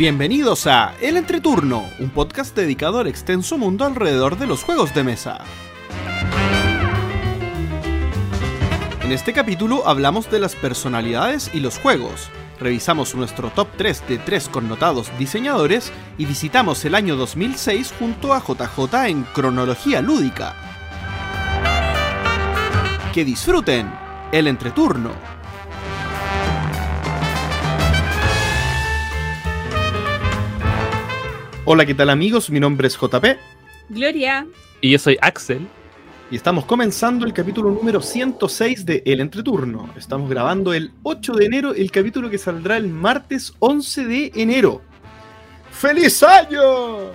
Bienvenidos a El Entreturno, un podcast dedicado al extenso mundo alrededor de los juegos de mesa. En este capítulo hablamos de las personalidades y los juegos, revisamos nuestro top 3 de 3 connotados diseñadores y visitamos el año 2006 junto a JJ en Cronología Lúdica. ¡Que disfruten El Entreturno! Hola, ¿qué tal amigos? Mi nombre es JP. Gloria. Y yo soy Axel. Y estamos comenzando el capítulo número 106 de El Entreturno. Estamos grabando el 8 de enero, el capítulo que saldrá el martes 11 de enero. ¡Feliz año!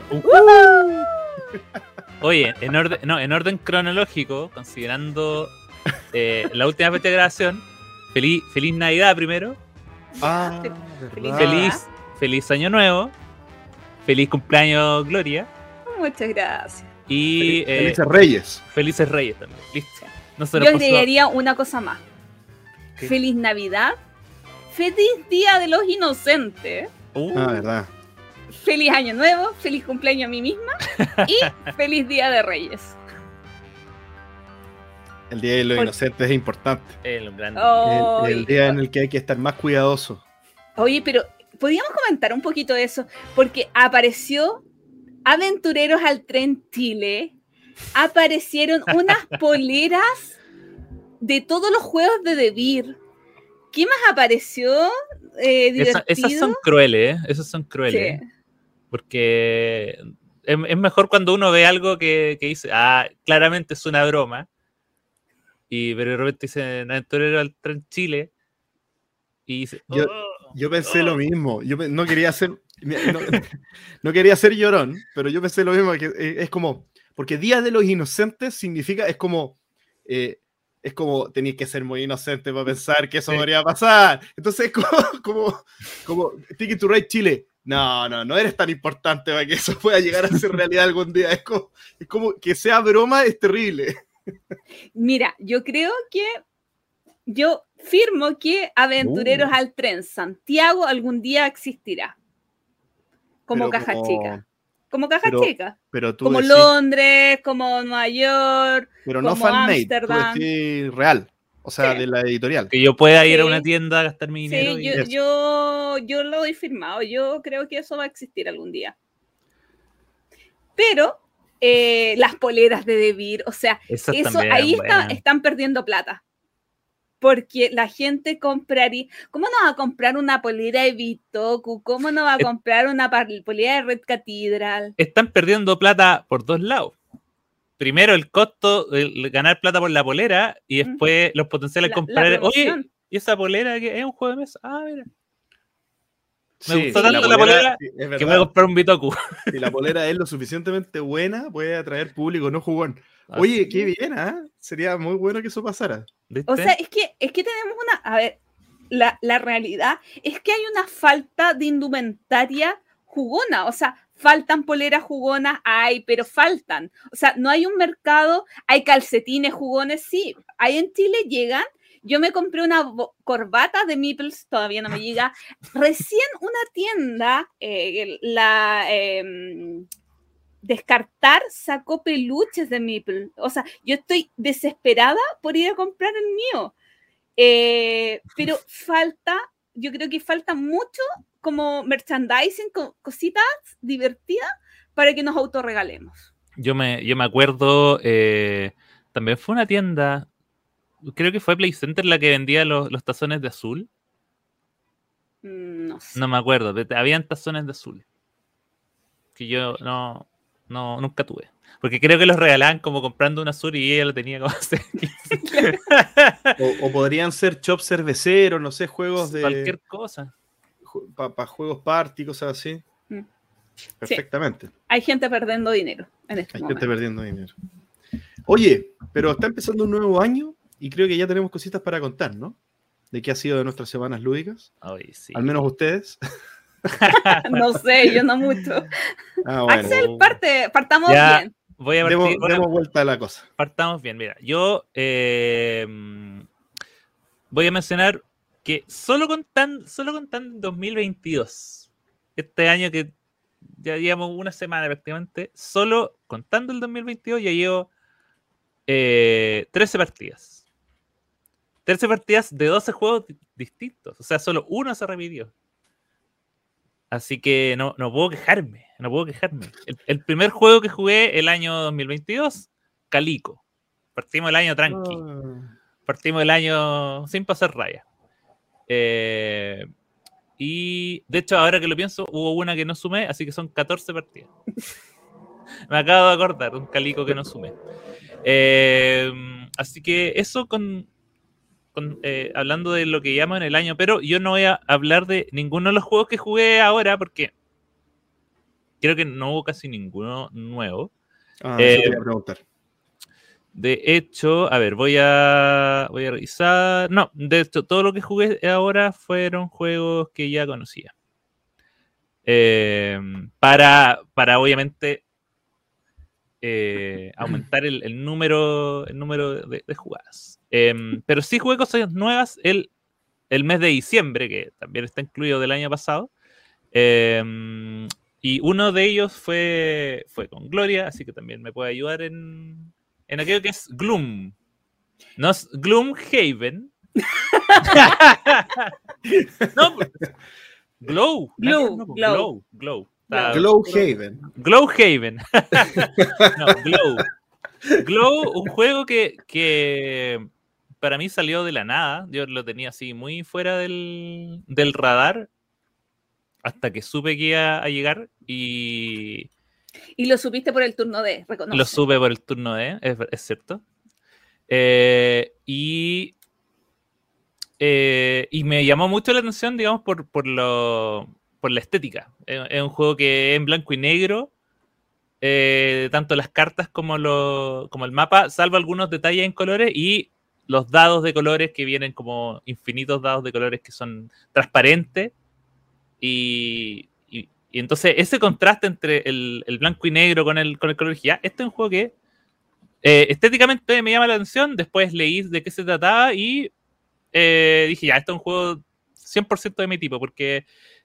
Oye, en orden cronológico, considerando la última fecha de grabación, feliz Navidad primero. Ah, Feliz Año Nuevo. Feliz cumpleaños, Gloria. Muchas gracias. Y Felices Reyes. Felices Reyes también. Listo. No se Yo agregaría una cosa más. ¿Qué? Feliz Navidad. Feliz Día de los Inocentes. Verdad. Feliz Año Nuevo. Feliz cumpleaños a mí misma. Y feliz Día de Reyes. El Día de los Inocentes es importante. El gran El día en el que hay que estar más cuidadoso. Oye, pero podríamos comentar un poquito de eso, porque apareció Aventureros al Tren Chile, aparecieron unas poleras de todos los juegos de Devir. ¿Qué más apareció? Divertido. Esas son crueles, Esas son crueles. Sí. Porque es mejor cuando uno ve algo que dice, claramente es una broma. Pero de repente dicen Aventurero al Tren Chile. Y dice, Yo pensé lo mismo. Yo no quería ser no quería ser llorón, pero yo pensé lo mismo, que es como, porque Día de los Inocentes significa, es como tenéis que ser muy inocente para pensar que eso podría pasar. Entonces es como Ticket to Ride Chile. No eres tan importante para que eso pueda llegar a ser realidad algún día. Es como que sea broma, es terrible. Mira, yo firmo que Aventureros al Tren Santiago algún día existirá. Como caja chica. Como caja chica. Pero tú como decís, Londres, como Nueva York, pero no como fan-made, Ámsterdam. tú decís real. O sea, Sí. de la editorial. que yo pueda ir a Sí. una tienda a gastar mi dinero. Sí, y yo lo doy firmado. Yo creo que eso va a existir algún día. Pero las poleras de Devir, o sea, Esas eso también ahí eran buenas. están perdiendo plata. Porque la gente compraría. ¿Cómo no va a comprar una polera de Bitoku? ¿Cómo no va a comprar una polera de Red Cathedral? Están perdiendo plata por dos lados. Primero el costo de ganar plata por la polera y después los potenciales compradores. Oye, ¿y esa polera que es un juego de mesa? Mira. Me gustó tanto la polera que voy a comprar un Bitoku. Si la polera es lo suficientemente buena, puede atraer público no jugón. Oye, qué bien, Sería muy bueno que eso pasara. ¿Viste? O sea, es que tenemos una... A ver, la realidad es que hay una falta de indumentaria jugona. O sea, faltan poleras jugonas, pero faltan. O sea, no hay un mercado, hay calcetines jugones, sí. Ahí en Chile llegan. Yo me compré una corbata de Meeples, todavía no me llega. Recién una tienda, Descartar sacó peluches de Meeple. O sea, yo estoy desesperada por ir a comprar el mío. Pero yo creo que falta mucho como merchandising, cositas divertidas para que nos autorregalemos. Yo me acuerdo, también fue una tienda, creo que fue Play Center la que vendía los tazones de azul. No sé. No me acuerdo, habían tazones de azul. Que yo nunca tuve. Porque creo que los regalaban como comprando un azul y ella lo tenía como hacer. o podrían ser chops cerveceros, no sé, juegos de... Cualquier cosa. Para juegos party, cosas así. Perfectamente. Sí. Hay gente perdiendo dinero en este momento. Gente perdiendo dinero. Oye, pero está empezando un nuevo año y creo que ya tenemos cositas para contar, ¿no? De qué ha sido de nuestras semanas lúdicas. Ay, sí. Al menos ustedes. No sé, yo no mucho. Bueno. Axel, partamos ya, bien. Voy a partir, demos vuelta a la cosa. Partamos bien, mira. Yo voy a mencionar que solo contando 2022, este año que ya llevamos una semana prácticamente, solo contando el 2022 ya llevo 13 partidas. 13 partidas de 12 juegos distintos. O sea, solo uno se repitió. Así que no puedo quejarme. No puedo quejarme. El primer juego que jugué el año 2022, Calico. Partimos el año tranqui. Partimos el año sin pasar raya. Y de hecho, ahora que lo pienso, hubo una que no sumé, así que son 14 partidas. Me acabo de acordar, un Calico que no sumé. Así que eso hablando de lo que llamo en el año, pero yo no voy a hablar de ninguno de los juegos que jugué ahora porque creo que no hubo casi ninguno nuevo. Eso quería preguntar. De hecho, a ver, voy a revisar. No, de hecho, todo lo que jugué ahora fueron juegos que ya conocía. Para obviamente aumentar el número de jugadas. Pero sí jugué cosas nuevas el mes de diciembre, que también está incluido del año pasado. Y uno de ellos fue con Gloria, así que también me puede ayudar en aquello que es Gloom. No es Gloomhaven. No, Glow. Glow. Glowhaven. Glowhaven. No, Glow. Glow, un juego que para mí salió de la nada. Yo lo tenía así muy fuera del radar hasta que supe que iba a llegar y lo supiste por el turno D, reconoce. Lo supe por el turno D, es cierto. Y me llamó mucho la atención, digamos, por la estética. Es un juego que es en blanco y negro, tanto las cartas como el mapa, salvo algunos detalles en colores y los dados de colores que vienen como infinitos dados de colores que son transparentes. Y entonces ese contraste entre el blanco y negro con el color ya, este es un juego que estéticamente me llama la atención. Después leí de qué se trataba y dije, ya, esto es un juego 100% de mi tipo, porque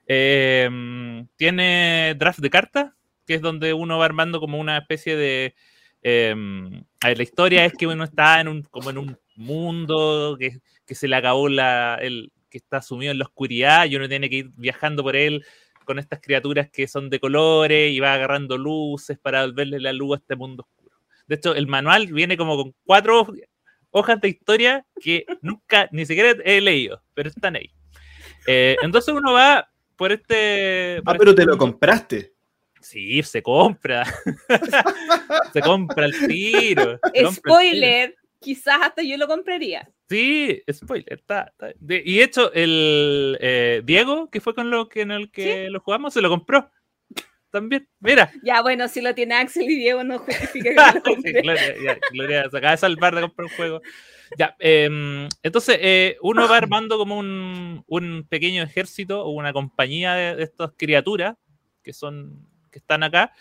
tiene draft de cartas, que es donde uno va armando como una especie de... la historia es que uno está como en un mundo que se le acabó que está sumido en la oscuridad y uno tiene que ir viajando por él con estas criaturas que son de colores y va agarrando luces para volverle la luz a este mundo oscuro. De hecho, el manual viene como con 4 hojas de historia que nunca, ni siquiera he leído, pero están ahí. Entonces uno va por este... pero te lo compraste. Sí, se compra. Se compra el tiro. Spoiler, quizás hasta yo lo compraría. Sí, spoiler. Y de hecho, el Diego, que fue con el que lo jugamos, se lo compró. También, mira. Ya, bueno, si lo tiene Axel y Diego, no justifica que lo compre. Sí, Gloria se acaba de salvar de comprar un juego. Ya, entonces uno va armando como un pequeño ejército o una compañía de estas criaturas que están acá.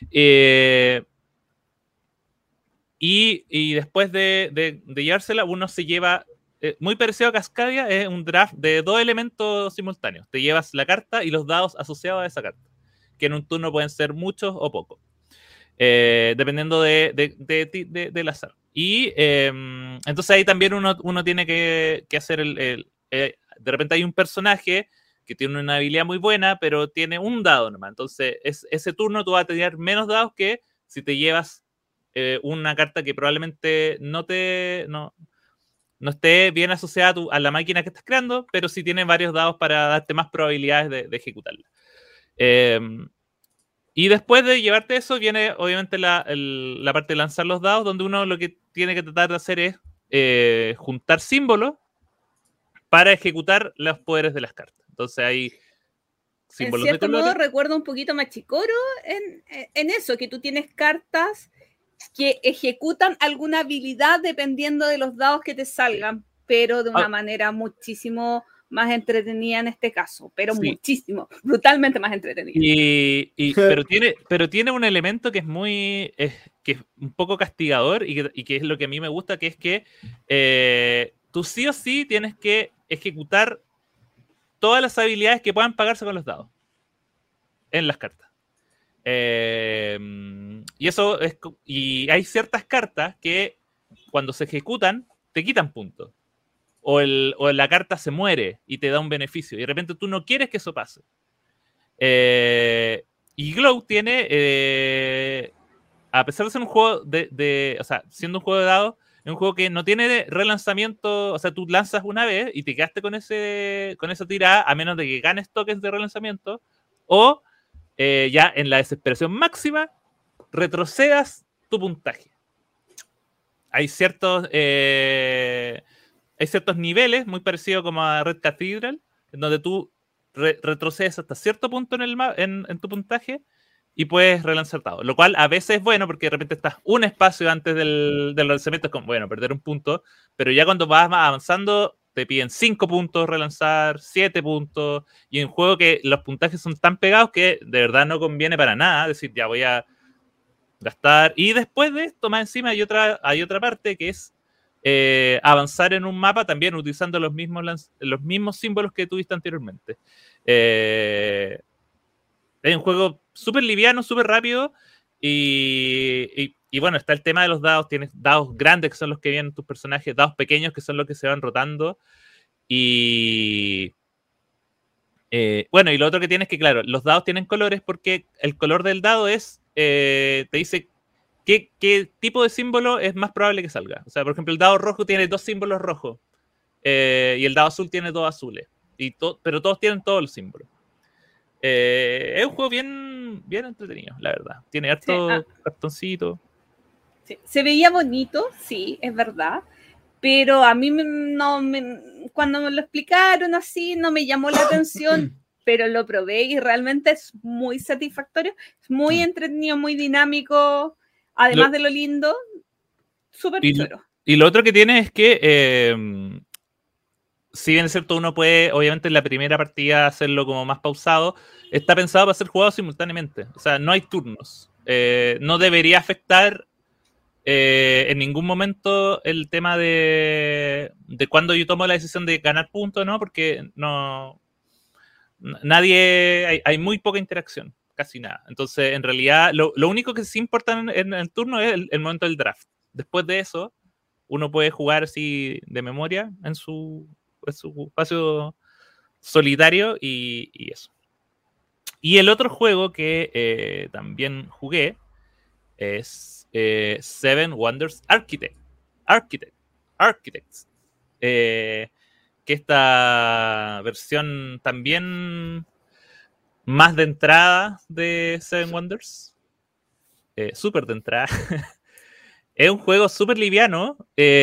Y después de llevársela, uno se lleva, muy parecido a Cascadia, es un draft de 2 elementos simultáneos. Te llevas la carta y los dados asociados a esa carta, que en un turno pueden ser muchos o pocos, dependiendo del azar. Y entonces ahí también uno tiene que hacer de repente hay un personaje que tiene una habilidad muy buena, pero tiene un dado nomás. Entonces ese turno tú vas a tener menos dados que si te llevas una carta que probablemente no esté bien asociada a la máquina que estás creando, pero sí tiene varios dados para darte más probabilidades de ejecutarla. Y después de llevarte eso, viene obviamente la parte de lanzar los dados, donde uno lo que tiene que tratar de hacer es juntar símbolos para ejecutar los poderes de las cartas. Entonces hay símbolos de colores. En cierto modo recuerda un poquito a Machicoro en eso, que tú tienes cartas que ejecutan alguna habilidad dependiendo de los dados que te salgan, pero de una manera muchísimo más entretenida en este caso, pero sí, muchísimo, brutalmente más entretenida. Pero tiene un elemento que es un poco castigador y que es lo que a mí me gusta, que es que tú sí o sí tienes que ejecutar todas las habilidades que puedan pagarse con los dados. en las cartas. Y eso es, y hay ciertas cartas que cuando se ejecutan te quitan puntos. O la carta se muere y te da un beneficio. Y de repente tú no quieres que eso pase. Y Glow tiene, a pesar de ser un juego o sea, siendo un juego de dados, es un juego que no tiene relanzamiento. O sea, tú lanzas una vez y te quedaste con esa tirada, a menos de que ganes tokens de relanzamiento. O ya en la desesperación máxima, retrocedas tu puntaje. Hay ciertos niveles, muy parecidos como a Red Cathedral, en donde tú retrocedes hasta cierto punto en tu puntaje y puedes relanzar todo. Lo cual a veces es bueno porque de repente estás un espacio antes del lanzamiento, es como, bueno, perder un punto, pero ya cuando vas avanzando te piden 5 puntos relanzar, 7 puntos, y en un juego que los puntajes son tan pegados que de verdad no conviene para nada decir, ya voy a gastar. Y después de esto, más encima hay otra parte que es avanzar en un mapa también utilizando los mismos símbolos que tuviste anteriormente. Es un juego súper liviano, súper rápido, y bueno, está el tema de los dados. Tienes dados grandes que son los que vienen tus personajes, dados pequeños que son los que se van rotando, y bueno, y lo otro que tienes es que, claro, los dados tienen colores porque el color del dado te dice qué tipo de símbolo es más probable que salga. O sea, por ejemplo, el dado rojo tiene 2 símbolos rojos, y el dado azul tiene 2 azules, pero todos tienen todos los símbolos. Es un juego bien entretenido, la verdad. Tiene harto cartoncito. Sí. Se veía bonito, sí, es verdad, pero a mí cuando me lo explicaron así no me llamó la atención, pero lo probé y realmente es muy satisfactorio, es muy entretenido, muy dinámico, además de lo lindo, súper choro. Y lo otro que tiene es que si bien es cierto, uno puede, obviamente, en la primera partida hacerlo como más pausado, está pensado para ser jugado simultáneamente. O sea, no hay turnos. No debería afectar en ningún momento el tema de cuando yo tomo la decisión de ganar puntos, ¿no? Porque hay muy poca interacción, casi nada. Entonces, en realidad, lo único que sí importa en el turno es el momento del draft. Después de eso, uno puede jugar así de memoria en su espacio solitario y eso. Y el otro juego que también jugué es Seven Wonders Architects. Que esta versión también más de entrada de Seven Wonders, súper de entrada. Es un juego súper liviano,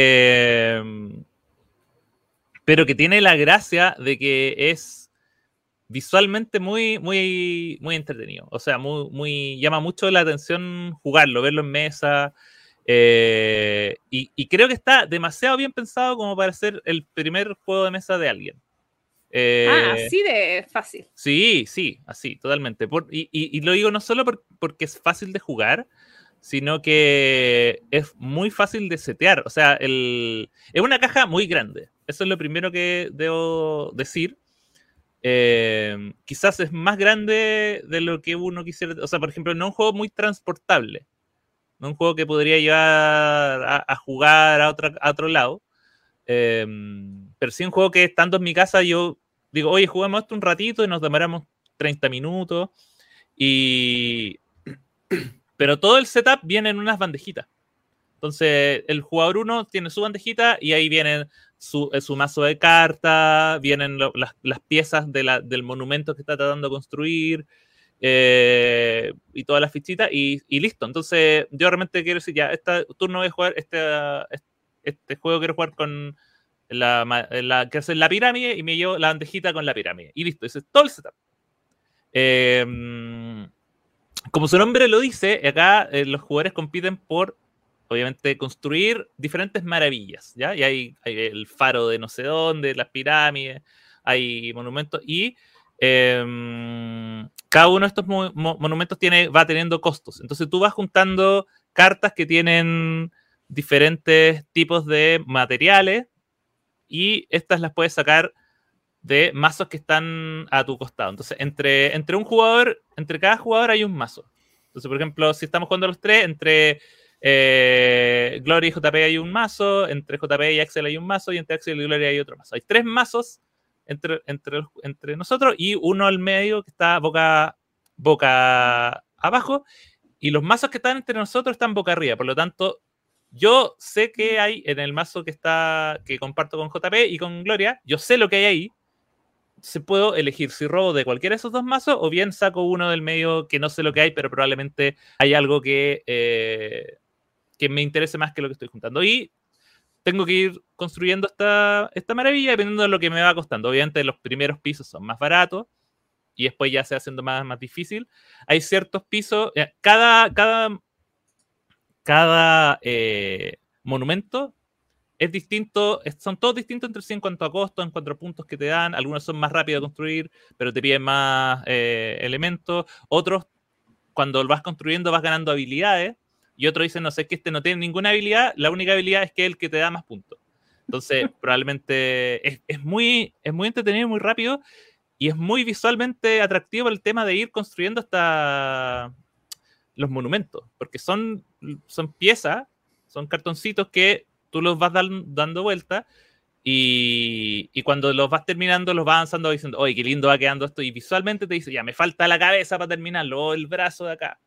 pero que tiene la gracia de que es visualmente muy, muy, muy entretenido. O sea, llama mucho la atención jugarlo, verlo en mesa. Y creo que está demasiado bien pensado como para ser el primer juego de mesa de alguien. Así de fácil. Sí, así, totalmente. Y lo digo no solo porque es fácil de jugar, sino que es muy fácil de setear. O sea, es una caja muy grande. Eso es lo primero que debo decir. Quizás es más grande de lo que uno quisiera. O sea, por ejemplo, no es un juego muy transportable. No es un juego que podría llevar a jugar a otro lado. Pero sí un juego que estando en mi casa yo digo, oye, juguemos esto un ratito y nos demoramos 30 minutos. Pero todo el setup viene en unas bandejitas. Entonces, el jugador 1 tiene su bandejita y ahí vienen su mazo de cartas, vienen las piezas del monumento que está tratando de construir, y todas las fichitas, y listo. Entonces, yo realmente quiero decir, ya, este turno voy a jugar, este juego quiero jugar con que hace la pirámide, y me llevo la bandejita con la pirámide. Y listo, ese es todo el setup. Como su nombre lo dice, acá los jugadores compiten por, obviamente, construir diferentes maravillas, ¿ya? Y hay el faro de no sé dónde, las pirámides, hay monumentos, y cada uno de estos monumentos va teniendo costos. Entonces tú vas juntando cartas que tienen diferentes tipos de materiales, y estas las puedes sacar de mazos que están a tu costado. Entonces, entre cada jugador hay un mazo. Entonces, por ejemplo, si estamos jugando los tres, entre Gloria y JP hay un mazo, entre JP y Axel hay un mazo, y entre Axel y Gloria hay otro mazo. Hay 3 mazos entre nosotros y uno al medio que está boca abajo, y los mazos que están entre nosotros están boca arriba. Por lo tanto, yo sé que hay en el mazo que comparto con JP y con Gloria, yo sé lo que hay ahí. Se puedo elegir si robo de cualquiera de esos 2 mazos o bien saco uno del medio que no sé lo que hay, pero probablemente hay algo que me interese más que lo que estoy juntando. Y tengo que ir construyendo esta maravilla dependiendo de lo que me va costando. Obviamente los primeros pisos son más baratos y después ya se va haciendo más difícil. Hay ciertos pisos, cada monumento es distinto, son todos distintos entre sí en cuanto a costo, en cuanto a puntos que te dan. Algunos son más rápidos de construir, pero te piden más elementos. Otros, cuando lo vas construyendo, vas ganando habilidades. Y otros dicen, no sé, es que este no tiene ninguna habilidad, la única habilidad es que es el que te da más puntos. Entonces, probablemente es muy entretenido, muy rápido, y es muy visualmente atractivo el tema de ir construyendo hasta los monumentos, porque son piezas, son cartoncitos que tú los vas dando vuelta, y cuando los vas terminando, los vas avanzando diciendo, oye, qué lindo va quedando esto, y visualmente te dice, ya, me falta la cabeza para terminarlo, o el brazo de acá.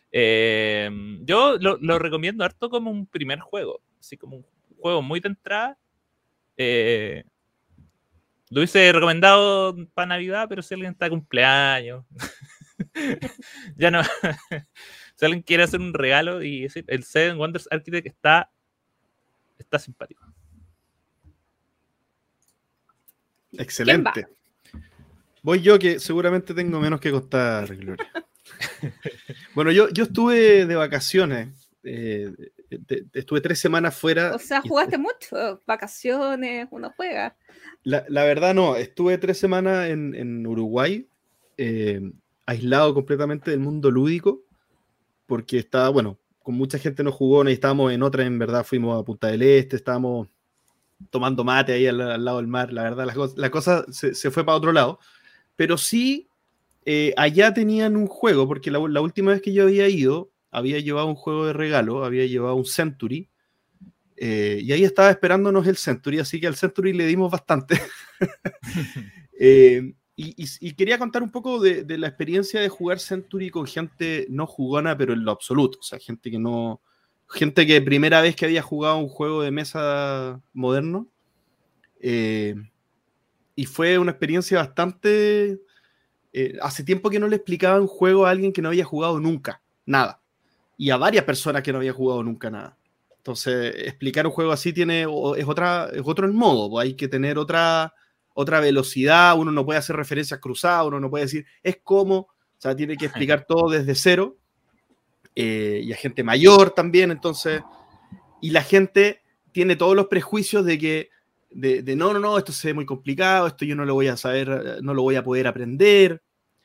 Yo lo recomiendo harto como un primer juego, así como un juego muy de entrada. Lo hubiese recomendado para Navidad, pero si alguien está de cumpleaños, ya no. Si alguien quiere hacer un regalo y decir, el Seven Wonders Architect está simpático. Excelente. Voy yo, que seguramente tengo menos que contar, Gloria. Bueno, yo estuve de vacaciones. Estuve 3 semanas fuera. O sea, jugaste mucho. Vacaciones, uno juega. La verdad no, estuve 3 semanas en Uruguay, aislado completamente del mundo lúdico, porque estaba, bueno, con mucha gente no jugó, y estábamos en otra, en verdad fuimos a Punta del Este, estábamos tomando mate ahí al lado del mar. La verdad, la cosa se fue para otro lado, pero sí, allá tenían un juego, porque la última vez que yo había ido, había llevado un juego de regalo, había llevado un Century, y ahí estaba esperándonos el Century, así que al Century le dimos bastante. Y quería contar un poco de la experiencia de jugar Century con gente no jugona, pero en lo absoluto, o sea, gente que primera vez que había jugado un juego de mesa moderno, y fue una experiencia bastante... hace tiempo que no le explicaba un juego a alguien que no había jugado nunca, nada, y a varias personas que no había jugado nunca nada. Entonces, explicar un juego así es otro el modo, pues hay que tener otra velocidad, uno no puede hacer referencias cruzadas, uno no puede decir, es como, o sea, tiene que explicar todo desde cero, y a gente mayor también, entonces, y la gente tiene todos los prejuicios de que, no, esto se ve muy complicado, esto yo no lo voy a saber, no lo voy a poder aprender,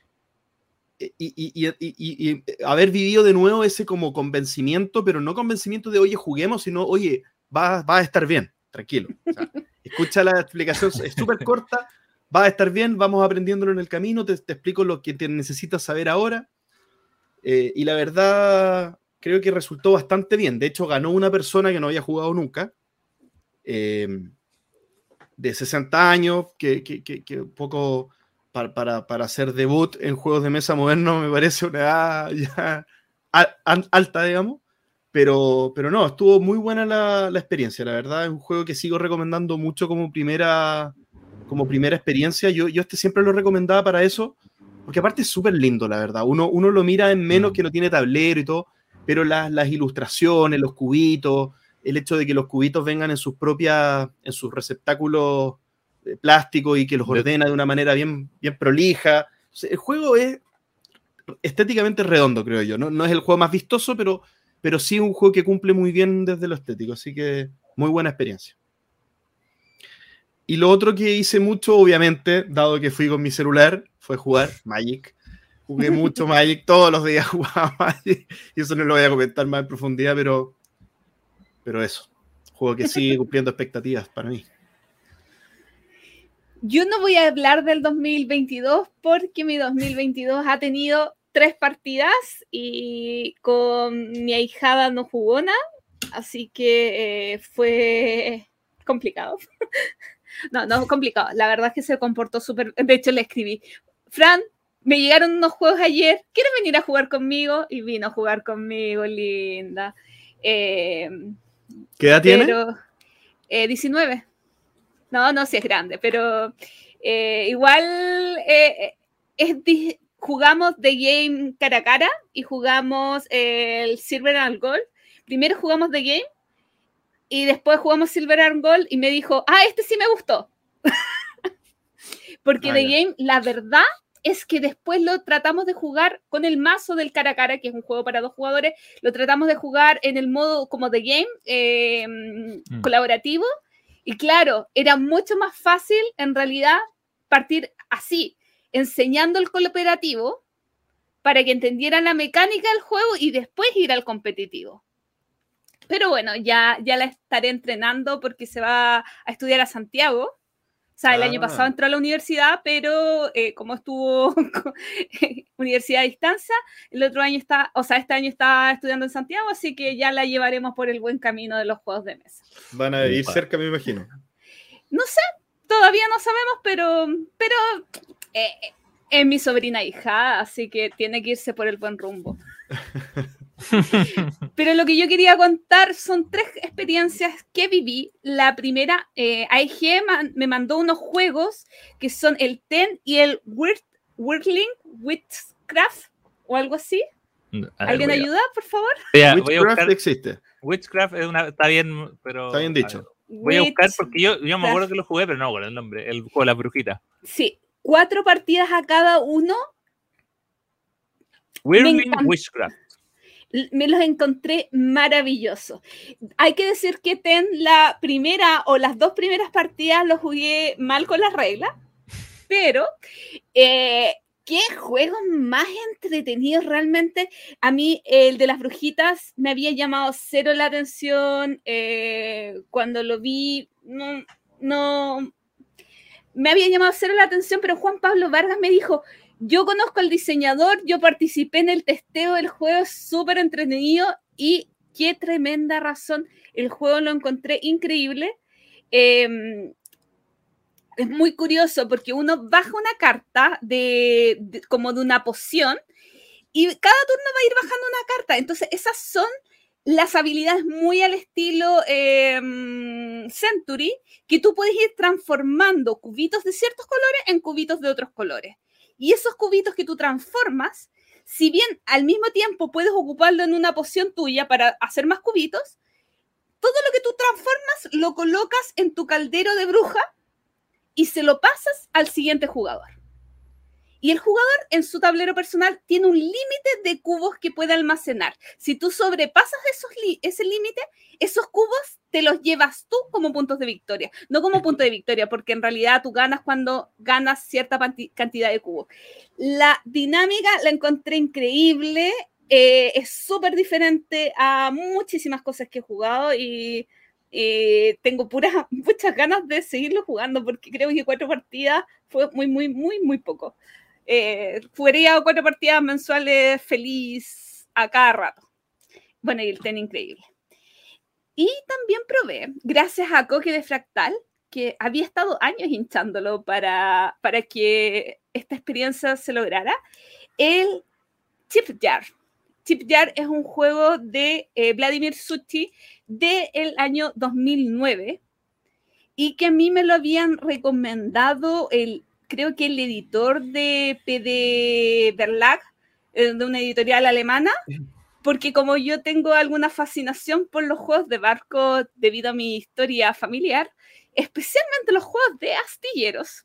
y haber vivido de nuevo ese como convencimiento, pero no convencimiento de, oye, juguemos, sino, oye, va a estar bien, tranquilo. O sea, escucha la explicación, es súper corta, va a estar bien, vamos aprendiéndolo en el camino, te explico lo que te necesitas saber ahora. Y la verdad, creo que resultó bastante bien. De hecho, ganó una persona que no había jugado nunca, de 60 años, que un poco... Para hacer debut en juegos de mesa modernos me parece una edad ya alta, digamos, pero no, estuvo muy buena la experiencia, la verdad es un juego que sigo recomendando mucho como primera experiencia. Yo siempre lo recomendaba para eso, porque aparte es súper lindo, la verdad, uno lo mira en menos, que no tiene tablero y todo, pero las ilustraciones, los cubitos, el hecho de que los cubitos vengan en sus receptáculos plástico y que los ordena de una manera bien prolija. O sea, el juego es estéticamente redondo, creo yo. No es el juego más vistoso, pero sí un juego que cumple muy bien desde lo estético. Así que muy buena experiencia. Y lo otro que hice mucho, obviamente, dado que fui con mi celular, fue jugar Magic. Jugué mucho Magic, todos los días jugaba Magic. Y eso no lo voy a comentar más en profundidad, pero eso. Juego que sigue cumpliendo expectativas para mí. Yo no voy a hablar del 2022 porque mi 2022 ha tenido 3 partidas y con mi ahijada no jugó nada, así que fue complicado. No, complicado. La verdad es que se comportó súper... De hecho, le escribí, Fran, me llegaron unos juegos ayer, ¿quieres venir a jugar conmigo? Y vino a jugar conmigo, linda. ¿Qué edad tiene? 19. No, sí es grande, pero igual jugamos The Game cara a cara y jugamos el Silver and Gold. Primero jugamos The Game y después jugamos Silver and Gold y me dijo, este sí me gustó. Porque The Game, la verdad es que después lo tratamos de jugar con el mazo del cara a cara, que es un juego para 2 jugadores, lo tratamos de jugar en el modo como The Game, colaborativo, y claro, era mucho más fácil en realidad partir así, enseñando el cooperativo para que entendieran la mecánica del juego y después ir al competitivo. Pero bueno, ya la estaré entrenando porque se va a estudiar a Santiago. O sea, el año pasado entró a la universidad, pero como estuvo universidad a distancia, el otro año este año está estudiando en Santiago, así que ya la llevaremos por el buen camino de los juegos de mesa. Van a ir cerca, me imagino. No sé, todavía no sabemos, pero es mi sobrina hija, así que tiene que irse por el buen rumbo. Pero lo que yo quería contar son 3 experiencias que viví. La primera, AEG me mandó unos juegos que son el Ten y el Wyrtling Witchcraft o algo así. ¿Alguien ayuda, por favor? Witchcraft existe. Witchcraft está bien, pero... Está bien dicho. Voy a buscar porque yo me acuerdo que lo jugué, pero no me acuerdo el nombre. El juego de la brujita. Sí, 4 partidas a cada uno. Wyrtling Witchcraft. Me los encontré maravillosos. Hay que decir que la primera o las 2 primeras partidas los jugué mal con las reglas, pero qué juegos más entretenidos realmente. A mí el de las brujitas me había llamado cero la atención. Cuando lo vi, no me había llamado cero la atención, pero Juan Pablo Vargas me dijo, yo conozco al diseñador, yo participé en el testeo del juego, es súper entretenido y qué tremenda razón. El juego lo encontré increíble. Es muy curioso porque uno baja una carta como de una poción y cada turno va a ir bajando una carta. Entonces esas son las habilidades muy al estilo Century, que tú puedes ir transformando cubitos de ciertos colores en cubitos de otros colores. Y esos cubitos que tú transformas, si bien al mismo tiempo puedes ocuparlo en una poción tuya para hacer más cubitos, todo lo que tú transformas lo colocas en tu caldero de bruja y se lo pasas al siguiente jugador. Y el jugador en su tablero personal tiene un límite de cubos que puede almacenar. Si tú sobrepasas ese límite, esos cubos te los llevas tú como puntos de victoria. No como punto de victoria, porque en realidad tú ganas cuando ganas cierta cantidad de cubos. La dinámica la encontré increíble. Es súper diferente a muchísimas cosas que he jugado y tengo muchas ganas de seguirlo jugando porque creo que 4 partidas fue muy poco. Jugaría 4 partidas mensuales feliz a cada rato. Bueno, y el ten increíble. Y también probé, gracias a Coque de Fractal, que había estado años hinchándolo para que esta experiencia se lograra, el Chip Jar. Chip Jar es un juego de Vladimir Suchi del año 2009 y que a mí me lo habían recomendado creo que el editor de PD Verlag, de una editorial alemana, porque como yo tengo alguna fascinación por los juegos de barco debido a mi historia familiar, especialmente los juegos de astilleros,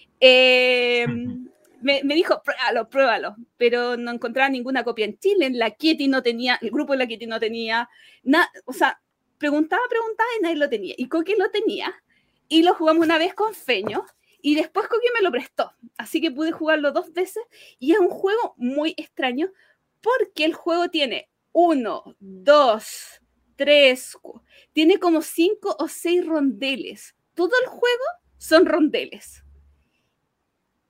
me dijo, pruébalo, pero no encontraba ninguna copia en Chile, en la Kitty no tenía, el grupo de la Kitty no tenía, nada, o sea, preguntaba y nadie lo tenía, y Coque lo tenía, y lo jugamos una vez con Feño, y después Coque me lo prestó, así que pude jugarlo 2 veces, y es un juego muy extraño, porque el juego tiene 1, 2, 3, tiene como 5 o 6 rondeles. Todo el juego son rondeles.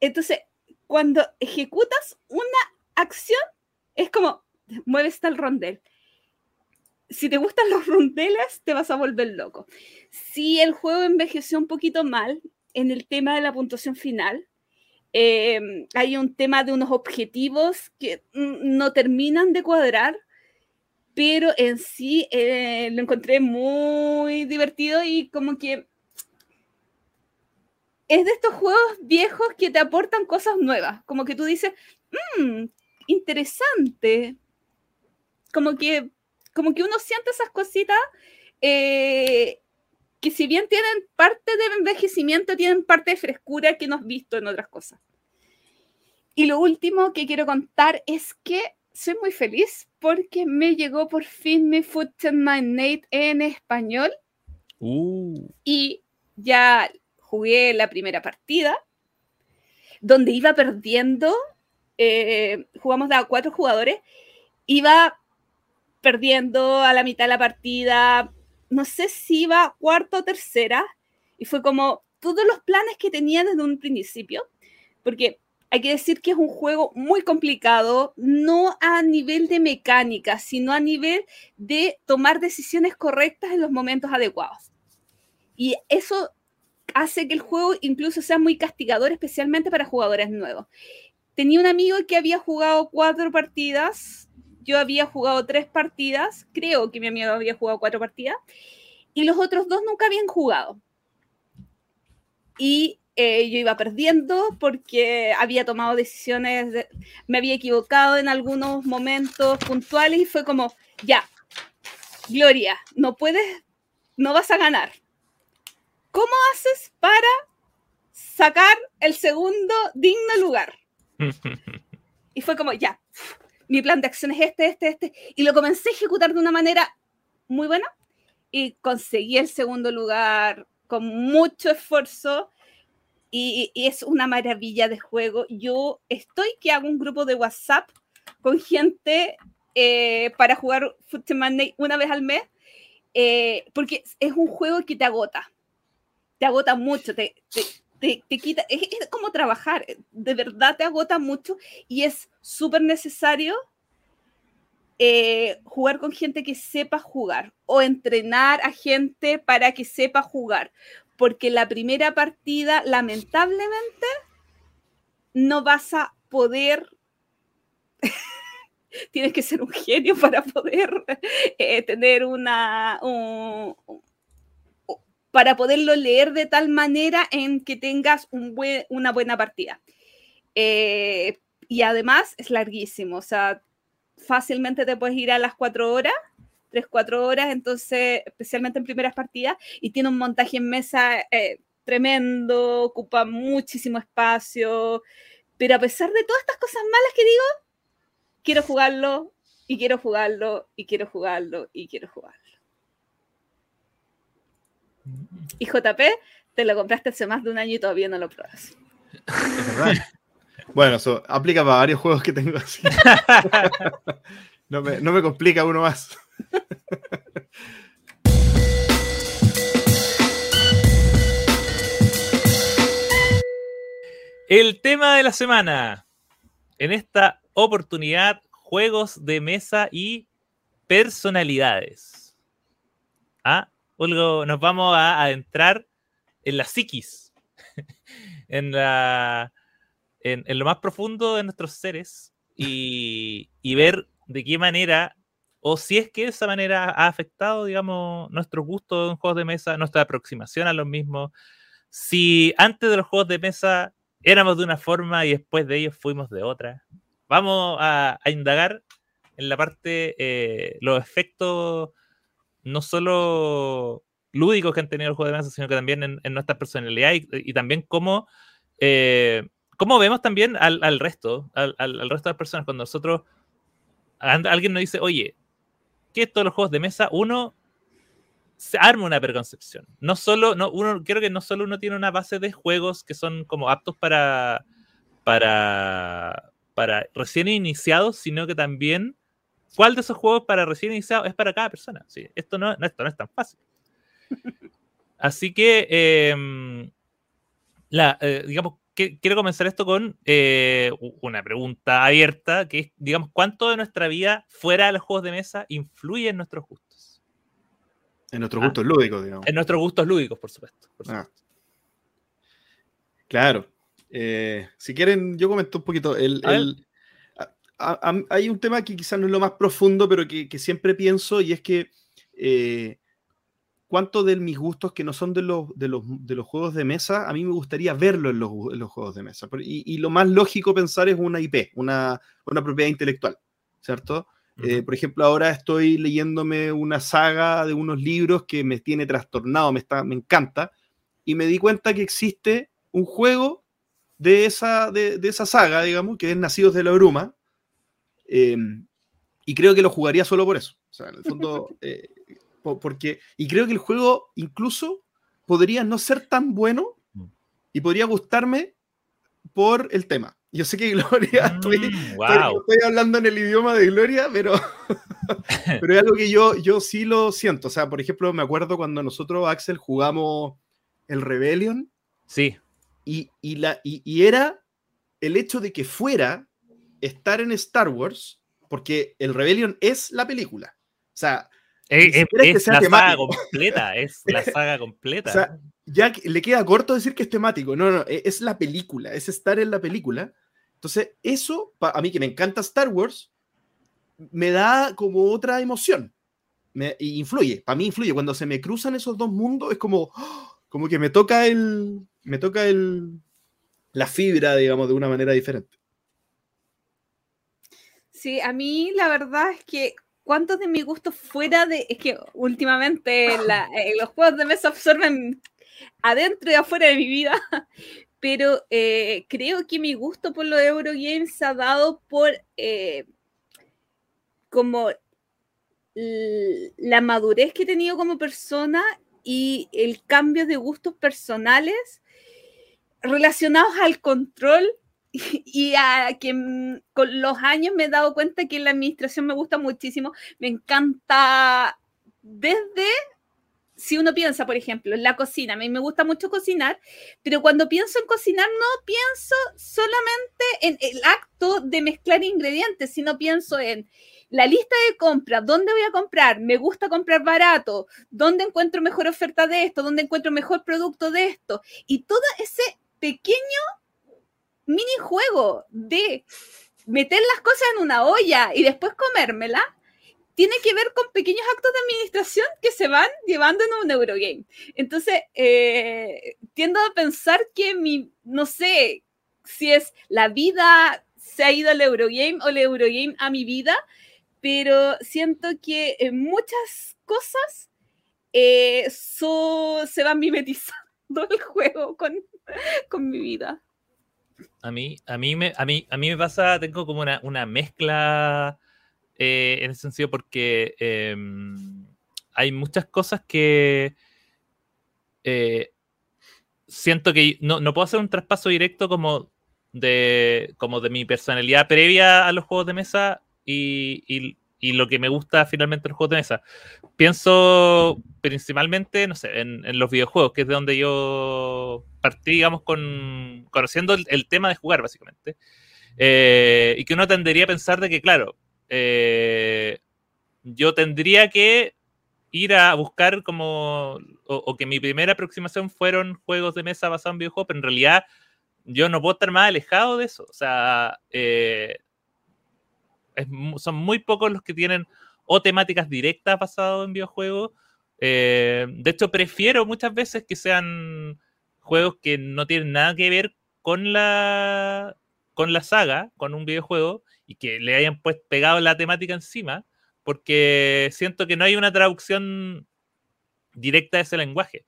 Entonces, cuando ejecutas una acción, es como, mueves tal rondel. Si te gustan los rondeles, te vas a volver loco. Si el juego envejeció un poquito mal en el tema de la puntuación final, hay un tema de unos objetivos que no terminan de cuadrar, pero en sí lo encontré muy divertido y como que es de estos juegos viejos que te aportan cosas nuevas, como que tú dices, interesante, como que uno siente esas cositas que si bien tienen parte de envejecimiento, tienen parte de frescura que no has visto en otras cosas. Y lo último que quiero contar es que soy muy feliz porque me llegó por fin mi Foot and Marinade en español. Y ya jugué la primera partida, donde iba perdiendo, jugamos a 4 jugadores, iba perdiendo a la mitad de la partida, no sé si iba cuarta o tercera, y fue como todos los planes que tenía desde un principio, porque hay que decir que es un juego muy complicado, no a nivel de mecánica, sino a nivel de tomar decisiones correctas en los momentos adecuados. Y eso hace que el juego incluso sea muy castigador, especialmente para jugadores nuevos. Tenía un amigo que había jugado 4 partidas, yo había jugado 3 partidas, creo que mi amigo había jugado 4 partidas, y los otros 2 nunca habían jugado. Y yo iba perdiendo porque había tomado decisiones, me había equivocado en algunos momentos puntuales y fue como, ya, Gloria, no vas a ganar. ¿Cómo haces para sacar el segundo digno lugar? Y fue como, ya, mi plan de acción es este, y lo comencé a ejecutar de una manera muy buena y conseguí el segundo lugar con mucho esfuerzo y es una maravilla de juego. Yo estoy que hago un grupo de WhatsApp con gente para jugar Foot and Marinade una vez al mes, porque es un juego que te agota mucho, te quita, es como trabajar, de verdad te agota mucho y es súper necesario jugar con gente que sepa jugar o entrenar a gente para que sepa jugar, porque la primera partida lamentablemente no vas a poder tienes que ser un genio para poder tener para poderlo leer de tal manera en que tengas una buena partida. Y además es larguísimo, o sea, fácilmente te puedes ir a las 4 horas, 3-4 horas, entonces, especialmente en primeras partidas, y tiene un montaje en mesa tremendo, ocupa muchísimo espacio, pero a pesar de todas estas cosas malas que digo, quiero jugarlo, y quiero jugarlo, y quiero jugarlo, y quiero jugarlo. Y JP, te lo compraste hace más de un año y todavía no lo pruebas. Es verdad. Bueno, eso aplica para varios juegos que tengo así. No me complica uno más. El tema de la semana. En esta oportunidad, juegos de mesa y personalidades. Nos vamos a adentrar en la psiquis, en lo más profundo de nuestros seres y ver de qué manera, o si es que de esa manera ha afectado, digamos, nuestros gustos en juegos de mesa, nuestra aproximación a los mismos. Si antes de los juegos de mesa éramos de una forma y después de ellos fuimos de otra. Vamos a indagar en la parte, los efectos no solo lúdicos que han tenido el juego de mesa, sino que también en nuestra personalidad y también cómo vemos también al resto de las personas. Cuando alguien nos dice, oye, ¿qué es todos los juegos de mesa? Uno se arma una preconcepción. Creo que no solo uno tiene una base de juegos que son como aptos para recién iniciados, sino que también cuál de esos juegos para recién iniciados es para cada persona. Sí, esto no es tan fácil. Así que, digamos, quiero comenzar esto con una pregunta abierta, que es, digamos, ¿cuánto de nuestra vida fuera de los juegos de mesa influye en nuestros gustos? En nuestros gustos lúdicos, digamos. En nuestros gustos lúdicos, por supuesto. Claro. Si quieren, yo comento un poquito. Hay un tema que quizás no es lo más profundo, pero que siempre pienso, y es que cuánto de mis gustos que no son de los juegos de mesa, a mí me gustaría verlo en los juegos de mesa. Y lo más lógico pensar es una IP, una propiedad intelectual, ¿cierto? Uh-huh. Por ejemplo, ahora estoy leyéndome una saga de unos libros que me tiene trastornado, me encanta, y me di cuenta que existe un juego de esa saga, digamos, que es Nacidos de la Bruma, y creo que lo jugaría solo por eso. O sea, en el fondo, y creo que el juego incluso podría no ser tan bueno y podría gustarme por el tema. Yo sé que Gloria, estoy hablando en el idioma de Gloria, pero es algo que yo sí lo siento. O sea, por ejemplo, me acuerdo cuando nosotros, Axel, jugamos el Rebellion. Sí. Y era el hecho de que fuera estar en Star Wars, porque el Rebellion es la película. O sea, es la saga completa, es la saga completa. O sea, ya le queda corto decir que es temático. No, es la película, es estar en la película. Entonces, eso, a mí que me encanta Star Wars, me da como otra emoción. Influye, para mí influye. Cuando se me cruzan esos dos mundos, es como que me toca la fibra, digamos, de una manera diferente. Sí, a mí la verdad es que cuántos de mi gusto fuera de... Es que últimamente los juegos de mesa absorben adentro y afuera de mi vida, pero creo que mi gusto por los Eurogames se ha dado por como la madurez que he tenido como persona y el cambio de gustos personales relacionados al control y a que con los años me he dado cuenta que la administración me gusta muchísimo, me encanta desde, si uno piensa, por ejemplo, en la cocina, a mí me gusta mucho cocinar, pero cuando pienso en cocinar no pienso solamente en el acto de mezclar ingredientes, sino pienso en la lista de compras, dónde voy a comprar, me gusta comprar barato, dónde encuentro mejor oferta de esto, dónde encuentro mejor producto de esto, y todo ese pequeño minijuego de meter las cosas en una olla y después comérmela, tiene que ver con pequeños actos de administración que se van llevando en un Eurogame. Entonces, tiendo a pensar que no sé si es la vida se ha ido al Eurogame o el Eurogame a mi vida, pero siento que en muchas cosas se van mimetizando el juego con mi vida. A mí me pasa, tengo como una mezcla en ese sentido, porque hay muchas cosas que siento que no puedo hacer un traspaso directo como de mi personalidad previa a los juegos de mesa y lo que me gusta finalmente los juegos de mesa. Pienso principalmente, no sé, en los videojuegos, que es de donde yo partí, digamos, conociendo el tema de jugar, básicamente. Y que uno tendería a pensar de que, claro, yo tendría que ir a buscar como, o que mi primera aproximación fueron juegos de mesa basados en videojuegos, pero en realidad yo no puedo estar más alejado de eso. O sea, son muy pocos los que tienen o temáticas directas basadas en videojuegos. De hecho, prefiero muchas veces que sean juegos que no tienen nada que ver con la saga, con un videojuego, y que le hayan pues pegado la temática encima, porque siento que no hay una traducción directa de ese lenguaje.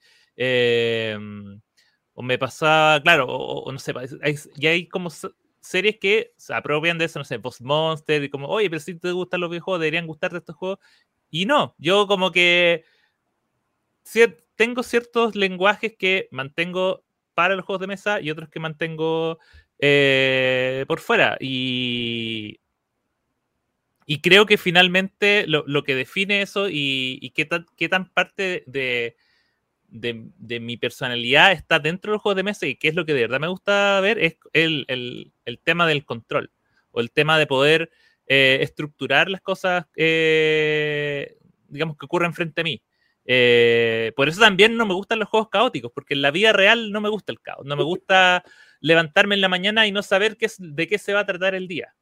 O me pasaba, claro, o no sé, ya hay como series que se apropian de eso, no sé, Post Monster, y como, oye, pero si te gustan los videojuegos, deberían gustarte estos juegos. Y no, yo como que tengo ciertos lenguajes que mantengo para los juegos de mesa y otros que mantengo por fuera. Y creo que finalmente lo que define eso y qué tan parte de de mi personalidad está dentro de los juegos de mesa, y qué es lo que de verdad me gusta ver es el tema del control, o el tema de poder estructurar las cosas, digamos, que ocurren frente a mí. Por eso también no me gustan los juegos caóticos, porque en la vida real no me gusta el caos, no me gusta levantarme en la mañana y no saber de qué se va a tratar el día.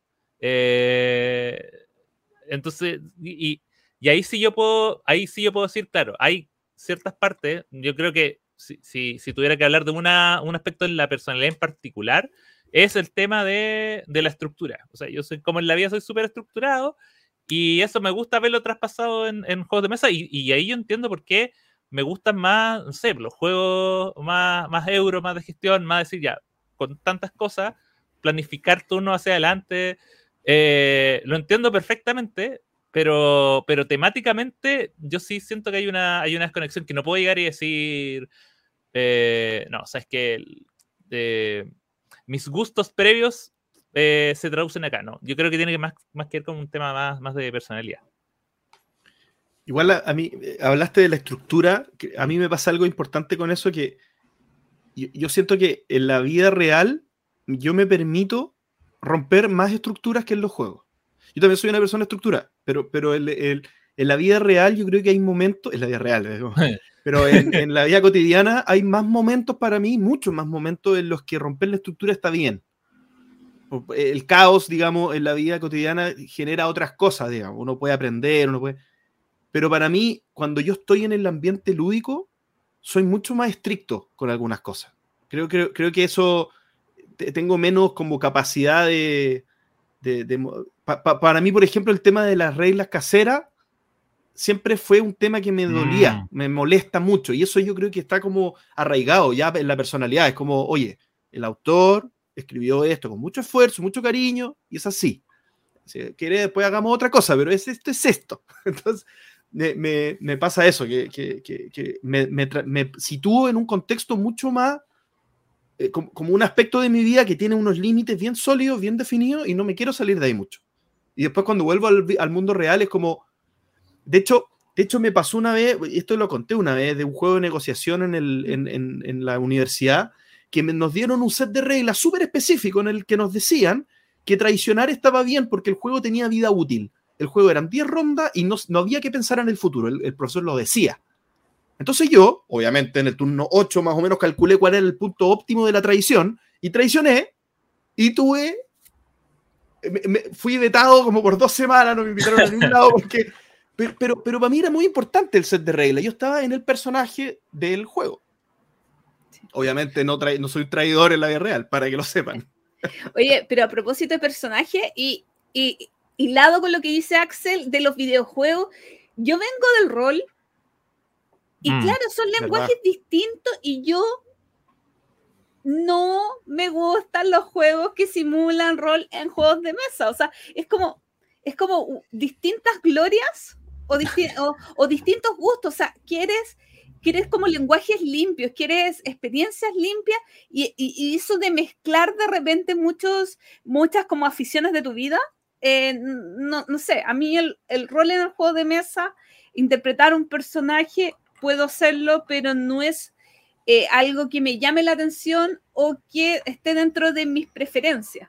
Entonces, y ahí sí yo puedo decir, claro, hay ciertas partes, yo creo que si tuviera que hablar de un aspecto en la personalidad en particular, es el tema de la estructura. O sea, yo soy, como en la vida soy súper estructurado, y eso me gusta verlo traspasado en juegos de mesa, y ahí yo entiendo por qué me gustan más, no sé, los juegos más euro, más de gestión, más decir, ya, con tantas cosas, planificar turnos hacia adelante, lo entiendo perfectamente, pero temáticamente yo sí siento que hay una desconexión, que no puedo llegar y decir, no, o sea, es que mis gustos previos se traducen acá, ¿no? Yo creo que tiene que más que ver con un tema más de personalidad. Igual a mí, hablaste de la estructura, que a mí me pasa algo importante con eso, que yo siento que en la vida real yo me permito romper más estructuras que en los juegos. Yo también soy una persona estructurada, pero en la vida real yo creo que hay momentos, en la vida real, pero en la vida cotidiana hay más momentos para mí, muchos más momentos en los que romper la estructura está bien. El caos, digamos, en la vida cotidiana genera otras cosas, digamos, uno puede aprender, pero para mí, cuando yo estoy en el ambiente lúdico, soy mucho más estricto con algunas cosas. Creo que eso tengo menos como capacidad para mí, por ejemplo, el tema de las reglas caseras siempre fue un tema que me dolía, me molesta mucho, y eso yo creo que está como arraigado ya en la personalidad. Es como, oye, el autor escribió esto con mucho esfuerzo, mucho cariño, y es así. Si quiere, después hagamos otra cosa, pero esto es esto. Entonces, me pasa eso, que me sitúo en un contexto mucho más como un aspecto de mi vida que tiene unos límites bien sólidos, bien definidos, y no me quiero salir de ahí mucho. Y después cuando vuelvo al mundo real es como... De hecho, me pasó una vez, y esto lo conté una vez, de un juego de negociación en la universidad, que nos dieron un set de reglas súper específico en el que nos decían que traicionar estaba bien porque el juego tenía vida útil. El juego eran 10 rondas y no había que pensar en el futuro, el profesor lo decía. Entonces yo, obviamente en el turno 8 más o menos calculé cuál era el punto óptimo de la traición, y traicioné, y fui vetado como por 2 semanas, no me invitaron a ningún lado, porque... Pero para mí era muy importante el set de reglas. Yo estaba en el personaje del juego. Obviamente no soy traidor en la vida real, para que lo sepan. Oye, pero a propósito de personaje y hilado con lo que dice Axel de los videojuegos, yo vengo del rol y claro, son lenguajes distintos, y yo no me gustan los juegos que simulan rol en juegos de mesa. O sea, es como distintas glorias o distintos gustos. O sea, quieres como lenguajes limpios, quieres experiencias limpias, y eso de mezclar de repente muchas como aficiones de tu vida, no sé, a mí el rol en el juego de mesa, interpretar un personaje, puedo hacerlo, pero no es algo que me llame la atención o que esté dentro de mis preferencias.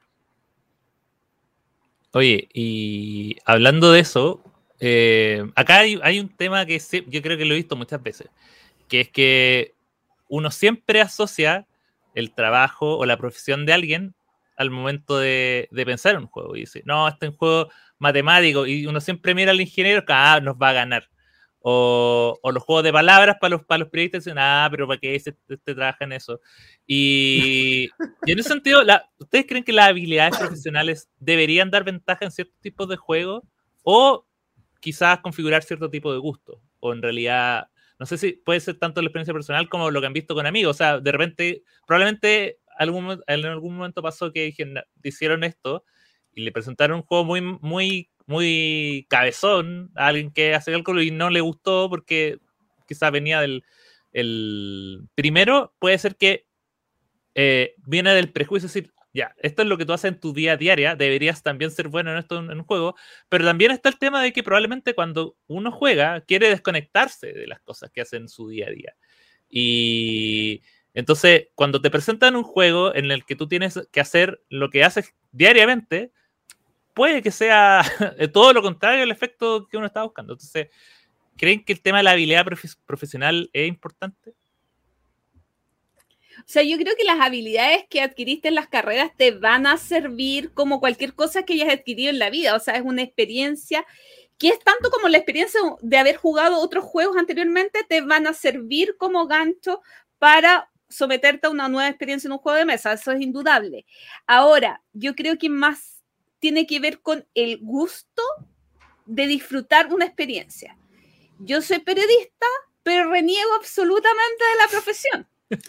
Oye, y hablando de eso, acá hay un tema que yo creo que lo he visto muchas veces, que es que uno siempre asocia el trabajo o la profesión de alguien al momento de pensar en un juego, y dice, no, este es un juego matemático, y uno siempre mira al ingeniero, nos va a ganar. O los juegos de palabras para los periodistas dicen, pero ¿para qué este trabaja en eso? Y en ese sentido, ¿ustedes creen que las habilidades profesionales deberían dar ventaja en ciertos tipos de juegos? O quizás configurar cierto tipo de gusto. O en realidad, no sé si puede ser tanto la experiencia personal como lo que han visto con amigos. O sea, de repente, probablemente en algún momento pasó que hicieron esto y le presentaron un juego muy, muy, muy cabezón a alguien que hace cálculo y no le gustó porque quizás venía del primero. Puede ser que viene del prejuicio, es decir, ya, esto es lo que tú haces en tu día a día, deberías también ser bueno en esto en un juego, pero también está el tema de que probablemente cuando uno juega quiere desconectarse de las cosas que hace en su día a día. Y entonces, cuando te presentan un juego en el que tú tienes que hacer lo que haces diariamente, puede que sea todo lo contrario al efecto que uno está buscando. Entonces, ¿creen que el tema de la habilidad profesional es importante? O sea, yo creo que las habilidades que adquiriste en las carreras te van a servir como cualquier cosa que hayas adquirido en la vida. O sea, es una experiencia que es tanto como la experiencia de haber jugado otros juegos anteriormente, te van a servir como gancho para someterte a una nueva experiencia en un juego de mesa. Eso es indudable. Ahora, yo creo que más tiene que ver con el gusto de disfrutar una experiencia. Yo soy periodista, pero reniego absolutamente de la profesión.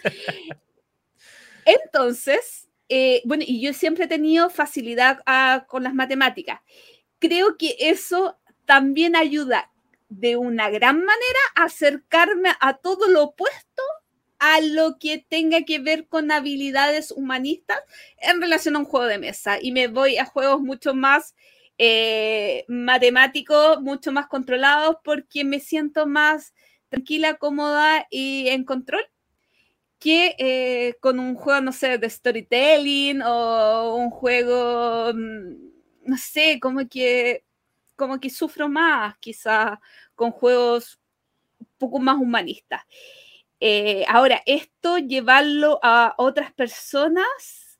Entonces, bueno, y yo siempre he tenido facilidad con las matemáticas. Creo que eso también ayuda de una gran manera a acercarme a todo lo opuesto a lo que tenga que ver con habilidades humanistas en relación a un juego de mesa. Y me voy a juegos mucho más matemáticos, mucho más controlados, porque me siento más tranquila, cómoda y en control que con un juego, no sé, de storytelling o un juego, no sé, como que sufro más quizás con juegos un poco más humanistas. Ahora, esto llevarlo a otras personas,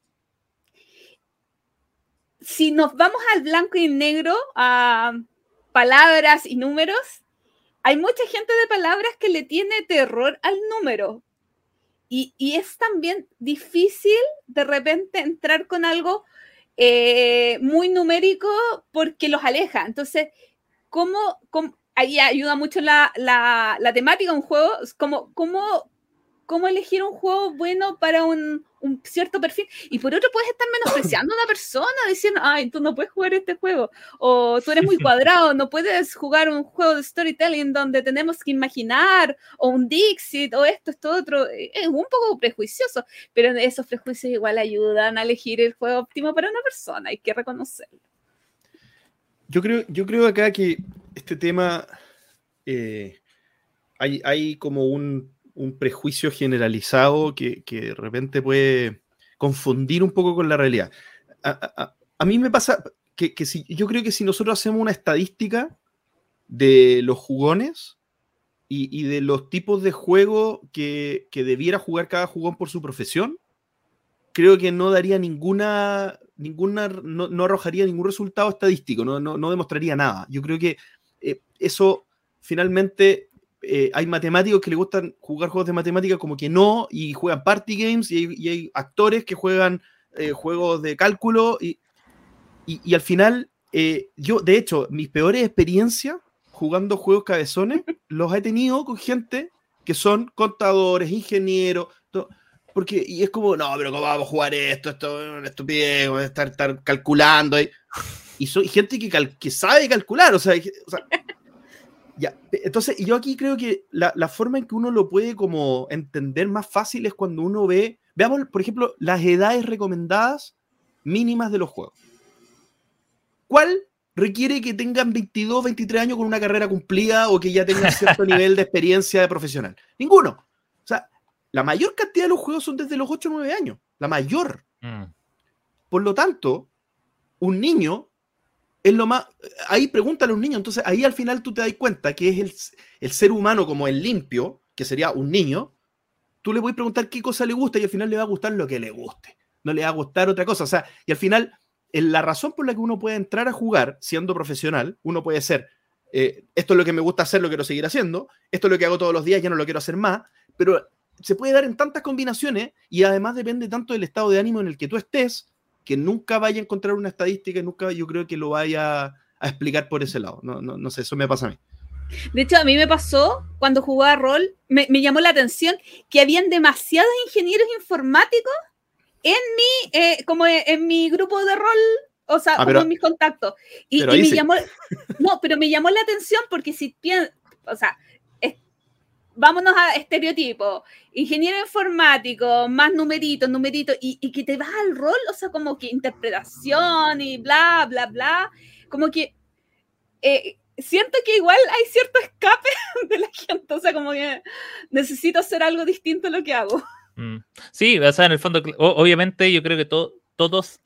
si nos vamos al blanco y negro, a palabras y números, hay mucha gente de palabras que le tiene terror al número. Y es también difícil de repente entrar con algo muy numérico porque los aleja. Entonces, ¿cómo ahí ayuda mucho la temática de un juego? ¿Cómo elegir un juego bueno para un cierto perfil? Y por otro, puedes estar menospreciando a una persona diciendo, ay, tú no puedes jugar este juego, o tú eres muy cuadrado, no puedes jugar un juego de storytelling donde tenemos que imaginar, o un Dixit, o esto otro. Es un poco prejuicioso, pero esos prejuicios igual ayudan a elegir el juego óptimo para una persona, hay que reconocerlo. Yo creo acá que este tema hay como un prejuicio generalizado que de repente puede confundir un poco con la realidad. A mí me pasa que yo creo que si nosotros hacemos una estadística de los jugones y de los tipos de juego que debiera jugar cada jugón por su profesión, creo que no daría no arrojaría ningún resultado estadístico, no demostraría nada. Yo creo que eso finalmente hay matemáticos que les gustan jugar juegos de matemáticas como que no, y juegan party games, y hay actores que juegan juegos de cálculo, y al final, yo, de hecho, mis peores experiencias jugando juegos cabezones los he tenido con gente que son contadores, ingenieros, porque, y es como, no, pero ¿cómo vamos a jugar esto es una estupidez, estar calculando, y soy gente que sabe calcular, o sea ya. Entonces, yo aquí creo que la forma en que uno lo puede como entender más fácil es cuando uno veamos, por ejemplo, las edades recomendadas mínimas de los juegos. ¿Cuál requiere que tengan 22, 23 años con una carrera cumplida o que ya tengan cierto nivel de experiencia de profesional? Ninguno. O sea, la mayor cantidad de los juegos son desde los 8 o 9 años. La mayor. Por lo tanto, un niño es lo más... Ahí pregúntale a un niño. Entonces, ahí al final tú te das cuenta que es el ser humano como el limpio, que sería un niño. Tú le puedes preguntar qué cosa le gusta y al final le va a gustar lo que le guste. No le va a gustar otra cosa. O sea, y al final, la razón por la que uno puede entrar a jugar siendo profesional, uno puede ser, esto es lo que me gusta hacer, lo quiero seguir haciendo, esto es lo que hago todos los días, ya no lo quiero hacer más, pero se puede dar en tantas combinaciones y además depende tanto del estado de ánimo en el que tú estés, que nunca vaya a encontrar una estadística, nunca yo creo que lo vaya a explicar por ese lado. No sé, eso me pasa a mí. De hecho, a mí me pasó cuando jugaba rol, me llamó la atención que habían demasiados ingenieros informáticos como en mi grupo de rol, o sea, como en mis contactos. Y me llamó, pero me llamó la atención porque si piensas, o sea, vámonos a estereotipos, ingeniero informático, más numeritos, y que te vas al rol, o sea, como que interpretación y bla, bla, bla, como que siento que igual hay cierto escape de la gente, o sea, como que necesito hacer algo distinto a lo que hago. Sí, o sea, en el fondo, obviamente yo creo que todos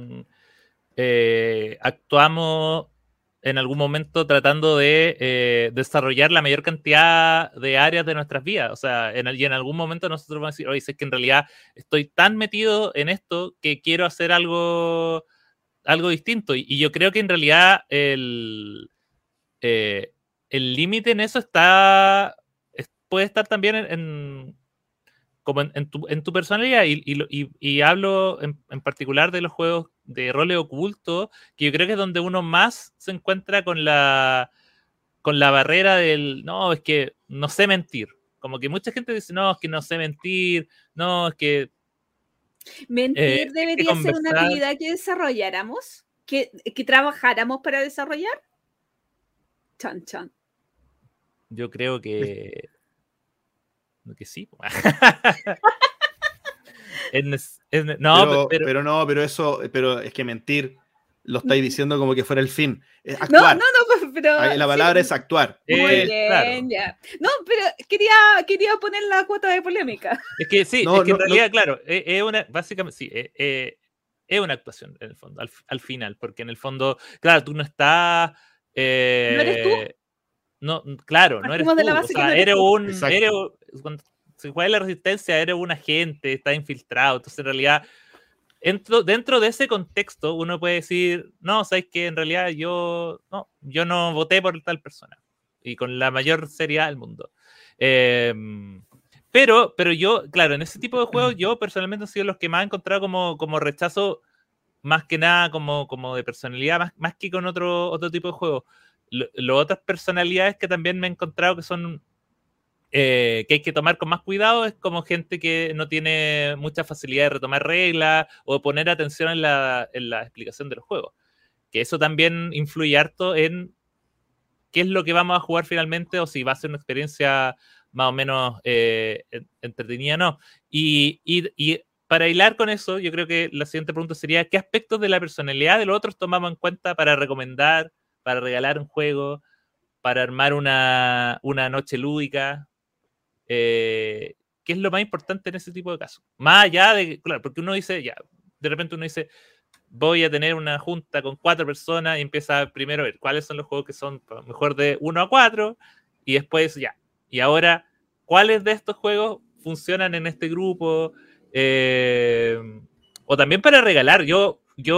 actuamos en algún momento tratando de desarrollar la mayor cantidad de áreas de nuestras vidas. O sea, y en algún momento nosotros vamos a decir, oye, es que en realidad estoy tan metido en esto que quiero hacer algo distinto. Y yo creo que en realidad el límite en eso puede estar también como en tu personalidad, y hablo en particular de los juegos de roles ocultos, que yo creo que es donde uno más se encuentra con la barrera del, no, es que no sé mentir. Como que mucha gente dice, no, es que no sé mentir, no, es que... ¿Mentir debería ser una habilidad que desarrolláramos? ¿Que trabajáramos para desarrollar? Chan, chan. Yo creo que sí. Pero es que mentir lo estáis diciendo como que fuera el fin. Es actuar. No, pero... La palabra es actuar. Muy bien, claro. Ya. No, pero quería poner la cuota de polémica. Es que sí, es que en realidad, claro, básicamente, sí, es una actuación en el fondo, al final, porque en el fondo, claro, tú no estás... ¿No eres tú? No, claro, no eres tú. O sea, eres cuando se juega la resistencia, eres un agente, estás infiltrado. Entonces, en realidad, dentro de ese contexto, uno puede decir, no, sabes que en realidad yo no voté por tal persona. Y con la mayor seriedad del mundo. Pero yo, claro, en ese tipo de juegos, yo personalmente he sido los que más he encontrado como rechazo, más que nada como de personalidad, más que con otro tipo de juegos. Las otras personalidades que también me he encontrado que son que hay que tomar con más cuidado es como gente que no tiene mucha facilidad de retomar reglas o poner atención en la explicación de los juegos. Que eso también influye harto en qué es lo que vamos a jugar finalmente o si va a ser una experiencia más o menos entretenida o no. Y para hilar con eso, yo creo que la siguiente pregunta sería, ¿qué aspectos de la personalidad de los otros tomamos en cuenta para recomendar, para regalar un juego, para armar una noche lúdica? ¿Qué es lo más importante en ese tipo de casos? Más allá de, claro, porque uno dice, ya, de repente uno dice, voy a tener una junta con 4 personas y empieza primero a ver cuáles son los juegos que son mejor de 1 a 4 y después ya. Y ahora, ¿cuáles de estos juegos funcionan en este grupo? O también para regalar. Yo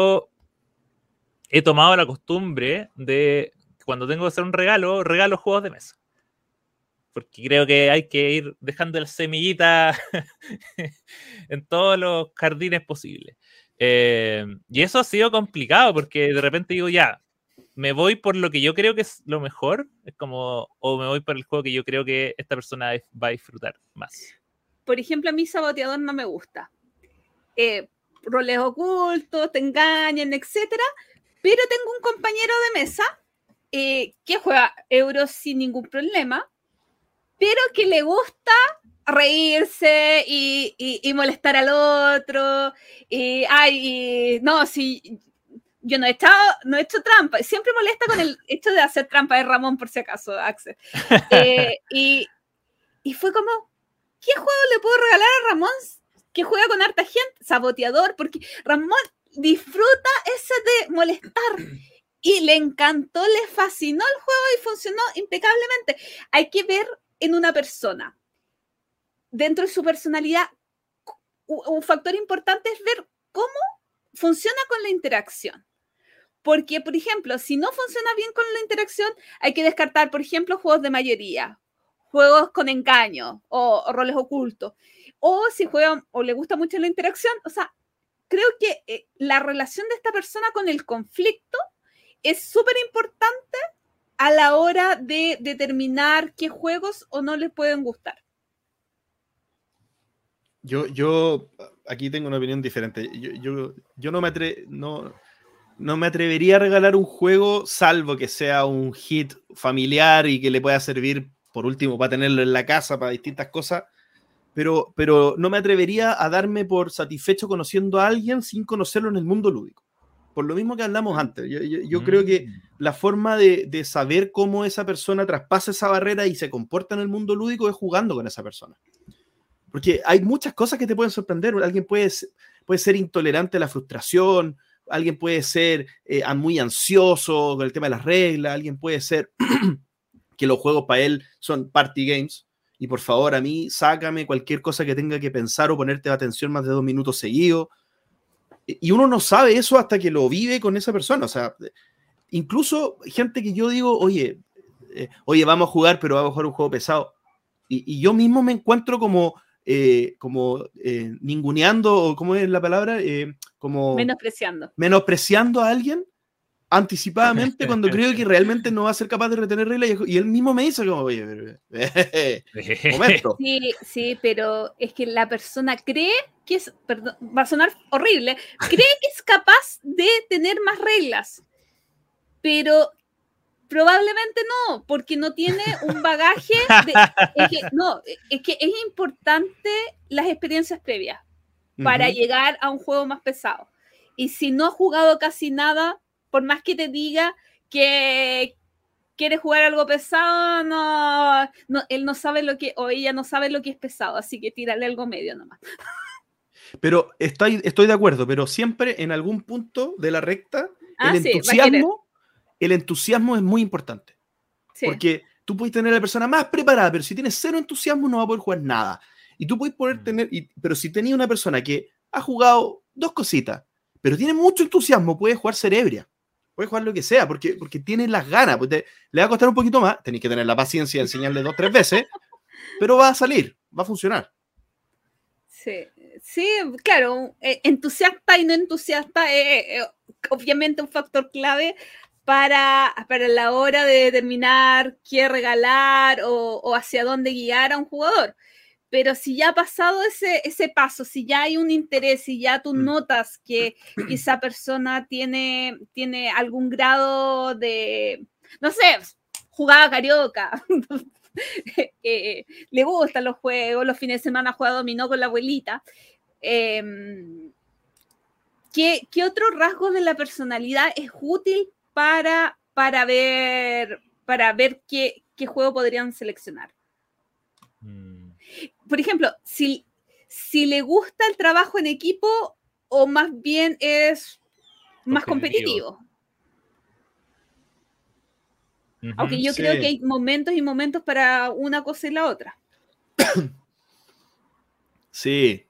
he tomado la costumbre de, cuando tengo que hacer un regalo juegos de mesa. Porque creo que hay que ir dejando la semillita en todos los jardines posibles. Y eso ha sido complicado porque de repente digo, ya, me voy por lo que yo creo que es lo mejor, es como, o me voy por el juego que yo creo que esta persona va a disfrutar más. Por ejemplo, a mí Saboteador no me gusta. Roles ocultos, te engañan, etcétera. Pero tengo un compañero de mesa que juega euros sin ningún problema, pero que le gusta reírse y molestar al otro. No, si yo no he hecho trampa. Siempre molesta con el hecho de hacer trampa de Ramón, por si acaso, Axel. Y fue como, ¿qué juego le puedo regalar a Ramón que juega con harta gente? Saboteador, porque Ramón disfruta ese de molestar. Y le encantó, le fascinó el juego y funcionó impecablemente. Hay que ver en una persona, dentro de su personalidad, un factor importante es ver cómo funciona con la interacción. Porque, por ejemplo, si no funciona bien con la interacción, hay que descartar, por ejemplo, juegos de mayoría, juegos con engaño o roles ocultos. O si juegan o le gusta mucho la interacción, o sea, creo que la relación de esta persona con el conflicto es súper importante a la hora de determinar qué juegos o no les pueden gustar. Yo aquí tengo una opinión diferente. Yo no me atrevería a regalar un juego, salvo que sea un hit familiar y que le pueda servir, por último, para tenerlo en la casa, para distintas cosas. Pero no me atrevería a darme por satisfecho conociendo a alguien sin conocerlo en el mundo lúdico. por lo mismo que hablamos antes. Yo creo que la forma de saber cómo esa persona traspasa esa barrera y se comporta en el mundo lúdico es jugando con esa persona. Porque hay muchas cosas que te pueden sorprender. Alguien puede ser intolerante a la frustración, alguien puede ser muy ansioso con el tema de las reglas, alguien puede ser que los juegos para él son party games, y por favor a mí sácame cualquier cosa que tenga que pensar o ponerte atención más de 2 minutos seguidos. Y uno no sabe eso hasta que lo vive con esa persona. O sea, incluso gente que yo digo, oye, vamos a jugar, pero vamos a jugar un juego pesado. Y yo mismo me encuentro como ninguneando, o ¿cómo es la palabra? Como menospreciando a alguien anticipadamente cuando creo que realmente no va a ser capaz de retener reglas, y él mismo me dice como, oye, momento. Sí, pero es que la persona cree que es, perdón, va a sonar horrible, cree que es capaz de tener más reglas, pero probablemente no, porque no tiene un bagaje es que es importante las experiencias previas para llegar a un juego más pesado. Y si no ha jugado casi nada, por más que te diga que quiere jugar algo pesado, él no sabe lo que, o ella no sabe lo que es pesado, así que tírale algo medio nomás. Pero estoy de acuerdo, pero siempre en algún punto de la recta, el entusiasmo es muy importante. Sí. Porque tú puedes tener a la persona más preparada, pero si tienes cero entusiasmo no va a poder jugar nada. Y tú puedes pero si tenías una persona que ha jugado 2 cositas, pero tiene mucho entusiasmo, puede jugar cerebria, puede jugar lo que sea, porque tiene las ganas. Pues le va a costar un poquito más, tenéis que tener la paciencia de enseñarle 2 o 3 veces, pero va a salir, va a funcionar. Sí, claro, entusiasta y no entusiasta es obviamente un factor clave para la hora de determinar qué regalar o hacia dónde guiar a un jugador. Pero si ya ha pasado ese paso, si ya hay un interés, si ya tú notas que esa persona tiene algún grado de, no sé, jugada carioca, le gustan los juegos, los fines de semana juega dominó con la abuelita, ¿qué otro rasgo de la personalidad es útil para ver qué juego podrían seleccionar? Por ejemplo, si le gusta el trabajo en equipo o más bien es más competitivo. Aunque yo creo que hay momentos y momentos para una cosa y la otra. Sí,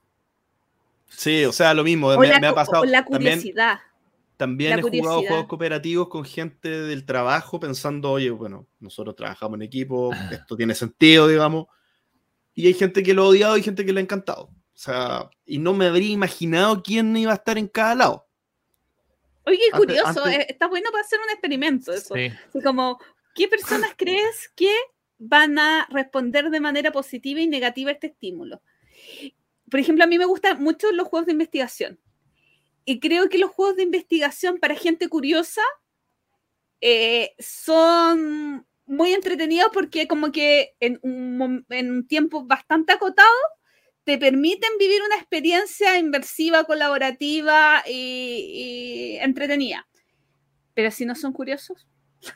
o sea, lo mismo. Me ha pasado. O la curiosidad. También he jugado juegos cooperativos con gente del trabajo pensando, oye, bueno, nosotros trabajamos en equipo, esto tiene sentido, digamos. Y hay gente que lo ha odiado y gente que le ha encantado. O sea, y no me habría imaginado quién iba a estar en cada lado. Oye, qué curioso, está bueno para hacer un experimento eso. Sí. Como, ¿qué personas crees que van a responder de manera positiva y negativa a este estímulo? Por ejemplo, a mí me gustan mucho los juegos de investigación. Y creo que los juegos de investigación para gente curiosa son muy entretenidos porque como que en un tiempo bastante acotado te permiten vivir una experiencia inmersiva, colaborativa y entretenida. Pero si no son curiosos.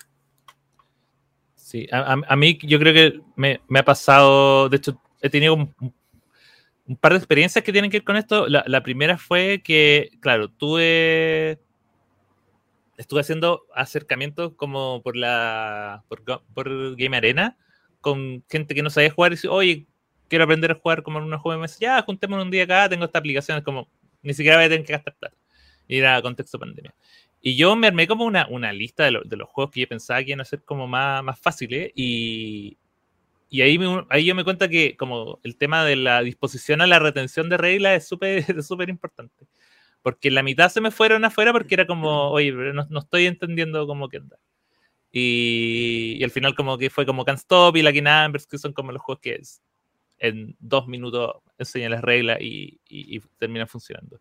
Sí, a mí yo creo que me ha pasado, de hecho he tenido un par de experiencias que tienen que ver con esto. La primera fue que, claro, estuve haciendo acercamientos como por Game Arena con gente que no sabía jugar y dice, oye, quiero aprender a jugar como en una juego de mesa. Ya, juntémonos un día acá, tengo esta aplicación, es como, ni siquiera voy a tener que gastar plata. Y era contexto pandemia. Y yo me armé como una lista de los juegos que yo pensaba que iban a ser como más fáciles y ahí yo me cuenta que como el tema de la disposición a la retención de reglas es súper importante. Porque la mitad se me fueron afuera porque era como, oye, pero no estoy entendiendo cómo que anda. Y al final como que fue como Can't Stop y Lucky Numbers, que son como los juegos que en 2 minutos enseñan las reglas y terminan funcionando.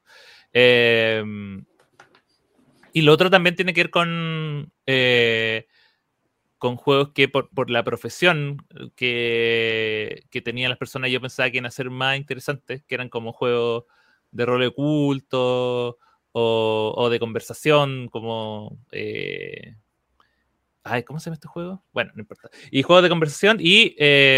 Y lo otro también tiene que ver con juegos que por la profesión que tenían las personas yo pensaba que iban a ser más interesantes, que eran como juegos de rol oculto o de conversación, como... ¿cómo se llama este juego? Bueno, no importa. Y juegos de conversación y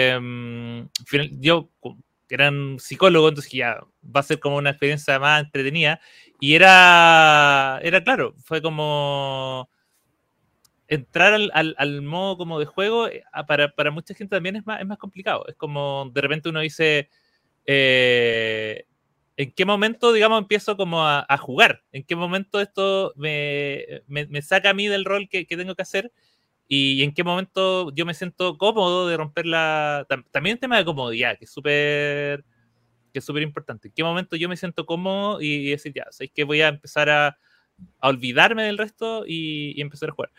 yo era un psicólogo, entonces ya va a ser como una experiencia más entretenida. Y era claro, fue como entrar al modo como de juego, para mucha gente también es más complicado. Es como de repente uno dice, ¿en qué momento, digamos, empiezo como a jugar? ¿En qué momento esto me saca a mí del rol que tengo que hacer? Y en qué momento yo me siento cómodo de romper también el tema de comodidad, que es súper importante. En qué momento yo me siento cómodo y decir, ya, ¿sabes qué? Voy a empezar a olvidarme del resto y empezar a jugar.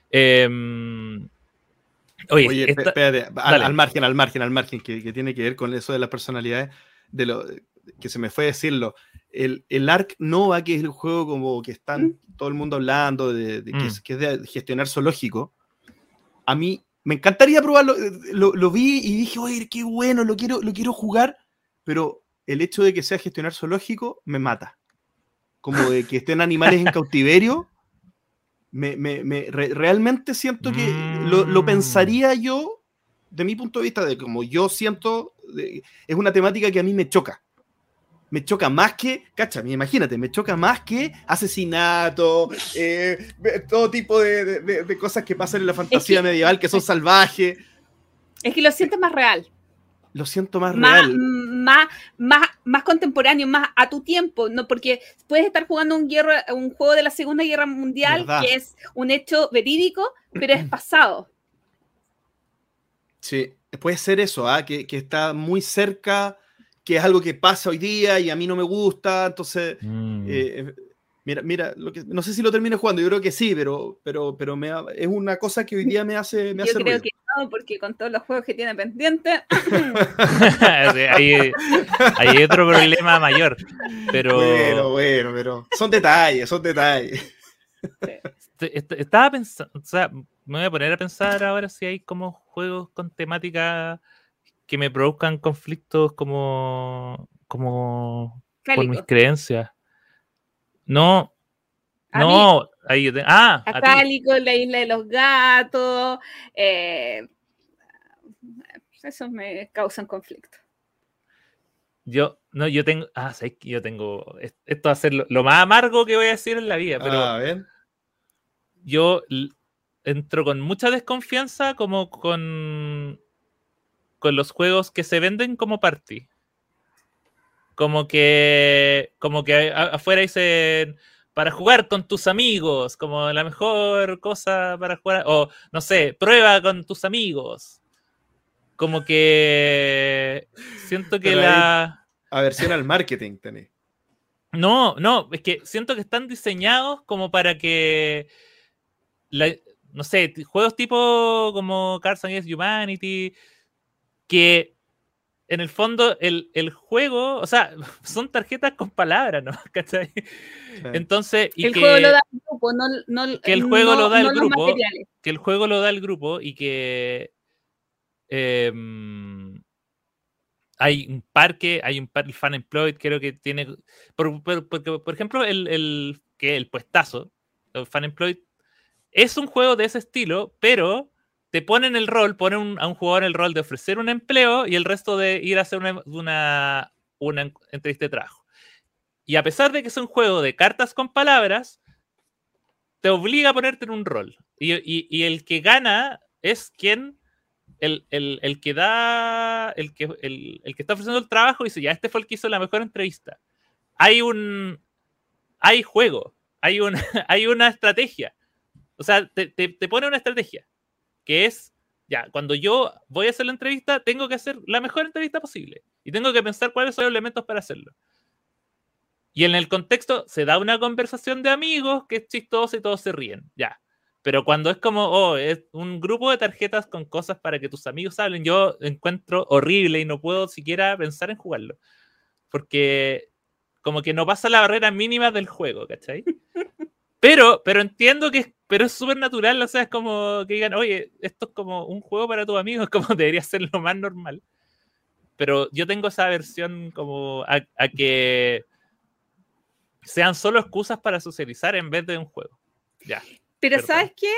Oye, espérate, al margen, que tiene que ver con eso de las personalidades, que se me fue decirlo. El Ark Nova, que es el juego como que están todo el mundo hablando que es de gestionar zoológico. A mí me encantaría probarlo, lo vi y dije, oye, qué bueno, lo quiero jugar, pero el hecho de que sea gestionar zoológico me mata. Como de que estén animales en cautiverio, realmente siento que lo pensaría yo, de mi punto de vista, de como yo siento, es una temática que a mí me choca. Me choca más que, imagínate, me choca más que asesinato, todo tipo de cosas que pasan en la fantasía medieval que son salvajes. Es que lo sientes más real. Lo siento más real. Más contemporáneo, más a tu tiempo, ¿no? Porque puedes estar jugando un juego de la Segunda Guerra Mundial, ¿verdad? Que es un hecho verídico, pero es pasado. Sí, puede ser eso, que está muy cerca, que es algo que pasa hoy día y a mí no me gusta, entonces mira no sé si lo termine jugando, yo creo que sí, pero es una cosa que hoy día me hace yo creo ruido. Que no, porque con todos los juegos que tiene pendiente hay otro problema mayor, pero bueno, pero son detalles. Estaba pensando, o sea, me voy a poner a pensar ahora si hay como juegos con temática que me produzcan conflictos como por mis creencias. No, ahí yo Cálico, la isla de los gatos, esos me causan conflicto. Yo tengo, sabes que yo tengo, esto va a ser lo más amargo que voy a decir en la vida, pero a ver. Yo entro con mucha desconfianza como con los juegos que se venden como party. Como que afuera dicen para jugar con tus amigos, como la mejor cosa para jugar, o no sé, prueba con tus amigos. Como que siento que la aversión al marketing tenés. No, es que siento que están diseñados como para que no sé, juegos tipo como Cards Against Humanity, que en el fondo el juego, o sea, son tarjetas con palabras, ¿no? ¿Cachai? Sí. Entonces, el juego lo da el grupo, que el juego lo da el grupo, que el juego lo da el grupo y que hay un parque, el Fan Employed, creo que tiene, por ejemplo, el puestazo, el Fan Employed, es un juego de ese estilo, pero te ponen el rol, a un jugador el rol de ofrecer un empleo y el resto de ir a hacer una entrevista de trabajo. Y a pesar de que es un juego de cartas con palabras, te obliga a ponerte en un rol. Y el que gana es quien, el que da, el que está ofreciendo el trabajo, dice, ya, este fue el que hizo la mejor entrevista. Hay juego, hay una estrategia. O sea, te pone una estrategia, que es, ya, cuando yo voy a hacer la entrevista, tengo que hacer la mejor entrevista posible. Y tengo que pensar cuáles son los elementos para hacerlo. Y en el contexto se da una conversación de amigos que es chistosa y todos se ríen, ya. Pero cuando es como, es un grupo de tarjetas con cosas para que tus amigos hablen, yo encuentro horrible y no puedo siquiera pensar en jugarlo. Porque como que no pasa la barrera mínima del juego, ¿cachai? Pero entiendo pero es súper natural, o sea, es como que digan, oye, esto es como un juego para tus amigos, como debería ser lo más normal. Pero yo tengo esa versión como a que sean solo excusas para socializar en vez de un juego. Ya. Pero perdón. ¿sabes qué?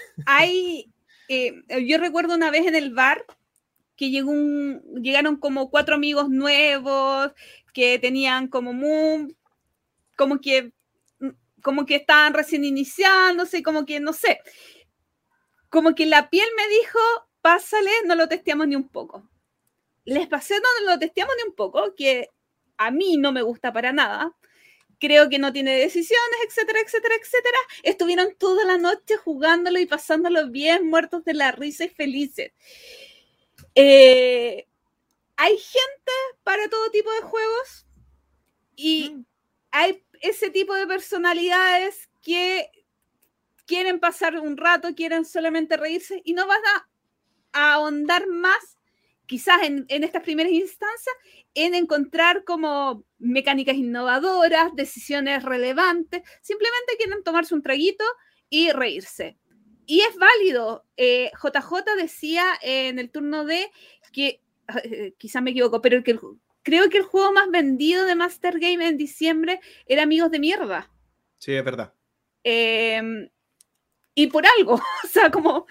Yo recuerdo una vez en el bar que llegaron como 4 amigos nuevos que tenían como que estaban recién iniciándose, como que no sé, como que la piel me dijo, pásale, no lo testeamos ni un poco. Les pasé, no lo testeamos ni un poco, que a mí no me gusta para nada. Creo que no tiene decisiones, etcétera, etcétera, etcétera. Estuvieron toda la noche jugándolo y pasándolo bien, muertos de la risa y felices. Hay gente para todo tipo de juegos y hay ese tipo de personalidades que quieren pasar un rato, quieren solamente reírse y no van a ahondar más, quizás en estas primeras instancias, en encontrar como mecánicas innovadoras, decisiones relevantes. Simplemente quieren tomarse un traguito y reírse. Y es válido. JJ decía en el turno D que, quizás me equivoco, pero creo que el juego más vendido de Master Game en diciembre era Amigos de Mierda. Sí, es verdad. Y por algo, o sea, como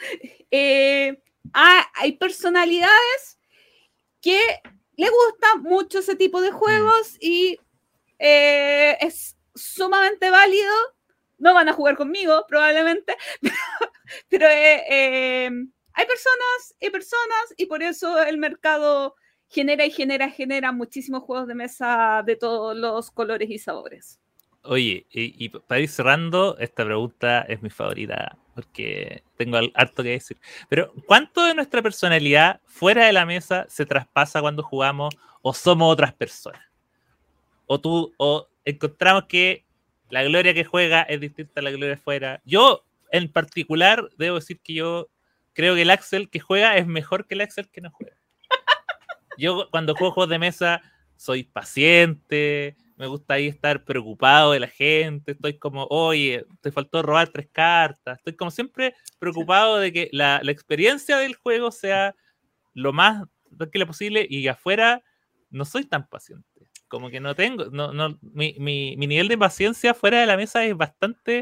hay personalidades que le gusta mucho ese tipo de juegos y es sumamente válido. No van a jugar conmigo, probablemente, pero hay personas y por eso el mercado genera muchísimos juegos de mesa de todos los colores y sabores. Oye, y para ir cerrando, esta pregunta es mi favorita, porque tengo harto que decir. Pero, ¿cuánto de nuestra personalidad fuera de la mesa se traspasa cuando jugamos o somos otras personas? O encontramos que la Gloria que juega es distinta a la Gloria fuera. Yo, en particular, debo decir que yo creo que el Axel que juega es mejor que el Axel que no juega. Yo, cuando juego juegos de mesa, soy paciente, me gusta ahí estar preocupado de la gente, estoy como, oye, te faltó robar 3 cartas, estoy como siempre preocupado de que la experiencia del juego sea lo más tranquila posible y afuera no soy tan paciente, como que no tengo, mi nivel de paciencia fuera de la mesa es bastante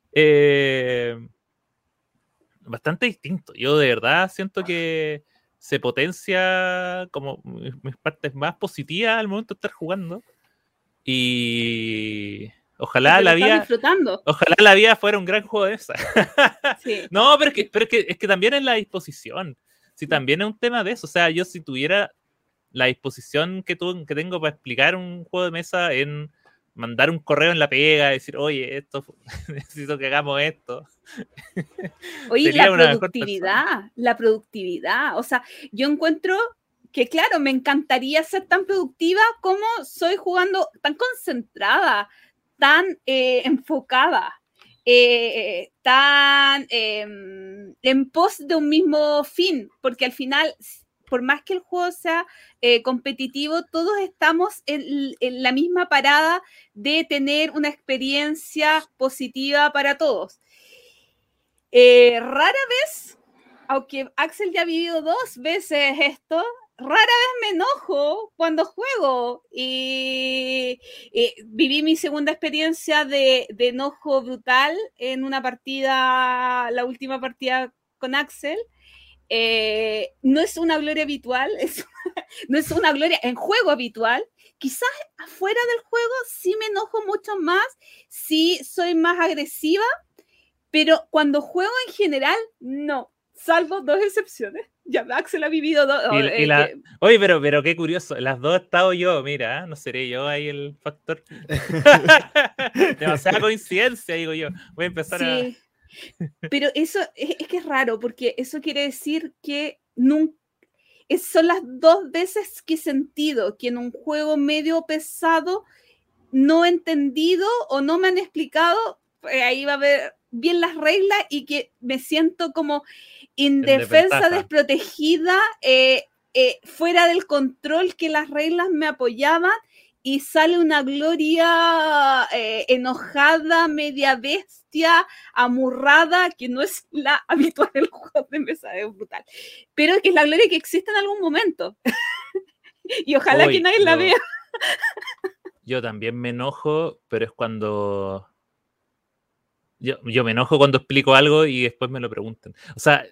distinto. Yo de verdad siento que se potencia como mis partes más positivas al momento de estar jugando. Y ojalá la vida fuera un gran juego de esa. Sí. No, pero es que también es la disposición. Si también es un tema de eso. O sea, yo si tuviera la disposición que tengo para explicar un juego de mesa en mandar un correo en la pega, decir, oye, necesito que hagamos esto. Oye, la productividad. O sea, yo encuentro que claro, me encantaría ser tan productiva como soy jugando, tan concentrada, tan enfocada, tan en pos de un mismo fin, porque al final, por más que el juego sea competitivo, todos estamos en la misma parada de tener una experiencia positiva para todos. Rara vez, aunque Axel ya ha vivido 2 veces esto, rara vez me enojo cuando juego y viví mi segunda experiencia de enojo brutal en una partida, la última partida con Axel. No es una gloria habitual, no es una gloria en juego habitual. Quizás afuera del juego sí me enojo mucho más, sí soy más agresiva, pero cuando juego en general, no, salvo 2 excepciones. Ya Axel ha vivido 2. Oye, pero qué curioso, las 2 he estado yo, mira, no seré yo ahí el factor. Demasiada coincidencia, digo yo. Voy a empezar a... Pero eso es que es raro, porque eso quiere decir que nunca... Son las 2 veces que he sentido que en un juego medio pesado no he entendido o no me han explicado, ahí va a haber bien las reglas y que me siento como indefensa, desprotegida, fuera del control que las reglas me apoyaban y sale una Gloria enojada, media bestia, amurrada, que no es la habitual del juego de mesa, es brutal. Pero que es la Gloria que existe en algún momento. Y ojalá que nadie la vea. Yo también me enojo, pero es cuando... Yo me enojo cuando explico algo y después me lo preguntan. O sea,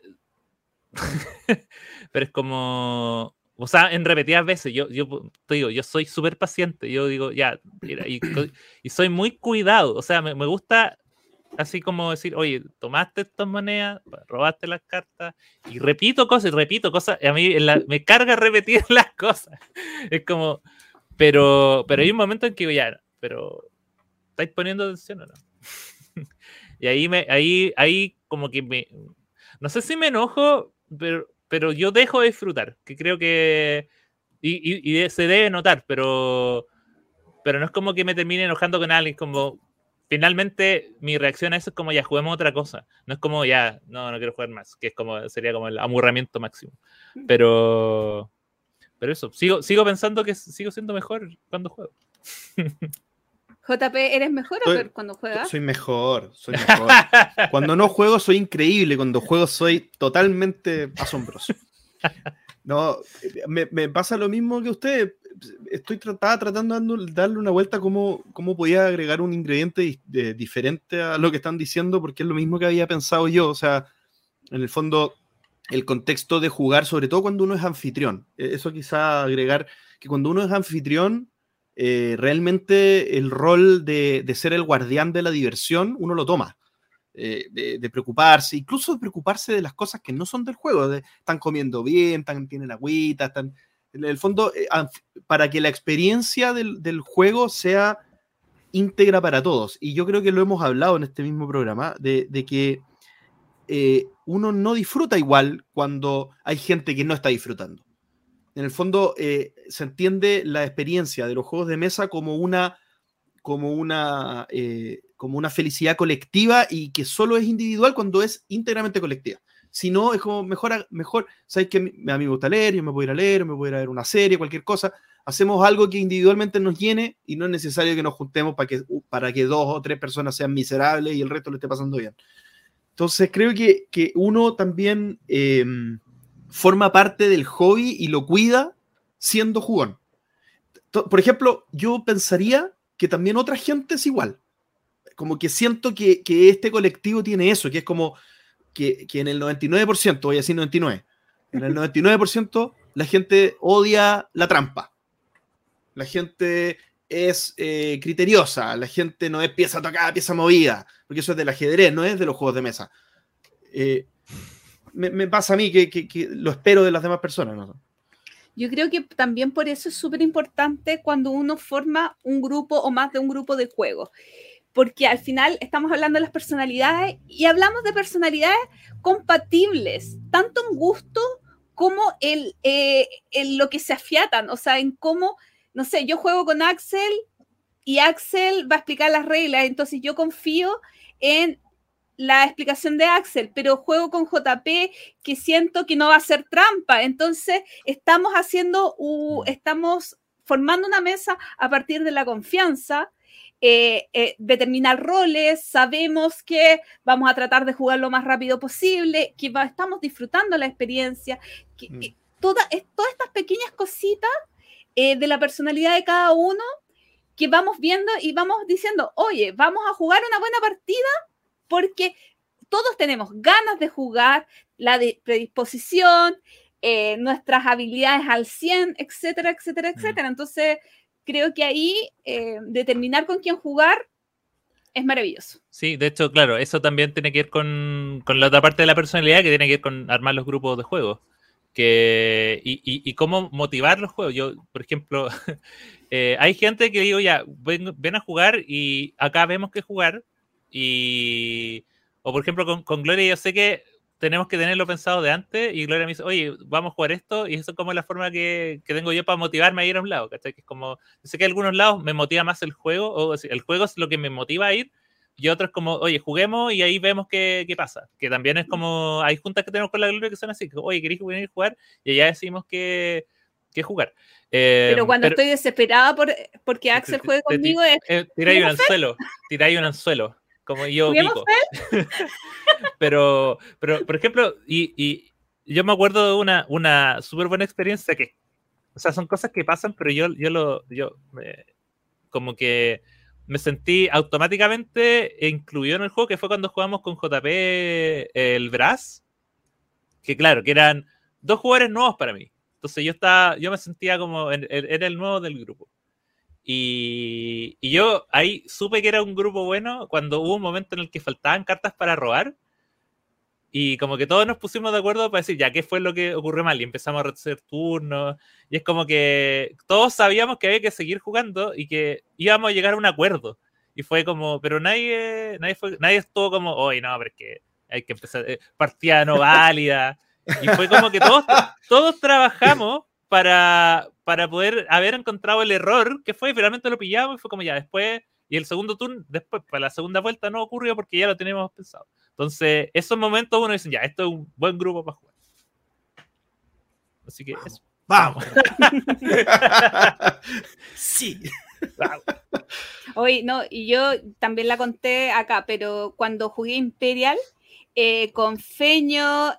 pero es como... O sea, en repetidas veces, yo te digo, yo soy súper paciente. Yo digo, ya, mira, y soy muy cuidado. O sea, me gusta así como decir, oye, tomaste estas monedas, robaste las cartas, y repito cosas. Y a mí me carga repetir las cosas. Es como... Pero hay un momento en que digo, ya, pero ¿estáis poniendo atención o no? Y ahí como que no sé si me enojo, pero yo dejo de disfrutar, que creo que y se debe notar, pero no es como que me termine enojando con alguien, como finalmente mi reacción a eso es como ya juguemos otra cosa, no es como ya no quiero jugar más, que es como sería como el amurramiento máximo, pero eso, sigo pensando que sigo siendo mejor cuando juego. JP, ¿eres mejor o peor cuando juegas? Soy mejor. Cuando no juego soy increíble, cuando juego soy totalmente asombroso. No, me pasa lo mismo que usted. Estaba tratando de darle una vuelta cómo podía agregar un ingrediente diferente a lo que están diciendo, porque es lo mismo que había pensado yo. O sea, en el fondo, el contexto de jugar, sobre todo cuando uno es anfitrión. Eso quizá agregar que cuando uno es anfitrión, realmente el rol de ser el guardián de la diversión, uno lo toma. De preocuparse, incluso de preocuparse de las cosas que no son del juego. Están comiendo bien, tienen agüita, en el fondo, para que la experiencia del juego sea íntegra para todos. Y yo creo que lo hemos hablado en este mismo programa, de que uno no disfruta igual cuando hay gente que no está disfrutando. En el fondo, se entiende la experiencia de los juegos de mesa como una felicidad colectiva y que solo es individual cuando es íntegramente colectiva. Si no, es como mejor, ¿sabes qué? A mí me gusta leer, yo me puedo ir a leer, me puedo ir a ver una serie, cualquier cosa. Hacemos algo que individualmente nos llene y no es necesario que nos juntemos para que 2 o 3 personas sean miserables y el resto lo esté pasando bien. Entonces creo que uno también forma parte del hobby y lo cuida siendo jugón. Por ejemplo, yo pensaría que también otra gente es igual. Como que siento que este colectivo tiene eso, que es como que en el 99%, voy a decir 99%, en el 99% la gente odia la trampa. La gente es criteriosa, la gente no es pieza tocada, pieza movida, porque eso es del ajedrez, no es de los juegos de mesa. Me pasa a mí que lo espero de las demás personas, ¿no? Yo creo que también por eso es súper importante cuando uno forma un grupo o más de un grupo de juego, porque al final estamos hablando de las personalidades y hablamos de personalidades compatibles, tanto en gusto como en lo que se afiatan, o sea, en cómo, no sé, yo juego con Axel y Axel va a explicar las reglas, entonces yo confío en la explicación de Axel, pero juego con JP que siento que no va a ser trampa, entonces estamos formando una mesa a partir de la confianza, determinar roles, sabemos que vamos a tratar de jugar lo más rápido posible, que estamos disfrutando la experiencia, todas estas pequeñas cositas de la personalidad de cada uno que vamos viendo y vamos diciendo, oye, vamos a jugar una buena partida porque todos tenemos ganas de jugar, la predisposición, nuestras habilidades al 100, etcétera, etcétera, etcétera. Entonces, creo que ahí determinar con quién jugar es maravilloso. Sí, de hecho, claro, eso también tiene que ver con la otra parte de la personalidad, que tiene que ver con armar los grupos de juego. Y cómo motivar los juegos. Yo, por ejemplo, hay gente que digo, ya, ven a jugar y acá vemos que jugar. O por ejemplo, con Gloria yo sé que tenemos que tenerlo pensado de antes y Gloria me dice, oye, vamos a jugar esto, y eso es como la forma que tengo yo para motivarme a ir a un lado, ¿cachai? Que es como, yo sé que en algunos lados me motiva más el juego, o el juego es lo que me motiva a ir, y otros como, oye, juguemos y ahí vemos qué pasa, que también es como, hay juntas que tenemos con la Gloria que son así, que, oye, ¿queréis venir a jugar? Y allá decimos que jugar. Pero cuando estoy desesperada porque Axel juegue conmigo tiráis un anzuelo. Como yo pico. pero, por ejemplo, y yo me acuerdo de una súper buena experiencia que, o sea, son cosas que pasan, pero yo como que me sentí automáticamente incluido en el juego, que fue cuando jugamos con JP el Brass, que claro, que eran 2 jugadores nuevos para mí. Entonces yo me sentía como, era el nuevo del grupo. Y yo ahí supe que era un grupo bueno cuando hubo un momento en el que faltaban cartas para robar. Y como que todos nos pusimos de acuerdo para decir, ya, ¿qué fue lo que ocurrió mal? Y empezamos a hacer turnos. Y es como que todos sabíamos que había que seguir jugando y que íbamos a llegar a un acuerdo. Y fue como, pero nadie estuvo como, oye, no, pero es que hay que empezar, partida no válida. Y fue como que todos trabajamos para poder haber encontrado el error que fue, y finalmente lo pillamos y fue como ya, después, y el segundo turno, después, para la segunda vuelta no ocurrió porque ya lo teníamos pensado. Entonces, esos momentos uno dice, ya, esto es un buen grupo para jugar. Así que eso. ¡Vamos! Sí. Vamos. Hoy, no, y yo también la conté acá, pero cuando jugué Imperial, con Feño,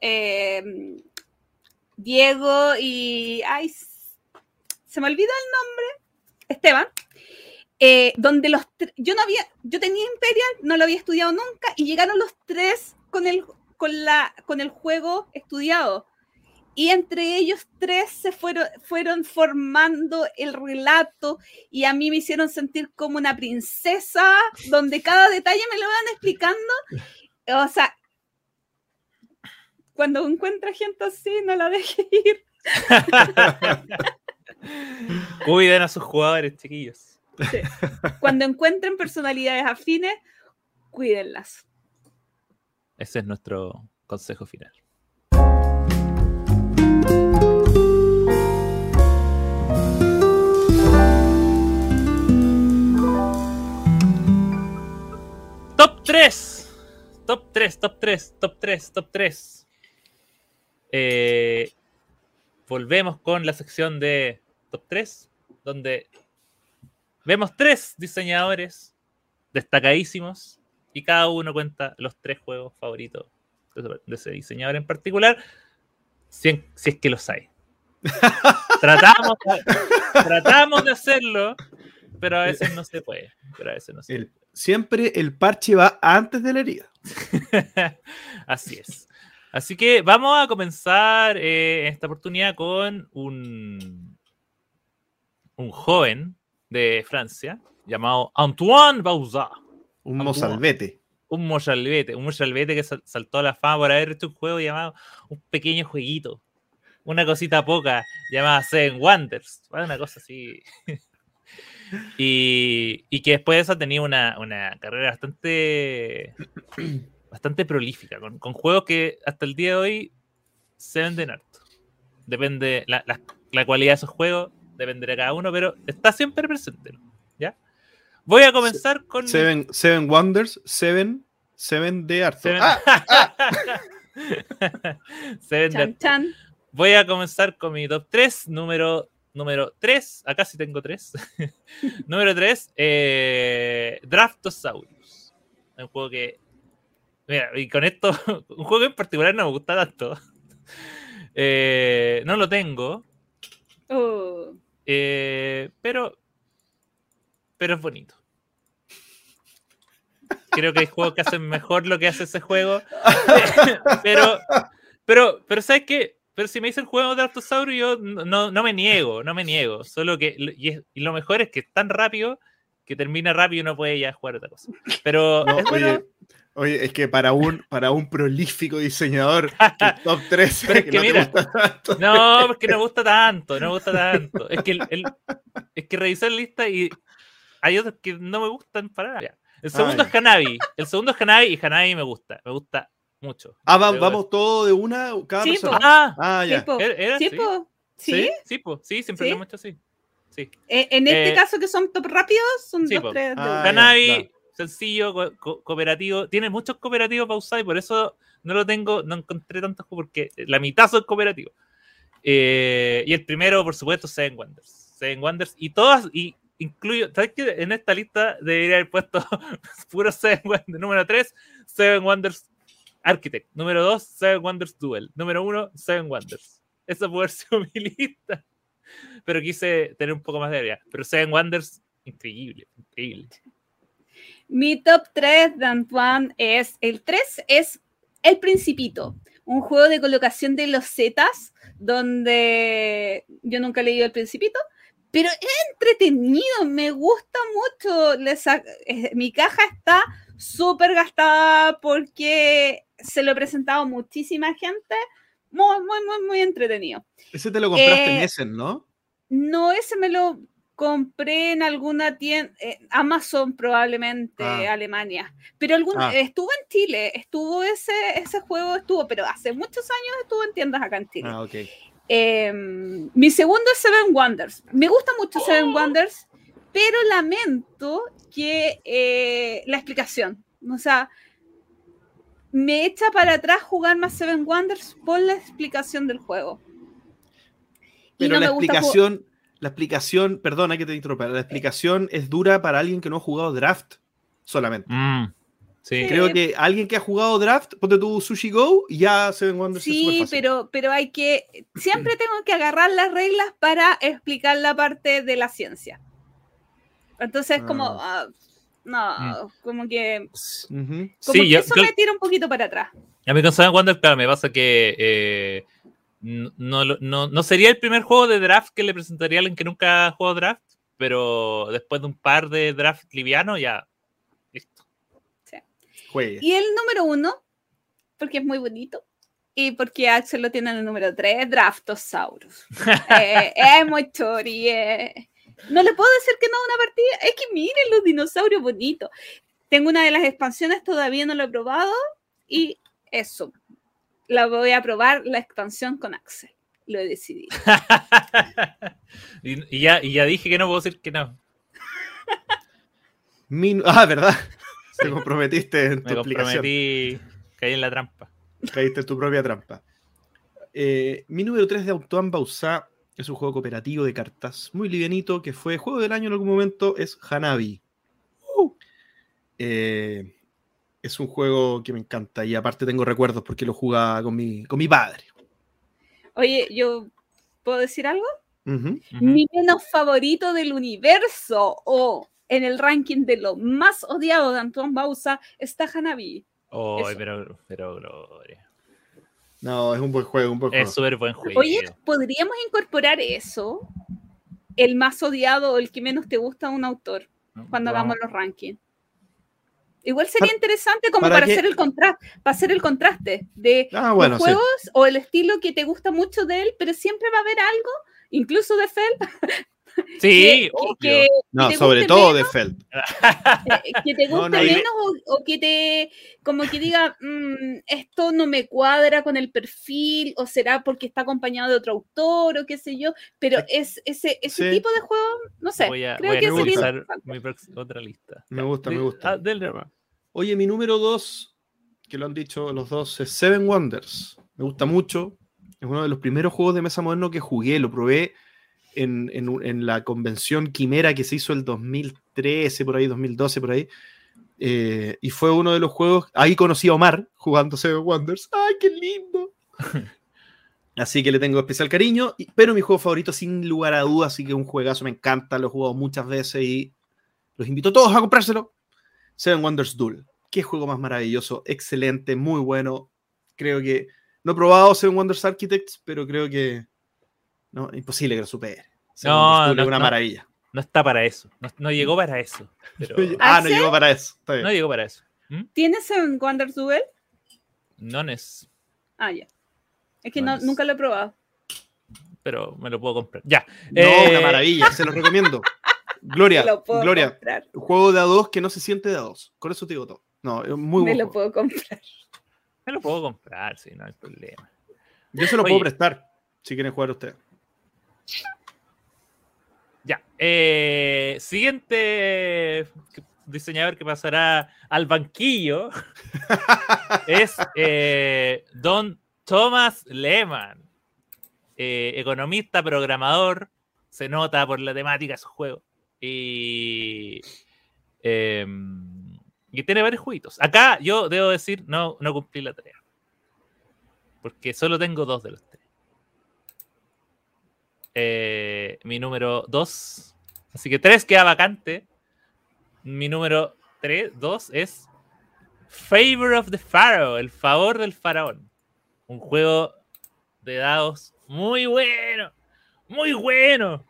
Diego y... Ay, se me olvidó el nombre. Esteban. Donde yo tenía Imperial, no lo había estudiado nunca, y llegaron los 3 con el juego estudiado. Y entre ellos 3 se fueron formando el relato, y a mí me hicieron sentir como una princesa, donde cada detalle me lo van explicando. O sea, cuando encuentra gente así, no la deje ir. Cuiden a sus jugadores, chiquillos. Sí. Cuando encuentren personalidades afines, cuídenlas. Ese es nuestro consejo final. Top 3. Top 3, top 3, top 3, top 3. Volvemos con la sección de top 3, donde vemos 3 diseñadores destacadísimos y cada uno cuenta los 3 juegos favoritos de ese diseñador en particular, si es que los hay. Tratamos de hacerlo, pero a veces no se puede. Siempre el parche va antes de la herida. Así es. Así que vamos a comenzar en esta oportunidad con un joven de Francia llamado Antoine Bauzat. Un mozalbete. Un mozalbete que saltó a la fama por haber hecho un juego llamado, un pequeño jueguito, una cosita poca llamada Seven Wonders, una cosa así. y que después de eso ha tenido una carrera bastante prolífica, con juegos que hasta el día de hoy se venden harto. Depende la cualidad de esos juegos, dependerá de cada uno, pero está siempre presente, ¿ya? Voy a comenzar con... Seven Wonders, Seven de harto. Chan, chan. Voy a comenzar con mi top 3, número 3, acá sí tengo 3. Número 3, Draftosaurus. Un juego que... Mira, y con esto, un juego en particular no me gusta tanto. No lo tengo. Pero es bonito. Creo que hay juegos que hacen mejor lo que hace ese juego. Pero ¿sabes qué? Pero si me dicen juego de Draftosaurus, yo no me niego. Solo que, y lo mejor es que es tan rápido que termina rápido y no puede ya jugar otra cosa. Pero no, oye, es que para un prolífico diseñador, el top 3 pero es que no mira, te gusta tanto. No, porque no me gusta tanto. Es que revisé la lista y hay otros que no me gustan para nada. El segundo es Hanabi. Y Hanabi me gusta mucho. Vamos todo de una, cada persona. Ya. ¿Sí? Sí, siempre lo hemos hecho así. Sí. En este caso que son top rápidos, son 2, 3. Hanabi, sencillo, cooperativo. Tiene muchos cooperativos para usar y por eso no lo tengo, no encontré tantos porque la mitad son cooperativos. Y el primero, por supuesto, Seven Wonders. Y todas, y incluyo, ¿sabes qué? En esta lista debería haber puesto puro Seven Wonders. Número 3, Seven Wonders Architect. Número 2, Seven Wonders Duel. Número 1, Seven Wonders. Esa puede haber sido mi lista. Pero quise tener un poco más de idea. Pero Seven Wonders Increíble, increíble. Mi top 3 de Antoine es... El 3 es El Principito, un juego de colocación de los zetas, donde yo nunca he leído El Principito, pero es entretenido, me gusta mucho. Mi caja está súper gastada porque se lo he presentado a muchísima gente. Muy, muy, muy, muy entretenido. Ese te lo compraste en Essen, ¿no? No, ese me lo compré en alguna tienda, Amazon probablemente, Alemania. Pero estuvo en Chile, estuvo ese juego, pero hace muchos años estuvo en tiendas acá en Chile. Okay. Mi segundo es Seven Wonders. Me gusta mucho Seven Wonders, pero lamento que la explicación, o sea, me echa para atrás jugar más Seven Wonders por la explicación del juego. Pero no la explicación, perdona que te interrumpa, la explicación es dura para alguien que no ha jugado draft solamente. Sí. Creo que alguien que ha jugado draft, ponte tu Sushi Go y ya Seven Wonders es súper fácil. pero hay que, siempre tengo que agarrar las reglas para explicar la parte de la ciencia. Entonces como, como que, eso me tira un poquito para atrás. A mí con Seven Wonders, claro, me pasa que no sería el primer juego de draft que le presentaría a alguien que nunca ha jugado draft, pero después de un par de draft livianos, ya, listo. Sí. Y el número 1, porque es muy bonito, y porque Axel lo tiene en el número 3, Draftosaurus. Es muy chori, no le puedo decir que no a una partida, es que miren los dinosaurios bonitos. Tengo una de las expansiones, todavía no lo he probado, y eso. La voy a probar la expansión con Axel. Lo he decidido. y ya dije que no puedo decir que no. ¿Verdad? Te comprometiste en tu explicación. Caí en la trampa. Caíste en tu propia trampa. Mi número 3 de Antoine Bauza es un juego cooperativo de cartas muy livianito que fue juego del año en algún momento, es Hanabi. Es un juego que me encanta y aparte tengo recuerdos porque lo jugaba con mi padre. Oye, ¿yo puedo decir algo? Mi menos favorito del universo en el ranking de lo más odiado de Antoine Bauza está Hanabi. Pero Gloria. No, es un buen juego, Es súper buen juego. Oye, ¿podríamos incorporar eso? El más odiado o el que menos te gusta a un autor cuando hagamos los rankings. Igual sería interesante como para hacer el contraste de los juegos o el estilo que te gusta mucho de él, pero siempre va a haber algo, incluso de Feld. Sí, que sobre todo de Feld. Que te guste menos o que te, como que diga, esto no me cuadra con el perfil, o será porque está acompañado de otro autor, o qué sé yo, pero es ese tipo de juego, no sé. Voy a revisar mi otra lista. Me gusta. Oye, mi número 2, que lo han dicho los dos, es Seven Wonders. Me gusta mucho. Es uno de los primeros juegos de mesa moderno que jugué. Lo probé en la convención Quimera que se hizo el 2013, por ahí, 2012, por ahí. Y fue uno de los juegos. Ahí conocí a Omar jugando Seven Wonders. ¡Ay, qué lindo! Así que le tengo especial cariño. Pero mi juego favorito, sin lugar a dudas, así que un juegazo, me encanta. Lo he jugado muchas veces y los invito a todos a comprárselo. Seven Wonders Duel. Qué juego más maravilloso. Excelente, muy bueno. Creo que no he probado Seven Wonders Architects, pero creo que no, imposible que lo supere. Es una maravilla. No está para eso. No llegó para eso. Pero... no llegó para eso. Está bien. No llegó para eso. ¿Tienes Seven Wonders Duel? No es. Ya. Es que nunca lo he probado. Pero me lo puedo comprar. Ya. Una maravilla. Se lo recomiendo. Gloria, un juego de A2 que no se siente de A2. Con eso te digo todo. No, es muy bueno. Me lo puedo comprar. Me lo puedo comprar, sí, no hay problema. Yo se lo puedo prestar, si quieren jugar ustedes. Ya. Siguiente diseñador que pasará al banquillo es Don Thomas Lehmann. Economista, programador. Se nota por la temática de su juego. Y tiene varios jueguitos. Acá yo debo decir, no cumplí la tarea. Porque solo tengo 2 de los 3. Mi número 2 Así que 3 queda vacante. Mi número 2 es Favor of the Pharaoh, el favor del faraón. Un juego de dados muy bueno. Muy bueno.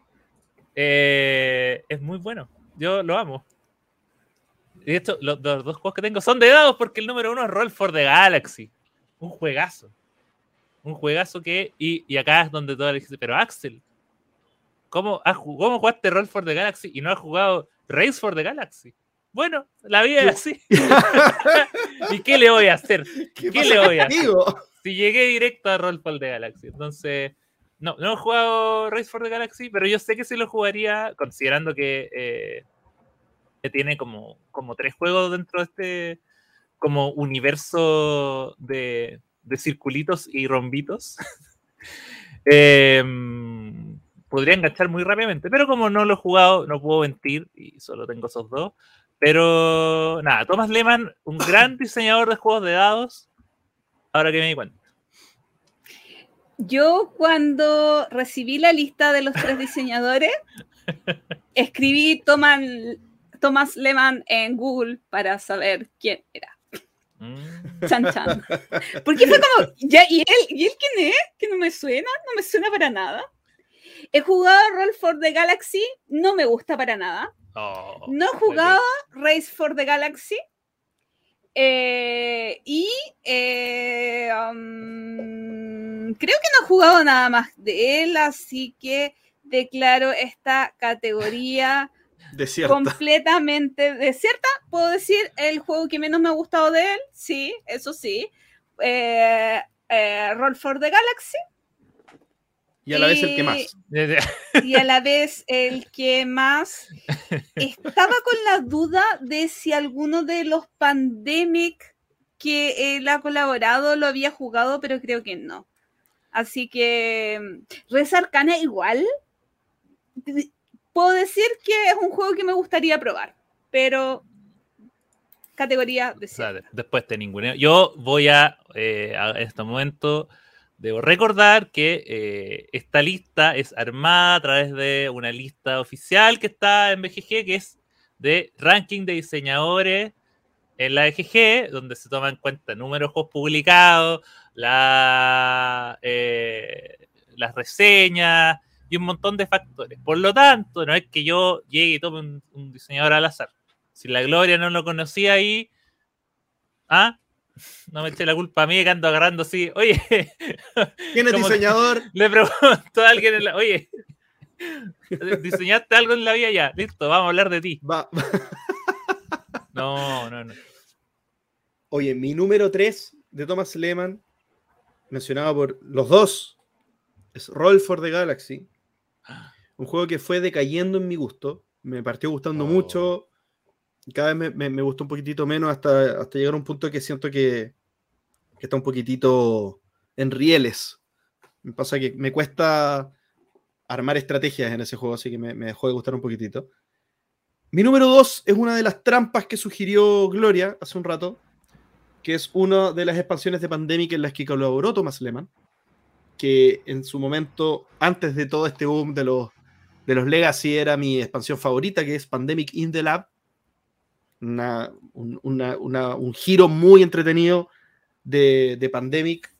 Es muy bueno. Yo lo amo. Y esto, los dos juegos que tengo son de dados porque el número 1 es Roll for the Galaxy. Un juegazo. Un juegazo que... Y acá es donde todo le dice, pero Axel, ¿cómo jugaste Roll for the Galaxy y no has jugado Race for the Galaxy? Bueno, la vida es así. ¿Y qué le voy a hacer? ¿Qué le voy a hacer? Si llegué directo a Roll for the Galaxy. Entonces, no he jugado Race for the Galaxy, pero yo sé que sí lo jugaría, considerando que tiene como 3 juegos dentro de este como universo de circulitos y rombitos. Podría enganchar muy rápidamente, pero como no lo he jugado, no puedo mentir y solo tengo esos 2. Pero nada, Thomas Lehmann, un gran diseñador de juegos de dados, ahora que me di cuenta. Yo cuando recibí la lista de los 3 diseñadores, escribí Thomas Lehmann en Google para saber quién era. Chan chan. Porque fue como, ya, ¿y él quién es? Que no me suena para nada. He jugado Roll for the Galaxy, no me gusta para nada. No he jugado Race for the Galaxy. Creo que no he jugado nada más de él, así que declaro esta categoría desierta. Completamente desierta. Puedo decir el juego que menos me ha gustado de él, sí, eso sí. Roll for the Galaxy. Y a la vez el que más. Y a la vez el que más. Estaba con la duda de si alguno de los Pandemic que él ha colaborado lo había jugado, pero creo que no. Así que Res Arcana igual. Puedo decir que es un juego que me gustaría probar, pero categoría de cierto. Después de ninguneo. Yo voy a este momento, debo recordar que esta lista es armada a través de una lista oficial que está en BGG, que es de ranking de diseñadores en la BGG, donde se toman en cuenta números de juegos publicados, las reseñas y un montón de factores. Por lo tanto, no es que yo llegue y tome un diseñador al azar. Si la Gloria no lo conocía ahí, no me eché la culpa a mí que ando agarrando así. Oye, ¿quién es diseñador? Le pregunto a alguien, oye, ¿diseñaste algo en la vida ya? Listo, vamos a hablar de ti. Va. No. Oye, mi número 3 de Thomas Lehmann, mencionado por los dos, es Roll for the Galaxy. Un juego que fue decayendo en mi gusto. Me partió gustando mucho. Cada vez me gustó un poquitito menos hasta llegar a un punto que siento que está un poquitito en rieles. Me pasa que me cuesta armar estrategias en ese juego, así que me dejó de gustar un poquitito. Mi número 2 es una de las trampas que sugirió Gloria hace un rato, que es una de las expansiones de Pandemic en las que colaboró Thomas Lehmann, que en su momento, antes de todo este boom de los Legacy, era mi expansión favorita, que es Pandemic in the Lab. Un giro muy entretenido de Pandemic,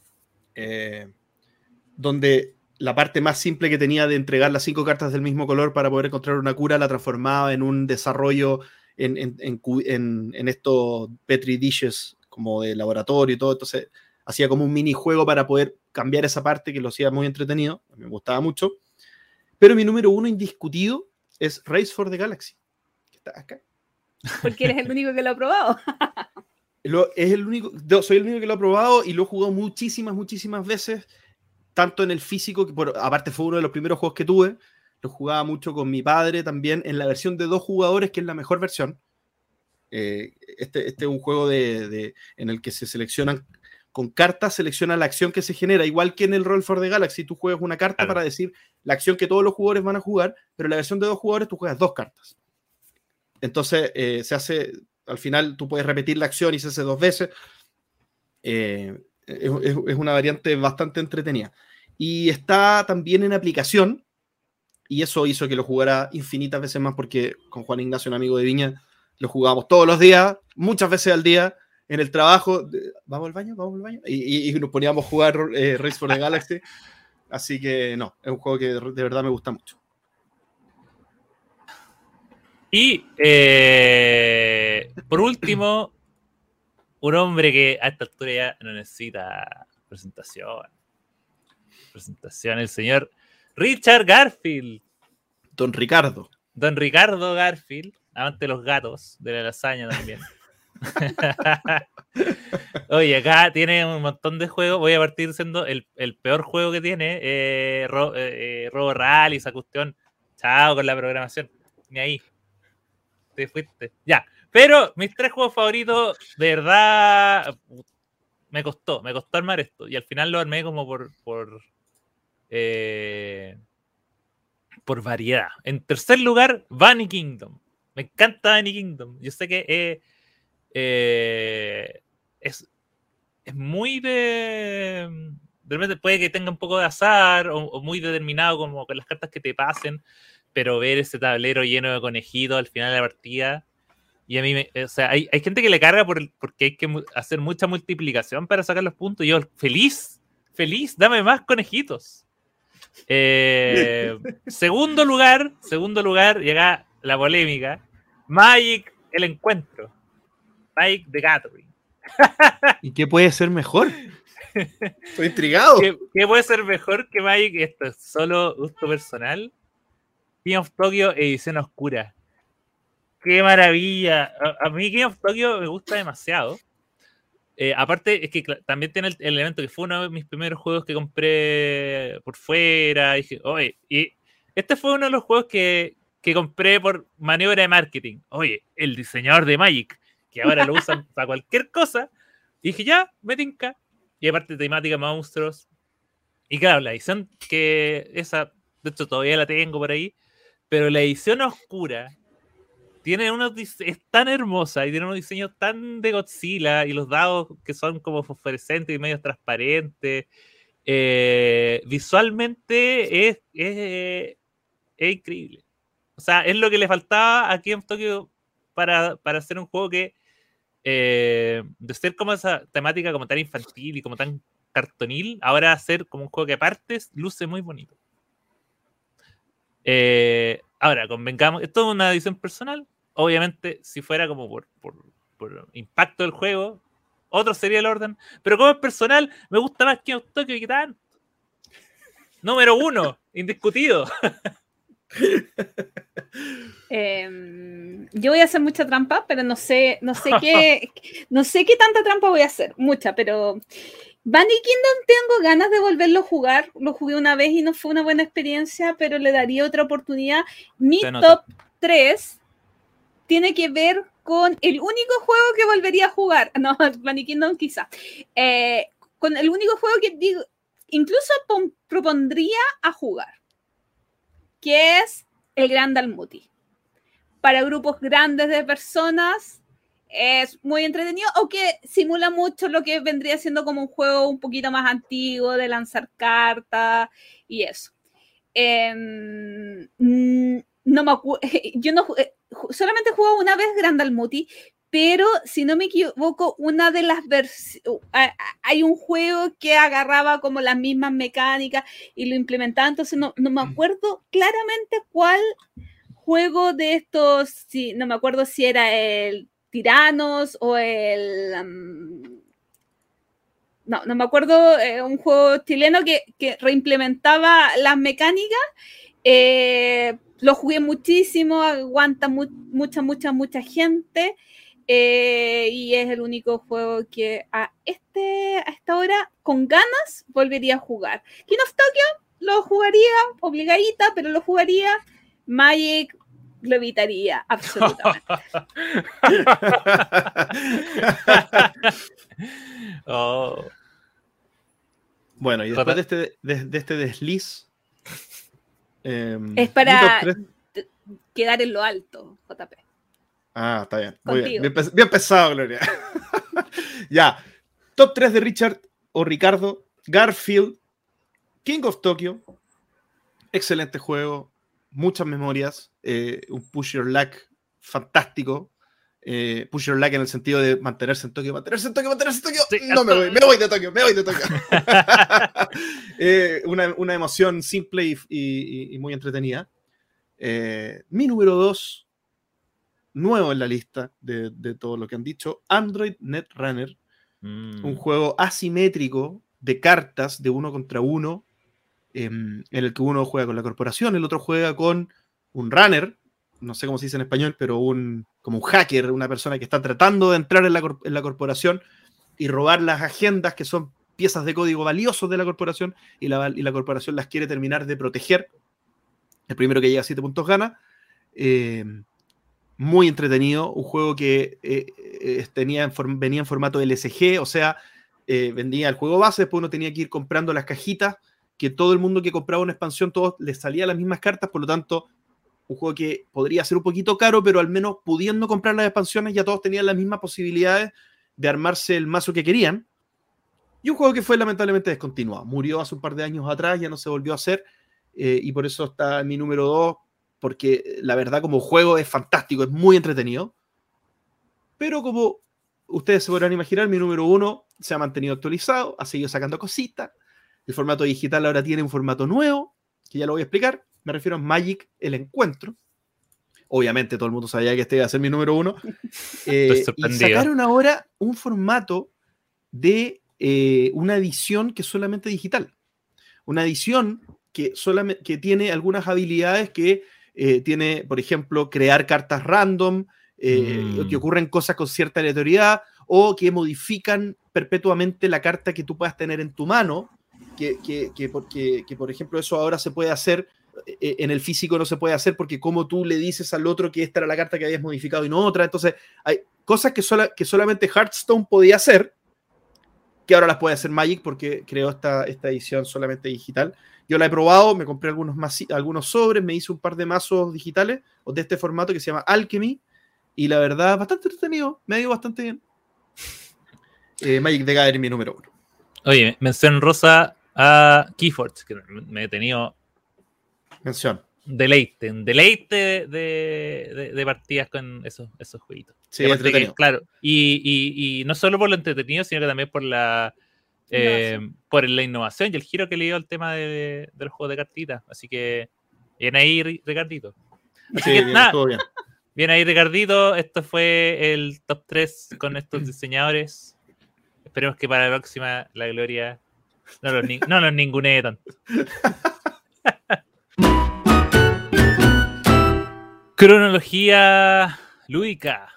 donde la parte más simple que tenía de entregar las 5 cartas del mismo color para poder encontrar una cura la transformaba en un desarrollo en estos Petri dishes como de laboratorio y todo. Entonces hacía como un minijuego para poder cambiar esa parte que lo hacía muy entretenido. Me gustaba mucho. Pero mi número 1 indiscutido es Race for the Galaxy, que está acá. Porque eres el único que lo ha probado. Soy el único que lo ha probado y lo he jugado muchísimas veces, tanto en el físico, que aparte fue uno de los primeros juegos que tuve. Lo jugaba mucho con mi padre también en la versión de 2 jugadores, que es la mejor versión. Este es un juego en el que se seleccionan con cartas, selecciona la acción que se genera, igual que en el Roll for the Galaxy. Tú juegas una carta para decir la acción que todos los jugadores van a jugar, pero en la versión de 2 jugadores tú juegas 2 cartas. Entonces se hace, al final tú puedes repetir la acción y se hace 2 veces. Es una variante bastante entretenida. Y está también en aplicación, y eso hizo que lo jugara infinitas veces más, porque con Juan Ignacio, un amigo de Viña, lo jugábamos todos los días, muchas veces al día, en el trabajo. Vamos al baño, y nos poníamos a jugar Race for the Galaxy. Así que no, es un juego que de verdad me gusta mucho. Y por último, un hombre que a esta altura ya no necesita presentación, el señor Richard Garfield. Don Ricardo Garfield, amante de los gatos, de la lasaña también. Oye, acá tiene un montón de juegos. Voy a partir siendo el peor juego que tiene, Robo Rally, esa cuestión. Chao con la programación, ni ahí. Te fuiste. Ya. Pero mis 3 juegos favoritos, de verdad, me costó armar esto. Y al final lo armé como por variedad. En tercer lugar, Bunny Kingdom. Me encanta Bunny Kingdom. Yo sé que es muy de repente puede que tenga un poco de azar o muy determinado como con las cartas que te pasen, pero ver ese tablero lleno de conejitos al final de la partida, y a mí o sea, hay gente que le carga porque hay que hacer mucha multiplicación para sacar los puntos, y yo feliz, dame más conejitos. Segundo lugar, llega la polémica, Magic el Encuentro, Magic the Gathering. ¿Y qué puede ser mejor? Estoy intrigado. ¿Qué puede ser mejor que Magic? Esto es solo gusto personal. King of Tokyo edición oscura. ¡Qué maravilla! A mí King of Tokyo me gusta demasiado. Aparte, es que también tiene el elemento que fue uno de mis primeros juegos que compré por fuera. Dije, oye, y este fue uno de los juegos que compré por maniobra de marketing. Oye, el diseñador de Magic, que ahora lo usan para cualquier cosa. Y dije, ya, me tinca. Y aparte temática monstruos. Y claro, la edición que esa, de hecho todavía la tengo por ahí, pero la edición oscura tiene es tan hermosa y tiene unos diseños tan de Godzilla, y los dados que son como fosforescentes y medio transparentes. Visualmente es increíble. O sea, es lo que le faltaba aquí en Tokio para hacer un juego que de ser como esa temática como tan infantil y como tan cartonil, ahora hacer como un juego que aparte luce muy bonito. Ahora, convengamos, esto es una edición personal. Obviamente, si fuera como por impacto del juego, otro sería el orden. Pero como es personal, me gusta más que Tokyo que tanto. Número 1, indiscutido. Yo voy a hacer mucha trampa, pero no sé qué tanta trampa voy a hacer, mucha, pero Bunny Kingdom tengo ganas de volverlo a jugar. Lo jugué una vez y no fue una buena experiencia, pero le daría otra oportunidad. Mi top 3 tiene que ver con el único juego que volvería a jugar. No, Bunny Kingdom quizá. Con el único juego que digo, incluso propondría a jugar, que es el Gran Dalmuti. Para grupos grandes de personas es muy entretenido, aunque simula mucho lo que vendría siendo como un juego un poquito más antiguo de lanzar cartas y eso. No me acuerdo, yo no solamente jugué una vez Gran Dalmuti, pero si no me equivoco, una de las versiones, hay un juego que agarraba como las mismas mecánicas y lo implementaba, entonces no me acuerdo claramente cuál juego de estos, no me acuerdo si era el Tiranos o el... no me acuerdo, un juego chileno que reimplementaba las mecánicas. Lo jugué muchísimo, aguanta mucha gente, y es el único juego que a esta hora con ganas volvería a jugar. King of Tokyo lo jugaría obligadita, pero lo jugaría. Magic lo evitaría absolutamente. Oh. Bueno, y después de este desliz, es para quedar en lo alto, JP. Ah, está bien. Muy bien. Bien pesado, Gloria. Ya. Top 3 de Richard o Ricardo. Garfield. King of Tokyo. Excelente juego. muchas memorias, un Push Your Luck fantástico. Push Your Luck en el sentido de mantenerse en Tokio. Sí, no, me voy de Tokio. Una emoción simple y muy entretenida. Mi número 2, nuevo en la lista de todo lo que han dicho, Android Netrunner. Un juego asimétrico de cartas de 1 contra 1, en el que uno juega con la corporación, el otro juega con un runner, no sé cómo se dice en español, pero como un hacker, una persona que está tratando de entrar en la corporación y robar las agendas, que son piezas de código valiosos de la corporación, y la corporación las quiere terminar de proteger. El primero que llega a 7 puntos gana. Muy entretenido, un juego que venía en formato LSG, o sea, vendía el juego base, después uno tenía que ir comprando las cajitas, que todo el mundo que compraba una expansión, todos les salían las mismas cartas, por lo tanto, un juego que podría ser un poquito caro, pero al menos pudiendo comprar las expansiones, ya todos tenían las mismas posibilidades de armarse el mazo que querían. Y un juego que fue lamentablemente descontinuado. Murió hace un par de años atrás, ya no se volvió a hacer, y por eso está en mi número 2, porque la verdad como juego es fantástico, es muy entretenido. Pero como ustedes se podrán imaginar, mi número 1 se ha mantenido actualizado, ha seguido sacando cositas. El formato digital ahora tiene un formato nuevo, que ya lo voy a explicar. Me refiero a Magic el Encuentro. Obviamente todo el mundo sabía que este iba a ser mi número 1. Y sacaron ahora un formato de una edición que es solamente digital. Una edición que tiene algunas habilidades que tiene, por ejemplo, crear cartas random, que ocurren cosas con cierta aleatoriedad, o que modifican perpetuamente la carta que tú puedas tener en tu mano, que por ejemplo, eso ahora se puede hacer, en el físico no se puede hacer, porque como tú le dices al otro que esta era la carta que habías modificado y no otra, entonces hay cosas que solamente Hearthstone podía hacer, que ahora las puede hacer Magic, porque creó esta edición solamente digital. Yo la he probado, me compré algunos sobres, me hice un par de mazos digitales de este formato que se llama Alchemy, y la verdad, bastante entretenido, me ha ido bastante bien. Magic the Gathering, mi número 1. Oye, mención rosa a Keyforge, que me he tenido mención. Deleite de partidas con esos jueguitos. Sí, entretenido. Claro, y no solo por lo entretenido, sino que también por la innovación y el giro que le dio al tema de los juegos de cartitas. Así que, bien ahí, Ricardito. Así que, nada, bien ahí, Ricardito. Esto fue el top 3 con estos diseñadores. Esperemos que para la próxima la Gloria no los ningunee tanto. Cronología lúdica.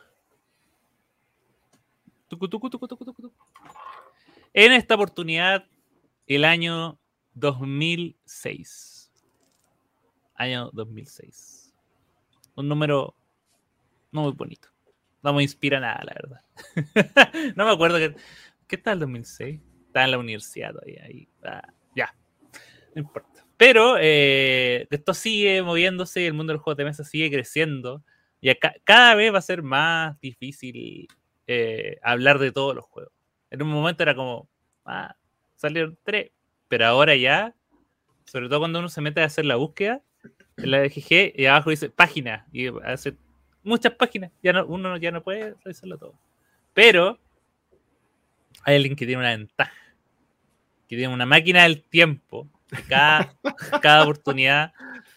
En esta oportunidad, el año 2006. Año 2006. Un número no muy bonito. No me inspira nada, la verdad. No me acuerdo ¿qué tal el 2006? Estaba en la universidad todavía. Ya. No importa. Pero esto sigue moviéndose, el mundo del juego de mesa sigue creciendo. Y cada vez va a ser más difícil hablar de todos los juegos. En un momento era como, salieron 3. Pero ahora ya, sobre todo cuando uno se mete a hacer la búsqueda, en la GG, y abajo dice página. Y hace muchas páginas. Uno ya no puede revisarlo todo. Pero hay alguien que tiene una ventaja. Que tiene una máquina del tiempo. Cada oportunidad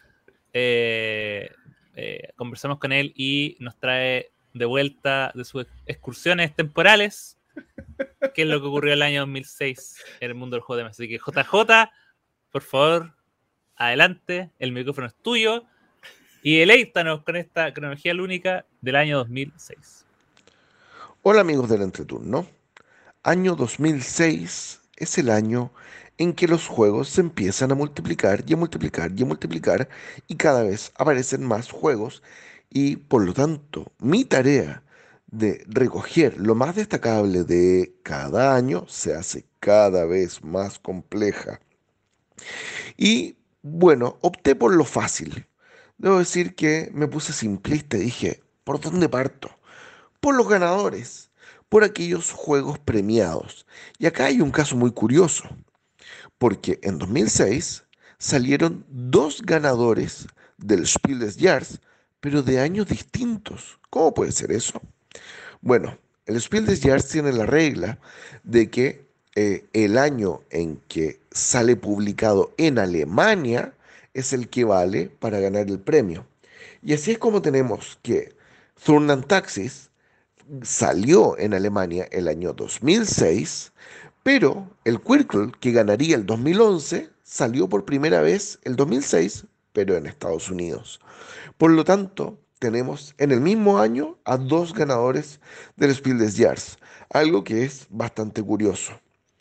conversamos con él y nos trae de vuelta de sus excursiones temporales qué es lo que ocurrió el año 2006 en el mundo del juego de mesa. Así que JJ, por favor, adelante, el micrófono es tuyo y deleítanos con esta cronología lúdica del año 2006. Hola amigos del Entreturno. Año 2006 es el año en que los juegos se empiezan a multiplicar y a multiplicar y a multiplicar, y cada vez aparecen más juegos, y por lo tanto mi tarea de recoger lo más destacable de cada año se hace cada vez más compleja. Y bueno, opté por lo fácil. Debo decir que me puse simplista y dije, ¿por dónde parto? Por los ganadores, por aquellos juegos premiados. Y acá hay un caso muy curioso, porque en 2006 salieron 2 ganadores del Spiel des Jahres, pero de años distintos. ¿Cómo puede ser eso? Bueno, el Spiel des Jahres tiene la regla de que el año en que sale publicado en Alemania es el que vale para ganar el premio. Y así es como tenemos que Thurn and Taxis salió en Alemania el año 2006, pero el Quirkle, que ganaría el 2011, salió por primera vez el 2006, pero en Estados Unidos. Por lo tanto, tenemos en el mismo año a dos ganadores del Spiel des Jahres, algo que es bastante curioso.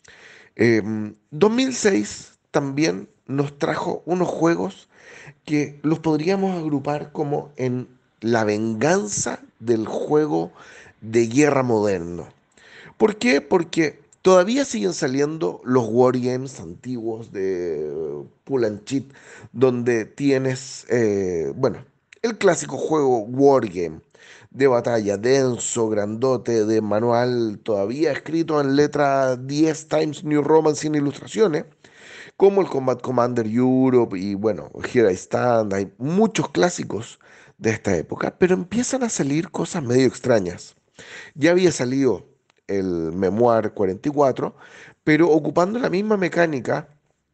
2006 también nos trajo unos juegos que los podríamos agrupar como en la venganza del juego de guerra moderno. ¿Por qué? Porque todavía siguen saliendo los wargames antiguos de Pull and Cheat, donde tienes, bueno, el clásico juego wargame de batalla, denso, grandote, de manual todavía escrito en letra 10 Times New Roman sin ilustraciones, como el Combat Commander Europe y bueno, Here I Stand. Hay muchos clásicos de esta época, pero empiezan a salir cosas medio extrañas. Ya había salido el Memoir 44, pero ocupando la misma mecánica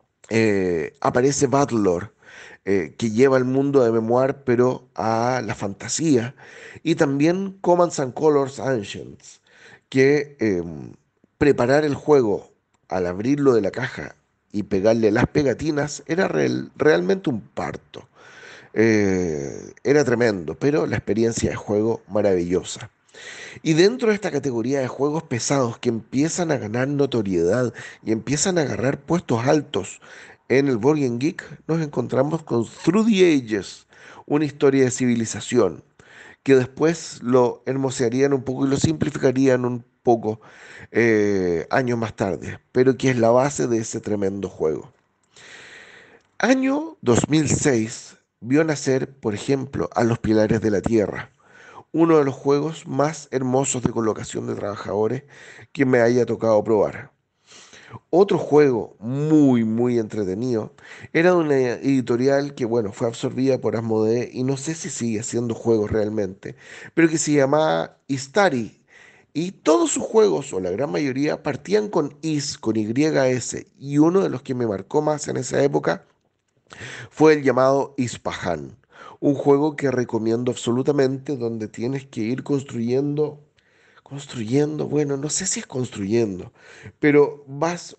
aparece Battlelore, que lleva el mundo de Memoir pero a la fantasía, y también Commands and Colors Ancients, que preparar el juego al abrirlo de la caja y pegarle las pegatinas era realmente un parto. Era tremendo, pero la experiencia de juego maravillosa. Y dentro de esta categoría de juegos pesados que empiezan a ganar notoriedad y empiezan a agarrar puestos altos en el Board Game Geek, nos encontramos con Through the Ages, una historia de civilización, que después lo hermosearían un poco y lo simplificarían un poco años más tarde, pero que es la base de ese tremendo juego. Año 2006 vio nacer, por ejemplo, a Los Pilares de la Tierra, uno de los juegos más hermosos de colocación de trabajadores que me haya tocado probar. Otro juego muy, muy entretenido era de una editorial que, bueno, fue absorbida por Asmodee y no sé si sigue haciendo juegos realmente, pero que se llamaba Istari. Y todos sus juegos, o la gran mayoría, partían con con YS, y uno de los que me marcó más en esa época fue el llamado Ispahan, un juego que recomiendo absolutamente, donde tienes que ir construyendo, bueno, no sé si es construyendo, pero vas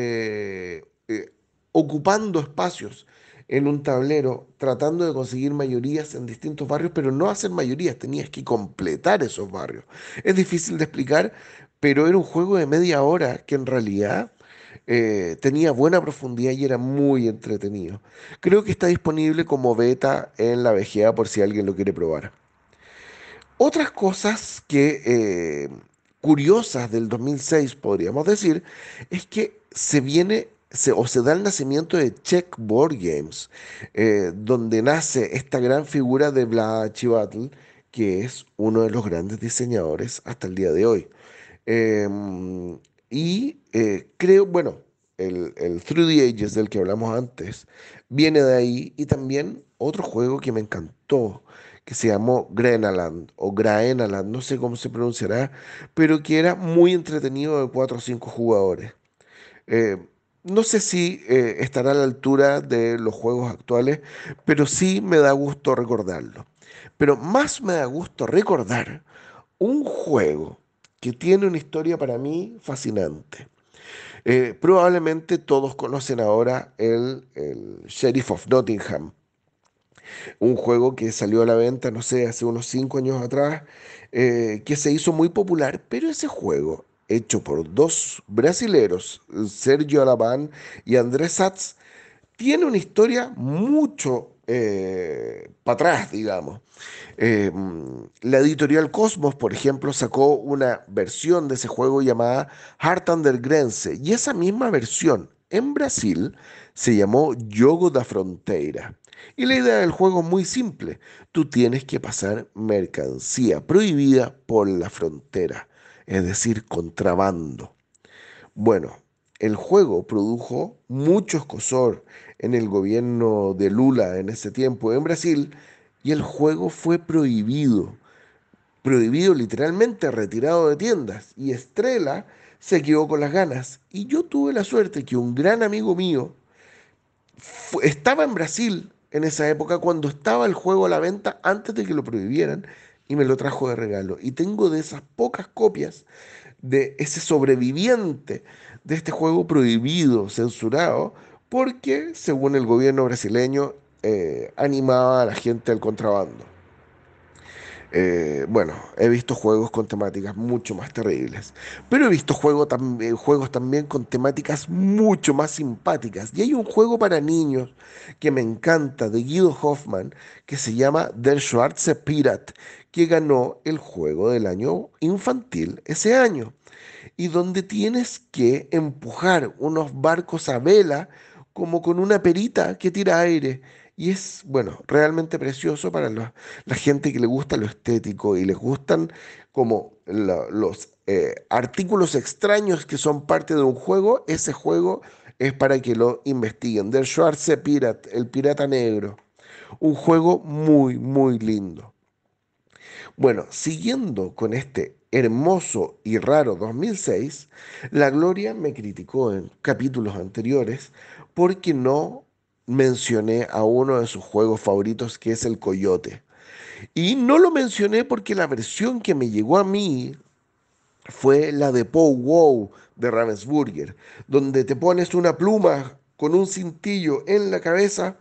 ocupando espacios en un tablero, tratando de conseguir mayorías en distintos barrios, pero no hacer mayorías, tenías que completar esos barrios. Es difícil de explicar, pero era un juego de media hora que en realidad tenía buena profundidad y era muy entretenido. Creo que está disponible como beta en la VGA por si alguien lo quiere probar. Otras cosas que curiosas del 2006, podríamos decir, es que se da el nacimiento de Czech Board Games, donde nace esta gran figura de Vlad Chivatl, que es uno de los grandes diseñadores hasta el día de hoy. Em, Creo, bueno, el Through the Ages del que hablamos antes viene de ahí, y también otro juego que me encantó, que se llamó Grenaland o Graenaland, no sé cómo se pronunciará, pero que era muy entretenido, de 4 o 5 jugadores. Eh, no sé si estará a la altura de los juegos actuales, pero sí me da gusto recordarlo. Pero más me da gusto recordar un juego que tiene una historia para mí fascinante. Probablemente todos conocen ahora el Sheriff of Nottingham, un juego que salió a la venta, no sé, hace unos 5 años atrás, que se hizo muy popular, pero ese juego, hecho por dos brasileros, Sergio Alaban y Andrés Satz, tiene una historia mucho para atrás, digamos. La editorial Cosmos, por ejemplo, sacó una versión de ese juego llamada Heart Under Grenze, y esa misma versión en Brasil se llamó Jogo da Fronteira. Y la idea del juego es muy simple: tú tienes que pasar mercancía prohibida por la frontera, es decir, contrabando. Bueno, el juego produjo mucho escozor en el gobierno de Lula en ese tiempo en Brasil y el juego fue prohibido literalmente, retirado de tiendas y Estrella se quedó con las ganas. Y yo tuve la suerte que un gran amigo mío estaba en Brasil en esa época cuando estaba el juego a la venta antes de que lo prohibieran y me lo trajo de regalo. Y tengo de esas pocas copias de ese sobreviviente de este juego prohibido, censurado, porque según el gobierno brasileño animaba a la gente al contrabando. Bueno, he visto juegos con temáticas mucho más terribles, pero he visto juegos también con temáticas mucho más simpáticas. Y hay un juego para niños que me encanta, de Guido Hoffmann, que se llama Der Schwarze Pirat, que ganó el juego del año infantil ese año, y donde tienes que empujar unos barcos a vela como con una perita que tira aire. Y es, bueno, realmente precioso para la gente que le gusta lo estético y les gustan como los artículos extraños que son parte de un juego. Ese juego es para que lo investiguen. Der Schwarze Pirat, el pirata negro. Un juego muy, muy lindo. Bueno, siguiendo con este hermoso y raro 2006, la Gloria me criticó en capítulos anteriores porque no mencioné a uno de sus juegos favoritos, que es el Coyote. Y no lo mencioné porque la versión que me llegó a mí fue la de Pow Wow de Ravensburger, donde te pones una pluma con un cintillo en la cabeza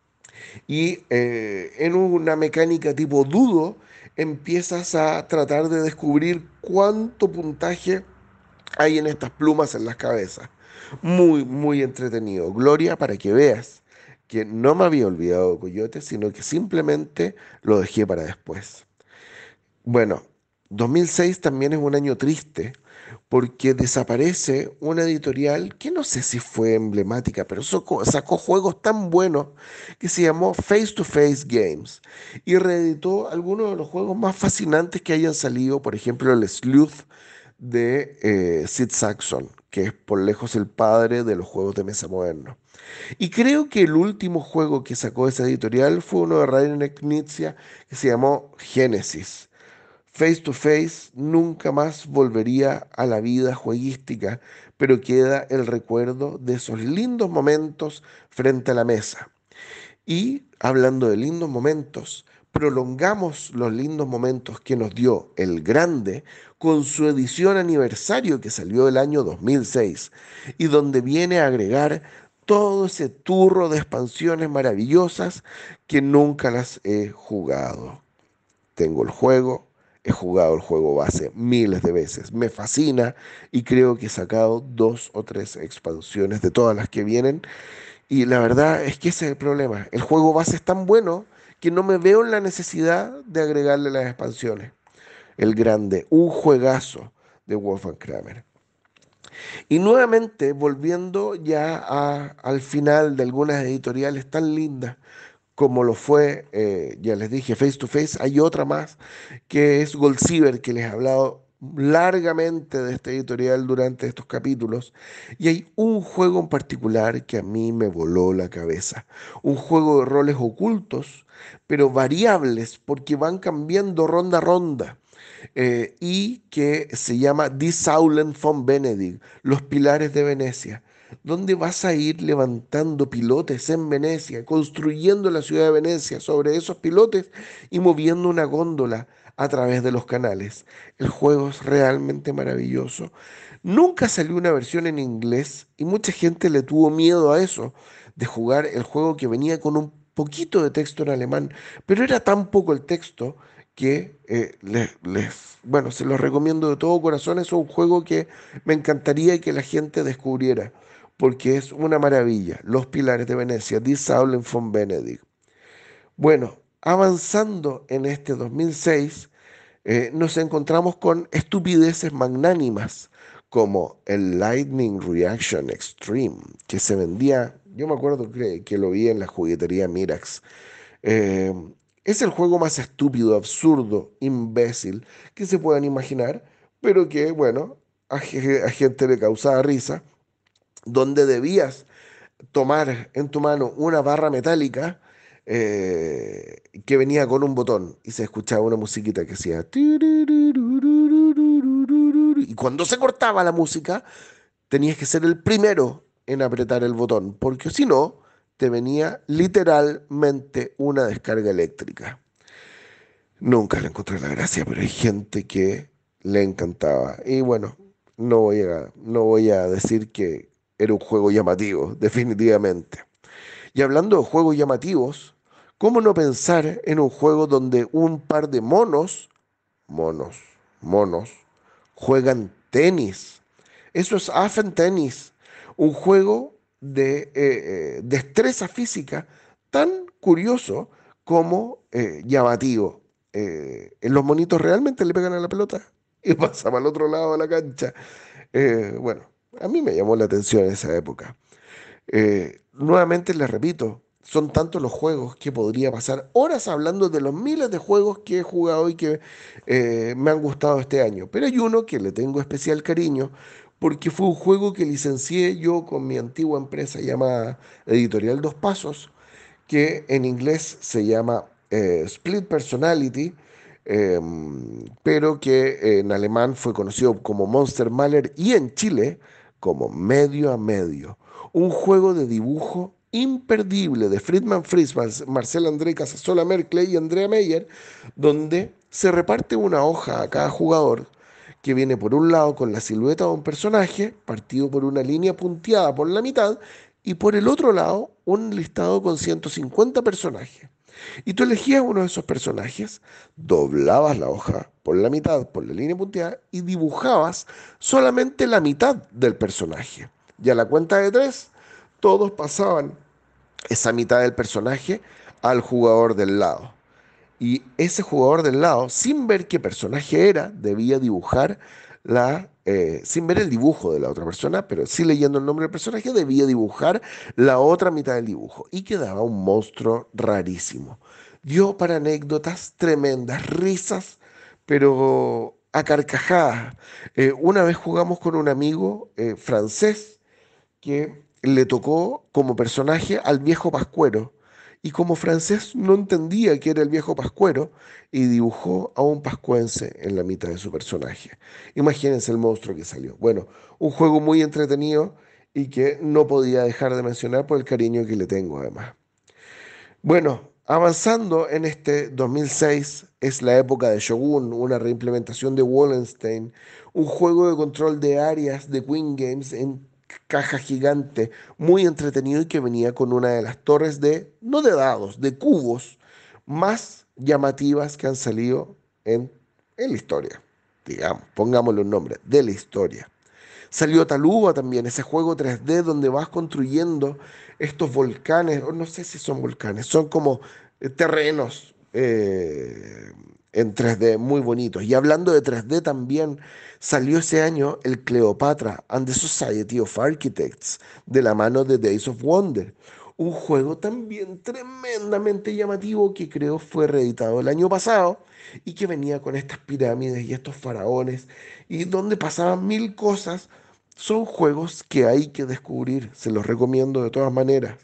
y en una mecánica tipo Dudo empiezas a tratar de descubrir cuánto puntaje hay en estas plumas en las cabezas. Muy, muy entretenido. Gloria, para que veas que no me había olvidado de Coyote, sino que simplemente lo dejé para después. Bueno, 2006 también es un año triste porque desaparece una editorial que no sé si fue emblemática, pero sacó juegos tan buenos que se llamó Face to Face Games y reeditó algunos de los juegos más fascinantes que hayan salido, por ejemplo el Sleuth de Sid Sackson, que es por lejos el padre de los juegos de mesa modernos. Y creo que el último juego que sacó esa editorial fue uno de Rainer Knizia que se llamó Genesis. Face to Face nunca más volvería a la vida jueguística, pero queda el recuerdo de esos lindos momentos frente a la mesa. Y hablando de lindos momentos, prolongamos los lindos momentos que nos dio el Grande con su edición aniversario que salió el año 2006 y donde viene a agregar todo ese turro de expansiones maravillosas que nunca las he jugado. Tengo el juego, he jugado el juego base miles de veces, me fascina y creo que he sacado 2 o 3 expansiones de todas las que vienen y la verdad es que ese es el problema. El juego base es tan bueno que no me veo en la necesidad de agregarle las expansiones. El Grande, un juegazo de Wolfgang Kramer. Y nuevamente, volviendo ya al final de algunas editoriales tan lindas como lo fue, ya les dije, Face to Face, hay otra más que es Gold Silver, que les he hablado largamente de este editorial durante estos capítulos, y hay un juego en particular que a mí me voló la cabeza, un juego de roles ocultos, pero variables, porque van cambiando ronda a ronda, y que se llama Die Säulen von Venedig, los pilares de Venecia, donde vas a ir levantando pilotes en Venecia, construyendo la ciudad de Venecia sobre esos pilotes y moviendo una góndola a través de los canales. El juego es realmente maravilloso. Nunca salió una versión en inglés y mucha gente le tuvo miedo a eso, de jugar el juego que venía con un poquito de texto en alemán, pero era tan poco el texto que bueno, se los recomiendo de todo corazón. Es un juego que me encantaría que la gente descubriera, porque es una maravilla. Los Pilares de Venecia, Die Säulen von Venedig. Bueno, avanzando en este 2006, nos encontramos con estupideces magnánimas, como el Lightning Reaction Extreme, que se vendía, yo me acuerdo que lo vi en la juguetería Mirax. Eh, es el juego más estúpido, absurdo, imbécil que se puedan imaginar, pero que, bueno, a gente le causaba risa. donde debías tomar en tu mano una barra metálica que venía con un botón y se escuchaba una musiquita que hacía... Y cuando se cortaba la música, tenías que ser el primero en apretar el botón, porque si no, te venía literalmente una descarga eléctrica. Nunca le encontré la gracia, pero hay gente que le encantaba. Y bueno, no voy a decir que era un juego llamativo, definitivamente. Y hablando de juegos llamativos, ¿cómo no pensar en un juego donde un par de monos, monos, juegan tenis? Eso es Affen Tennis, un juego de destreza física tan curioso como llamativo. Los monitos realmente le pegan a la pelota y pasa para el otro lado de la cancha. Bueno, a mí me llamó la atención esa época. Nuevamente les repito, son tantos los juegos que podría pasar horas hablando de los miles de juegos que he jugado y que me han gustado este año. Pero hay uno que le tengo especial cariño porque fue un juego que licencié yo con mi antigua empresa llamada Editorial Dos Pasos, que en inglés se llama Split Personality, pero que en alemán fue conocido como Monster Maler y en Chile como Medio a Medio. Un juego de dibujo imperdible de Friedman Fries, Marcel André Casasola Merkley y Andrea Meyer, donde se reparte una hoja a cada jugador que viene por un lado con la silueta de un personaje, partido por una línea punteada por la mitad, y por el otro lado un listado con 150 personajes. Y tú elegías uno de esos personajes, doblabas la hoja por la mitad, por la línea punteada, y dibujabas solamente la mitad del personaje. Y a la cuenta de 3, todos pasaban esa mitad del personaje al jugador del lado. Y ese jugador del lado, sin ver qué personaje era, debía dibujar sin ver el dibujo de la otra persona, pero sí leyendo el nombre del personaje, debía dibujar la otra mitad del dibujo. Y quedaba un monstruo rarísimo. Dio para anécdotas tremendas, risas, pero a carcajadas. Una vez jugamos con un amigo francés que le tocó como personaje al viejo Pascuero. Y como francés no entendía que era el viejo Pascuero y dibujó a un pascuense en la mitad de su personaje. Imagínense el monstruo que salió. Bueno, un juego muy entretenido y que no podía dejar de mencionar por el cariño que le tengo además. Bueno, avanzando en este 2006 es la época de Shogun, una reimplementación de Wallenstein, un juego de control de áreas de Queen Games en caja gigante, muy entretenido y que venía con una de las torres no de dados, de cubos más llamativas que han salido en la historia, digamos, pongámosle un nombre, de la historia. Salió Taluba también, ese juego 3D donde vas construyendo estos volcanes, o no sé si son volcanes, son como terrenos en 3D muy bonitos. Y hablando de 3D también, salió ese año el Cleopatra and the Society of Architects, de la mano de Days of Wonder. Un juego también tremendamente llamativo que creo fue reeditado el año pasado y que venía con estas pirámides y estos faraones y donde pasaban mil cosas. Son juegos que hay que descubrir, se los recomiendo de todas maneras.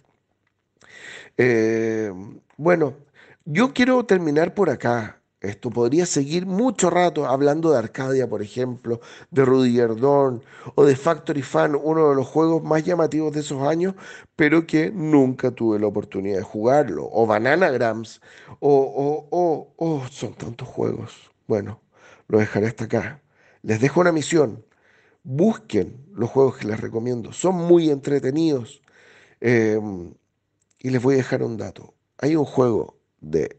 Eh, bueno, yo quiero terminar por acá. Esto podría seguir mucho rato hablando de Arcadia, por ejemplo, de Rudiger Dorn o de Factory Fan, uno de los juegos más llamativos de esos años, pero que nunca tuve la oportunidad de jugarlo. O Bananagrams, son tantos juegos. Bueno, lo dejaré hasta acá. Les dejo una misión. Busquen los juegos que les recomiendo. Son muy entretenidos. Eh, y les voy a dejar un dato. Hay un juego de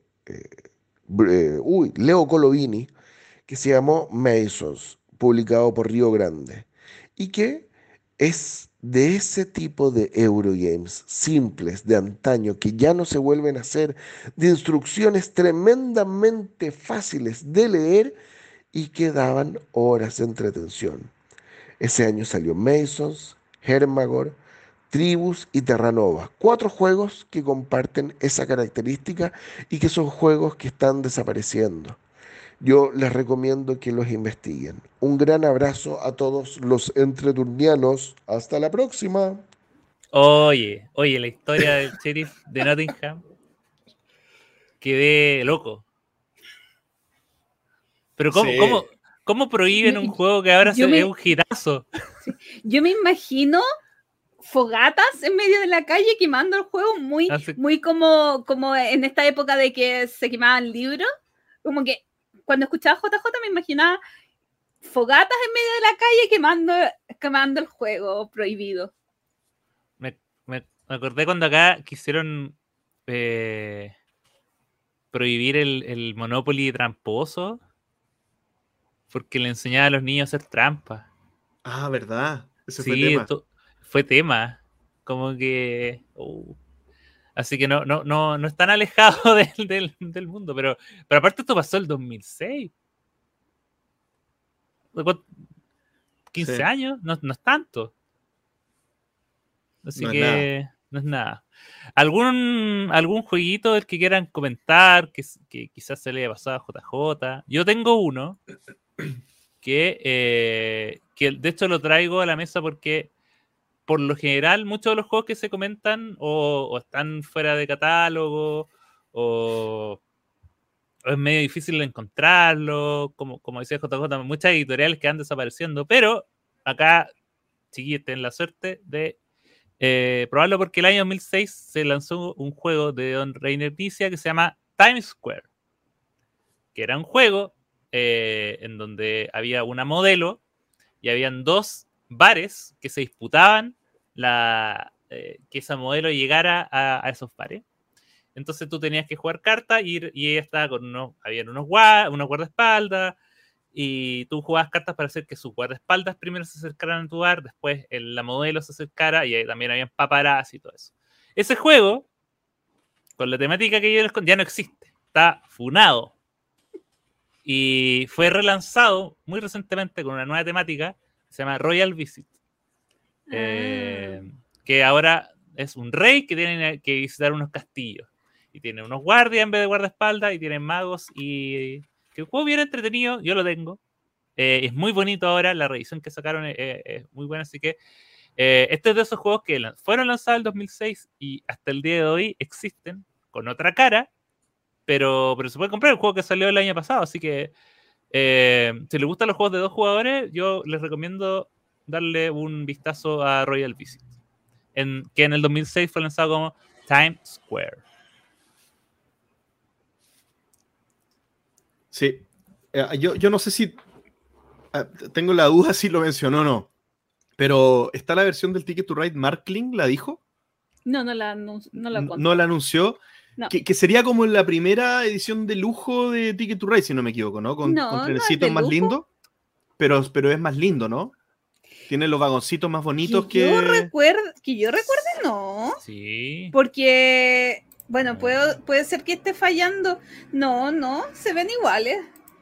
Leo Colovini que se llamó Masons, publicado por Río Grande, y que es de ese tipo de Eurogames simples de antaño que ya no se vuelven a hacer, de instrucciones tremendamente fáciles de leer y que daban horas de entretención. Ese año salió Masons, Hermagor, Tribus y Terranova. 4 juegos que comparten esa característica y que son juegos que están desapareciendo. Yo les recomiendo que los investiguen. Un gran abrazo a todos los entreturnianos. Hasta la próxima. Oye, la historia del sheriff de Nottingham. Quedé loco. Pero Sí. ¿cómo prohíben un juego que ahora es un hitazo? Sí. Yo me imagino fogatas en medio de la calle quemando el juego, muy como en esta época de que se quemaban libros. Como que cuando escuchaba JJ me imaginaba fogatas en medio de la calle quemando el juego prohibido. Me acordé cuando acá quisieron prohibir el Monopoly tramposo porque le enseñaba a los niños a hacer trampas. Ah, ¿verdad? Ese Sí, fue tema. Fue tema. Como que... Así que no están alejados del mundo. Pero aparte esto pasó el 2006. 15 Sí. años, no es tanto. Así No es que no es nada. ¿Algún jueguito del que quieran comentar que quizás se le haya pasado a JJ? Yo tengo uno que de hecho lo traigo a la mesa porque por lo general muchos de los juegos que se comentan o están fuera de catálogo o es medio difícil de encontrarlo, como decía JJ, muchas editoriales que van desapareciendo, pero acá, chiquillos, tienen la suerte de probarlo porque el año 2006 se lanzó un juego de Don Reiner Vicia que se llama Times Square, que era un juego en donde había una modelo y habían dos bares que se disputaban que esa modelo llegara a esos bares. Entonces tú tenías que jugar cartas y ella estaba con habían unos guardaespaldas y tú jugabas cartas para hacer que sus guardaespaldas primero se acercaran a tu bar, después la modelo se acercara y ahí también habían paparazzi y todo eso. Ese juego, con la temática que yo les conté, ya no existe, está funado. Y fue relanzado muy recientemente con una nueva temática que se llama Royal Visit. Que ahora es un rey que tiene que visitar unos castillos. Y tiene unos guardias en vez de guardaespaldas y tienen magos y... Que el juego bien entretenido, yo lo tengo. Es muy bonito ahora, la revisión que sacaron es muy buena, así que este es de esos juegos que fueron lanzados en el 2006 y hasta el día de hoy existen con otra cara, pero se puede comprar el juego que salió el año pasado, así que si les gustan los juegos de 2 jugadores, yo les recomiendo darle un vistazo a Royal Visit, que en el 2006 fue lanzado como Times Square. Sí. Yo no sé si... tengo la duda si lo mencionó o no. Pero ¿está la versión del Ticket to Ride? ¿Markling la dijo? No la anunció. No. Que sería como la primera edición de lujo de Ticket to Ride, si no me equivoco, ¿no? Con trenecitos más lindos. Pero es más lindo, ¿no? Tiene los vagoncitos más bonitos que... yo recuerde, no. Sí. Porque... Bueno, puede ser que esté fallando. No, se ven iguales.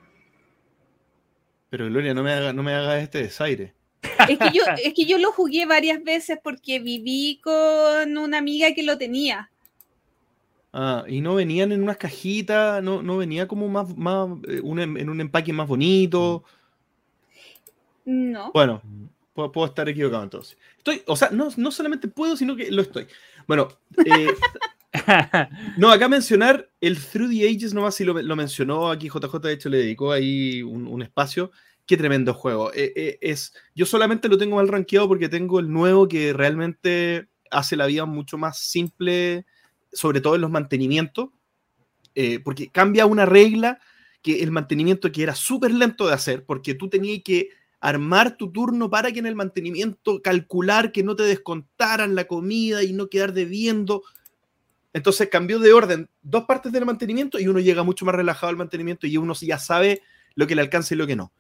Pero Gloria, no me hagas este desaire. Es que yo lo jugué varias veces porque viví con una amiga que lo tenía. Ah, y no venían en unas cajitas, no venía como más en un empaque más bonito. No. Bueno, puedo estar equivocado entonces. No solamente puedo, sino que lo estoy. Bueno, no, acá mencionar el Through the Ages, nomás si lo mencionó aquí JJ, de hecho le dedicó ahí un espacio. Qué tremendo juego. Yo solamente lo tengo mal rankeado porque tengo el nuevo que realmente hace la vida mucho más simple, sobre todo en los mantenimientos, porque cambia una regla que el mantenimiento que era súper lento de hacer, porque tú tenías que armar tu turno para que en el mantenimiento calcular que no te descontaran la comida y no quedar debiendo. Entonces cambió de orden 2 partes del mantenimiento y uno llega mucho más relajado al mantenimiento y uno ya sabe lo que le alcanza y lo que no.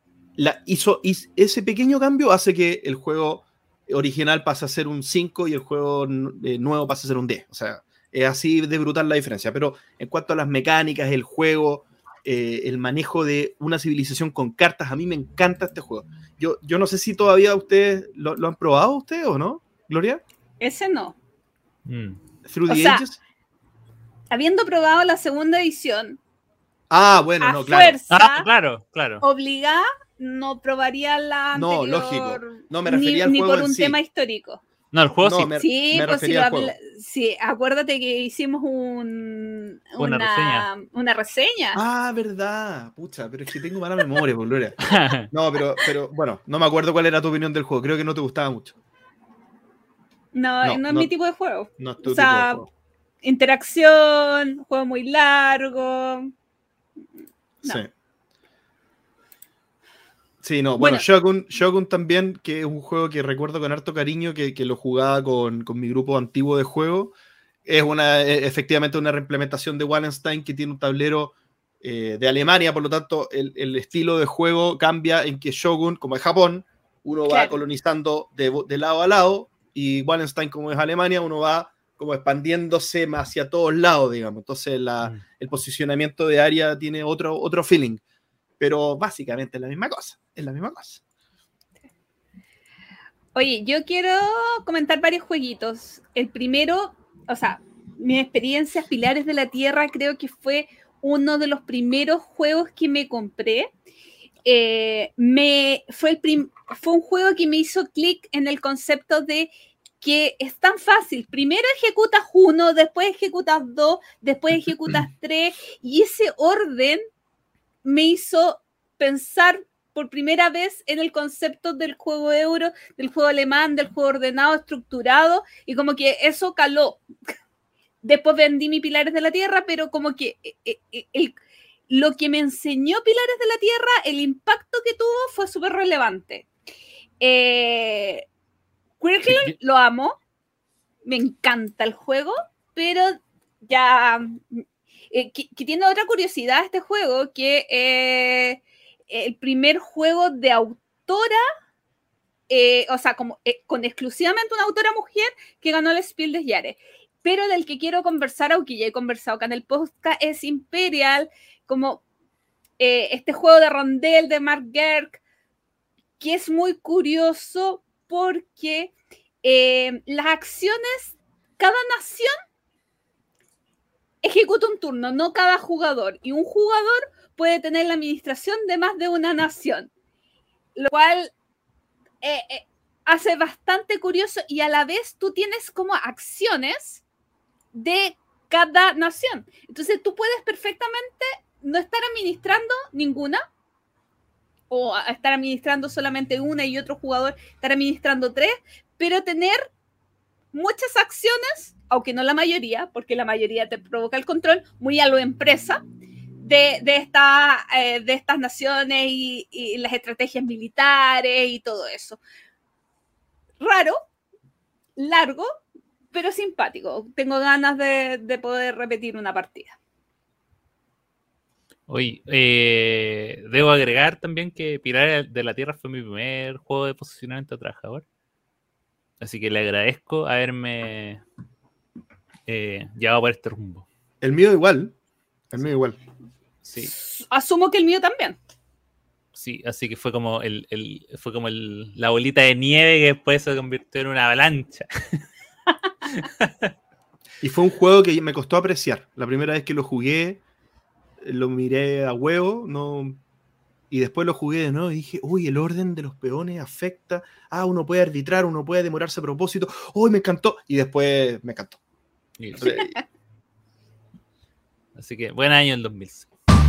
Ese pequeño cambio hace que el juego original pase a ser un 5 y el juego nuevo pase a ser un 10. O sea, es así de brutal la diferencia. Pero en cuanto a las mecánicas, el juego, el manejo de una civilización con cartas, a mí me encanta este juego. Yo no sé si todavía ustedes lo han probado ustedes o no, Gloria. Ese no. Through the Ages. Habiendo probado la segunda edición, Ah, bueno, a no, claro. fuerza, Claro. obligada, no probaría la No, anterior, lógico. No, me refería al ni juego por en un sí. tema histórico. No, el juego No, sí. Sí, me pues refería al juego. sí, acuérdate que hicimos Una reseña. una reseña. Ah, verdad. Pucha, pero es que tengo mala memoria, por Gloria. No, pero bueno, no me acuerdo cuál era tu opinión del juego. Creo que no te gustaba mucho. No es mi tipo de juego. No es O tu tipo de sea, juego. interacción, juego muy largo. No. Sí. Sí, no, bueno, Shogun también, que es un juego que recuerdo con harto cariño, que lo jugaba con mi grupo antiguo de juego. Es efectivamente una reimplementación de Wallenstein que tiene un tablero de Alemania, por lo tanto, el estilo de juego cambia en que Shogun, como es Japón, uno va Claro. colonizando de lado a lado, y Wallenstein, como es Alemania, uno va como expandiéndose más hacia todos lados, digamos. Entonces, el posicionamiento de área tiene otro feeling. Pero básicamente es la misma cosa. Es la misma cosa. Oye, yo quiero comentar varios jueguitos. El primero, o sea, mis experiencias Pilares de la Tierra creo que fue uno de los primeros juegos que me compré. Fue un juego que me hizo clic en el concepto de que es tan fácil. Primero ejecutas 1, después ejecutas 2, después ejecutas 3, y ese orden me hizo pensar por primera vez en el concepto del juego euro, del juego alemán, del juego ordenado, estructurado, y como que eso caló. Después vendí mi Pilares de la Tierra, pero como que lo que me enseñó Pilares de la Tierra, el impacto que tuvo fue súper relevante. Quirkler lo amo, me encanta el juego, pero ya... que tiene otra curiosidad este juego, que el primer juego de autora, o sea, con exclusivamente una autora mujer que ganó el Spiel des Jahres. Pero del que quiero conversar, aunque ya he conversado acá en el podcast, es Imperial, como este juego de rondel de Mark Gerg, que es muy curioso porque las acciones, cada nación ejecuta un turno, no cada jugador. Y un jugador puede tener la administración de más de una nación. Lo cual hace bastante curioso, y a la vez tú tienes como acciones de cada nación. Entonces tú puedes perfectamente no estar administrando ninguna, o estar administrando solamente una y otro jugador estar administrando 3, pero tener muchas acciones, aunque no la mayoría, porque la mayoría te provoca el control, muy a lo empresa, de estas naciones y las estrategias militares y todo eso. Raro, largo, pero simpático. Tengo ganas de poder repetir una partida. Oye, debo agregar también que Pilares de la Tierra fue mi primer juego de posicionamiento de trabajador. Así que le agradezco haberme llevado por este rumbo. El mío igual. El mío igual. Sí. Asumo que el mío también. Sí, así que fue como la bolita de nieve que después se convirtió en una avalancha. Y fue un juego que me costó apreciar. La primera vez que lo jugué, lo miré a huevo, no, y después lo jugué de nuevo y dije, uy, el orden de los peones afecta. Ah, uno puede arbitrar, uno puede demorarse a propósito. Uy, me encantó. Y después me encantó. Así que buen año el 2006.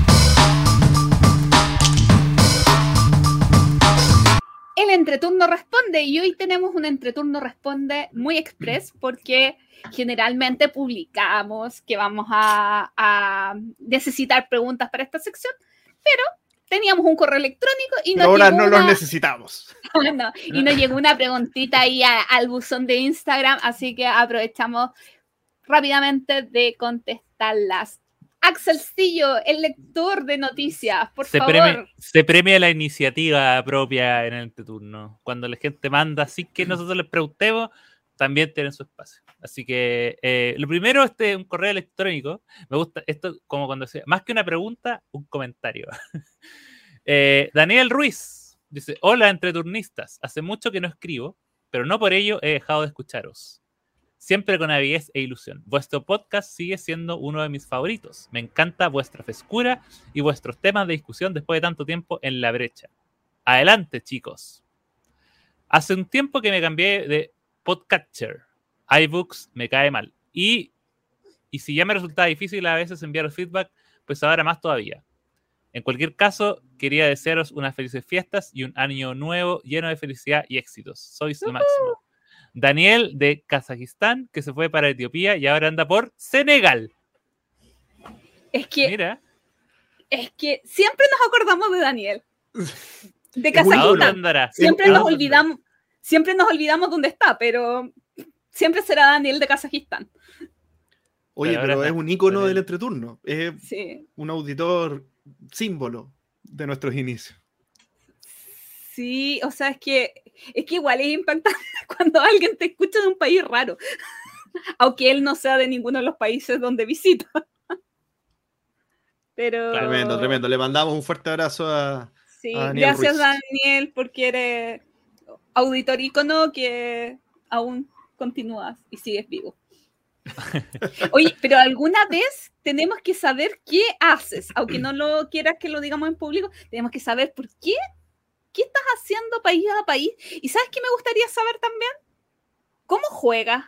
El entreturno responde, y hoy tenemos un entreturno responde muy express, porque generalmente publicamos que vamos a necesitar preguntas para esta sección, pero teníamos un correo electrónico y pero ahora no los necesitamos. No, y nos llegó una preguntita ahí al buzón de Instagram, así que aprovechamos rápidamente de contestarlas. Axelcillo, el lector de noticias, por favor. Se premia la iniciativa propia en el entreturno. Cuando la gente manda sin que nosotros les preguntemos, también tienen su espacio. Así que lo primero, un correo electrónico. Me gusta esto, como cuando decía, más que una pregunta, un comentario. Daniel Ruiz dice: hola, entreturnistas. Hace mucho que no escribo, pero no por ello he dejado de escucharos. siempre con avidez e ilusión. Vuestro podcast sigue siendo uno de mis favoritos. Me encanta vuestra frescura y vuestros temas de discusión después de tanto tiempo en la brecha. Adelante, chicos. Hace un tiempo que me cambié de podcatcher. iBooks me cae mal. Y si ya me resultaba difícil a veces enviar feedback, pues ahora más todavía. En cualquier caso, quería desearos unas felices fiestas y un año nuevo lleno de felicidad y éxitos. Sois lo máximo. Daniel de Kazajistán, que se fue para Etiopía y ahora anda por Senegal. Mira. Es que siempre nos acordamos de Daniel. De Kazajistán. Siempre nos olvidamos dónde está, pero siempre será Daniel de Kazajistán. Oye, pero es un ícono del entreturno. Es un auditor símbolo de nuestros inicios. Sí, o sea, es que igual es impactante cuando alguien te escucha de un país raro, aunque él no sea de ninguno de los países donde visita. Pero... Tremendo. Le mandamos un fuerte abrazo a Daniel gracias, Ruiz. Daniel, porque eres auditor ícono que aún continúas y sigues vivo. Oye, pero alguna vez tenemos que saber qué haces, aunque no lo quieras que lo digamos en público, tenemos que saber por qué estás haciendo país a país. ¿Y sabes qué me gustaría saber también? ¿Cómo juegas?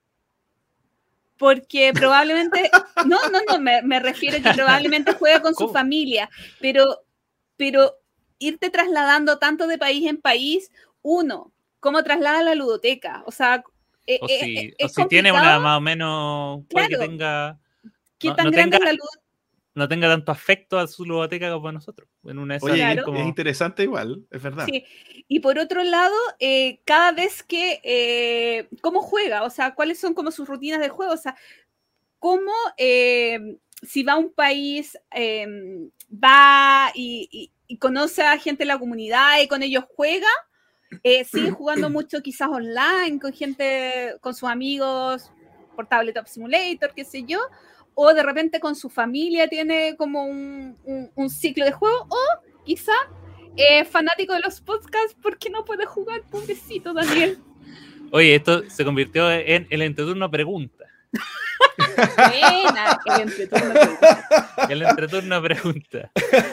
Porque probablemente, me refiero a que probablemente juega con su familia, pero irte trasladando tanto de país en país, ¿cómo traslada la ludoteca? O sea, o si tiene una más o menos, puede que tenga... ¿Qué tan grande es la ludoteca? No tenga tanto afecto a su ludoteca como nosotros. Es interesante igual, es verdad. Sí. Y por otro lado, cada vez que, ¿cómo juega? O sea, ¿cuáles son como sus rutinas de juego? O sea, ¿cómo si va a un país, va y conoce a gente de la comunidad y con ellos juega? Sigue jugando mucho quizás online, con gente, con sus amigos, por Tabletop Simulator, qué sé yo, o de repente con su familia tiene como un ciclo de juego, o quizá fanático de los podcasts porque no puede jugar, pobrecito Daniel. Oye, esto se convirtió en el entreturno pregunta. Buena, el entreturno pregunta. El entreturno pregunta.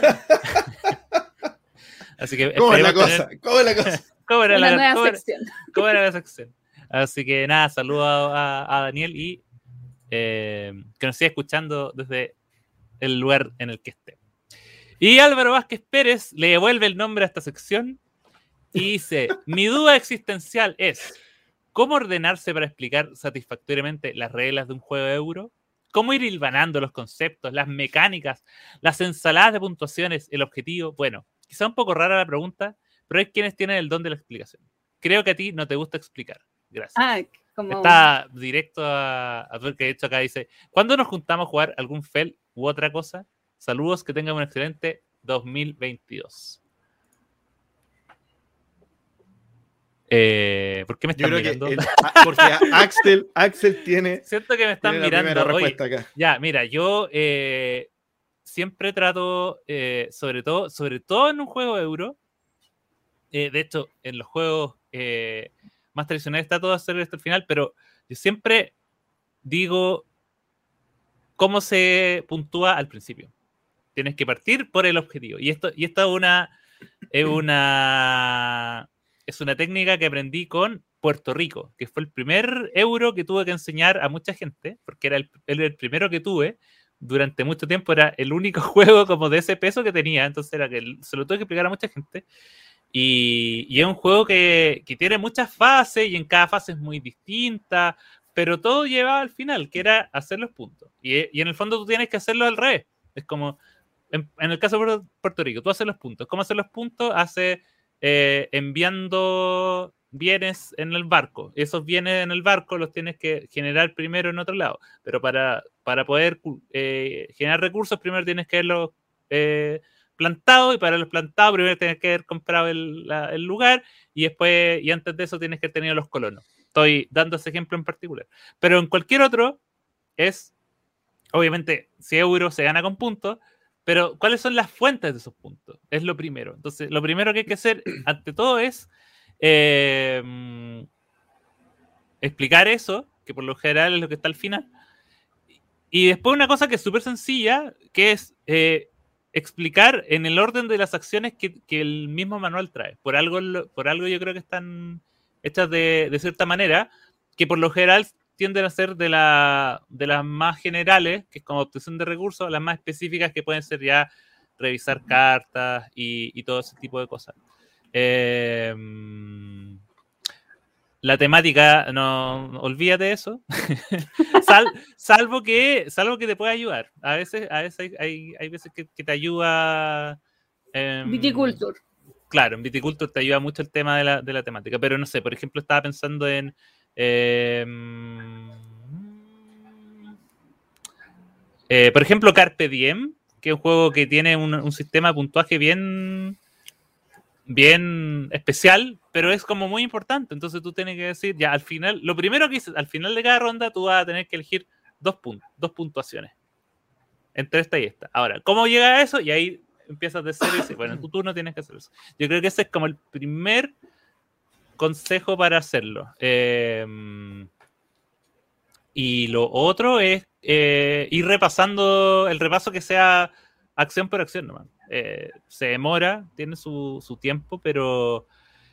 Así que ¿Cómo es la cosa? ¿Cómo era la sección? ¿Cómo era la sección? Así que nada, saludo a Daniel y que nos siga escuchando desde el lugar en el que esté. Y Álvaro Vázquez Pérez le devuelve el nombre a esta sección y dice: mi duda existencial es ¿cómo ordenarse para explicar satisfactoriamente las reglas de un juego de euro? ¿Cómo ir hilvanando los conceptos, las mecánicas, las ensaladas de puntuaciones, el objetivo? Bueno, quizá un poco rara la pregunta, pero hay quienes tienen el don de la explicación. Creo que a ti no te gusta explicar. Gracias. Está directo a ver que de hecho acá dice: ¿cuándo nos juntamos a jugar algún FEL u otra cosa? Saludos, que tengan un excelente 2022. ¿Por qué me están mirando? Porque Axel tiene. Siento que me están mirando. Oye, acá. Ya, mira, yo siempre trato, sobre todo en un juego de euro. De hecho, en los juegos más tradicionales trato de hacer esto al final, pero yo siempre digo cómo se puntúa al principio. Tienes que partir por el objetivo. Y esto es una técnica que aprendí con Puerto Rico, que fue el primer euro que tuve que enseñar a mucha gente, porque era el primero que tuve. Durante mucho tiempo era el único juego como de ese peso que tenía, entonces era que se lo tuve que explicar a mucha gente. Y es un juego que tiene muchas fases y en cada fase es muy distinta, pero todo lleva al final, que era hacer los puntos. Y en el fondo tú tienes que hacerlo al revés. Es como, en el caso de Puerto Rico, tú haces los puntos. ¿Cómo hacer los puntos? Enviando bienes en el barco. Esos bienes en el barco los tienes que generar primero en otro lado. Pero para poder generar recursos, primero tienes que haberlos plantado, y para los plantados primero tienes que haber comprado el lugar, y antes de eso tienes que tener los colonos. Estoy dando ese ejemplo en particular. Pero en cualquier otro es, obviamente, si euro se gana con puntos, pero ¿cuáles son las fuentes de esos puntos? Es lo primero. Entonces, lo primero que hay que hacer, ante todo, es explicar eso que por lo general es lo que está al final. Y después una cosa que es súper sencilla, que es explicar en el orden de las acciones que el mismo manual trae. Por algo yo creo que están hechas de cierta manera, que por lo general tienden a ser de las más generales, que es como obtención de recursos, las más específicas que pueden ser ya revisar cartas y todo ese tipo de cosas. La temática, no olvídate de eso. salvo que te pueda ayudar. A veces hay veces que te ayuda. Viticulture. Claro, en Viticulture te ayuda mucho el tema de la temática. Pero no sé, por ejemplo, estaba pensando en. Por ejemplo, Carpe Diem, que es un juego que tiene un sistema de puntuaje bien especial, pero es como muy importante. Entonces tú tienes que decir, ya al final, lo primero que dices, al final de cada ronda tú vas a tener que elegir 2 puntuaciones entre esta y esta. Ahora, ¿cómo llega a eso? Y ahí empiezas de cero y dices, bueno, en tu turno tienes que hacer eso. Yo creo que ese es como el primer consejo para hacerlo. Y lo otro es ir repasando el repaso que sea acción por acción nomás. Se demora, tiene su tiempo, pero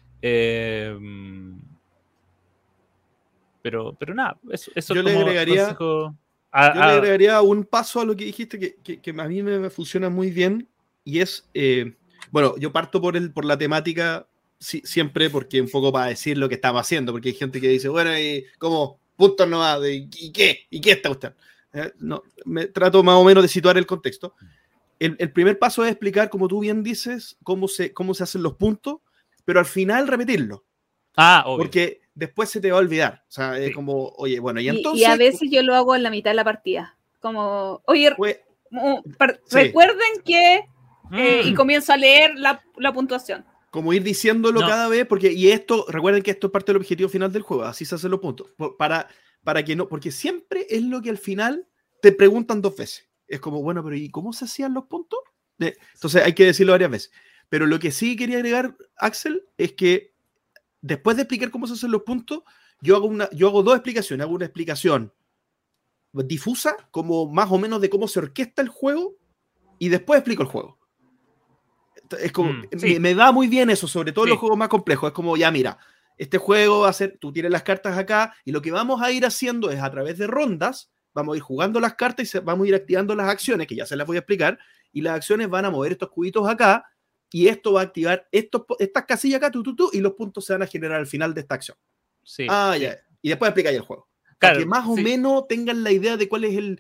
nada, eso yo como le agregaría, consejo yo le agregaría un paso a lo que dijiste que a mí me funciona muy bien, y es, bueno, yo parto por la temática siempre, porque un poco para decir lo que estamos haciendo, porque hay gente que dice, bueno, y como puntos no va, ¿y qué está usted? No, me trato más o menos de situar el contexto. El primer paso es explicar, como tú bien dices, cómo se hacen los puntos, pero al final repetirlo. Obvio. Porque después se te va a olvidar. O sea, es como, oye, bueno, y entonces... Y a veces yo lo hago en la mitad de la partida. Como, oye, recuerden que... y comienzo a leer la puntuación. Como ir diciéndolo cada vez, porque, y esto, recuerden que esto es parte del objetivo final del juego, así se hacen los puntos. Para que no, porque siempre es lo que al final te preguntan 2 veces. Es como, bueno, pero ¿y cómo se hacían los puntos? Entonces hay que decirlo varias veces. Pero lo que sí quería agregar, Axel, es que después de explicar cómo se hacen los puntos, yo hago 2 explicaciones. Hago una explicación difusa, como más o menos de cómo se orquesta el juego, y después explico el juego. Es como, sí. me va muy bien eso, sobre todo en los juegos más complejos. Es como, ya mira, este juego va a ser, tú tienes las cartas acá, y lo que vamos a ir haciendo es a través de rondas, vamos a ir jugando las cartas y vamos a ir activando las acciones, que ya se las voy a explicar, y las acciones van a mover estos cubitos acá, y esto va a activar estas casillas acá, y los puntos se van a generar al final de esta acción. Sí, ya. Y después explicáis el juego. Claro, para que más o menos tengan la idea de cuál es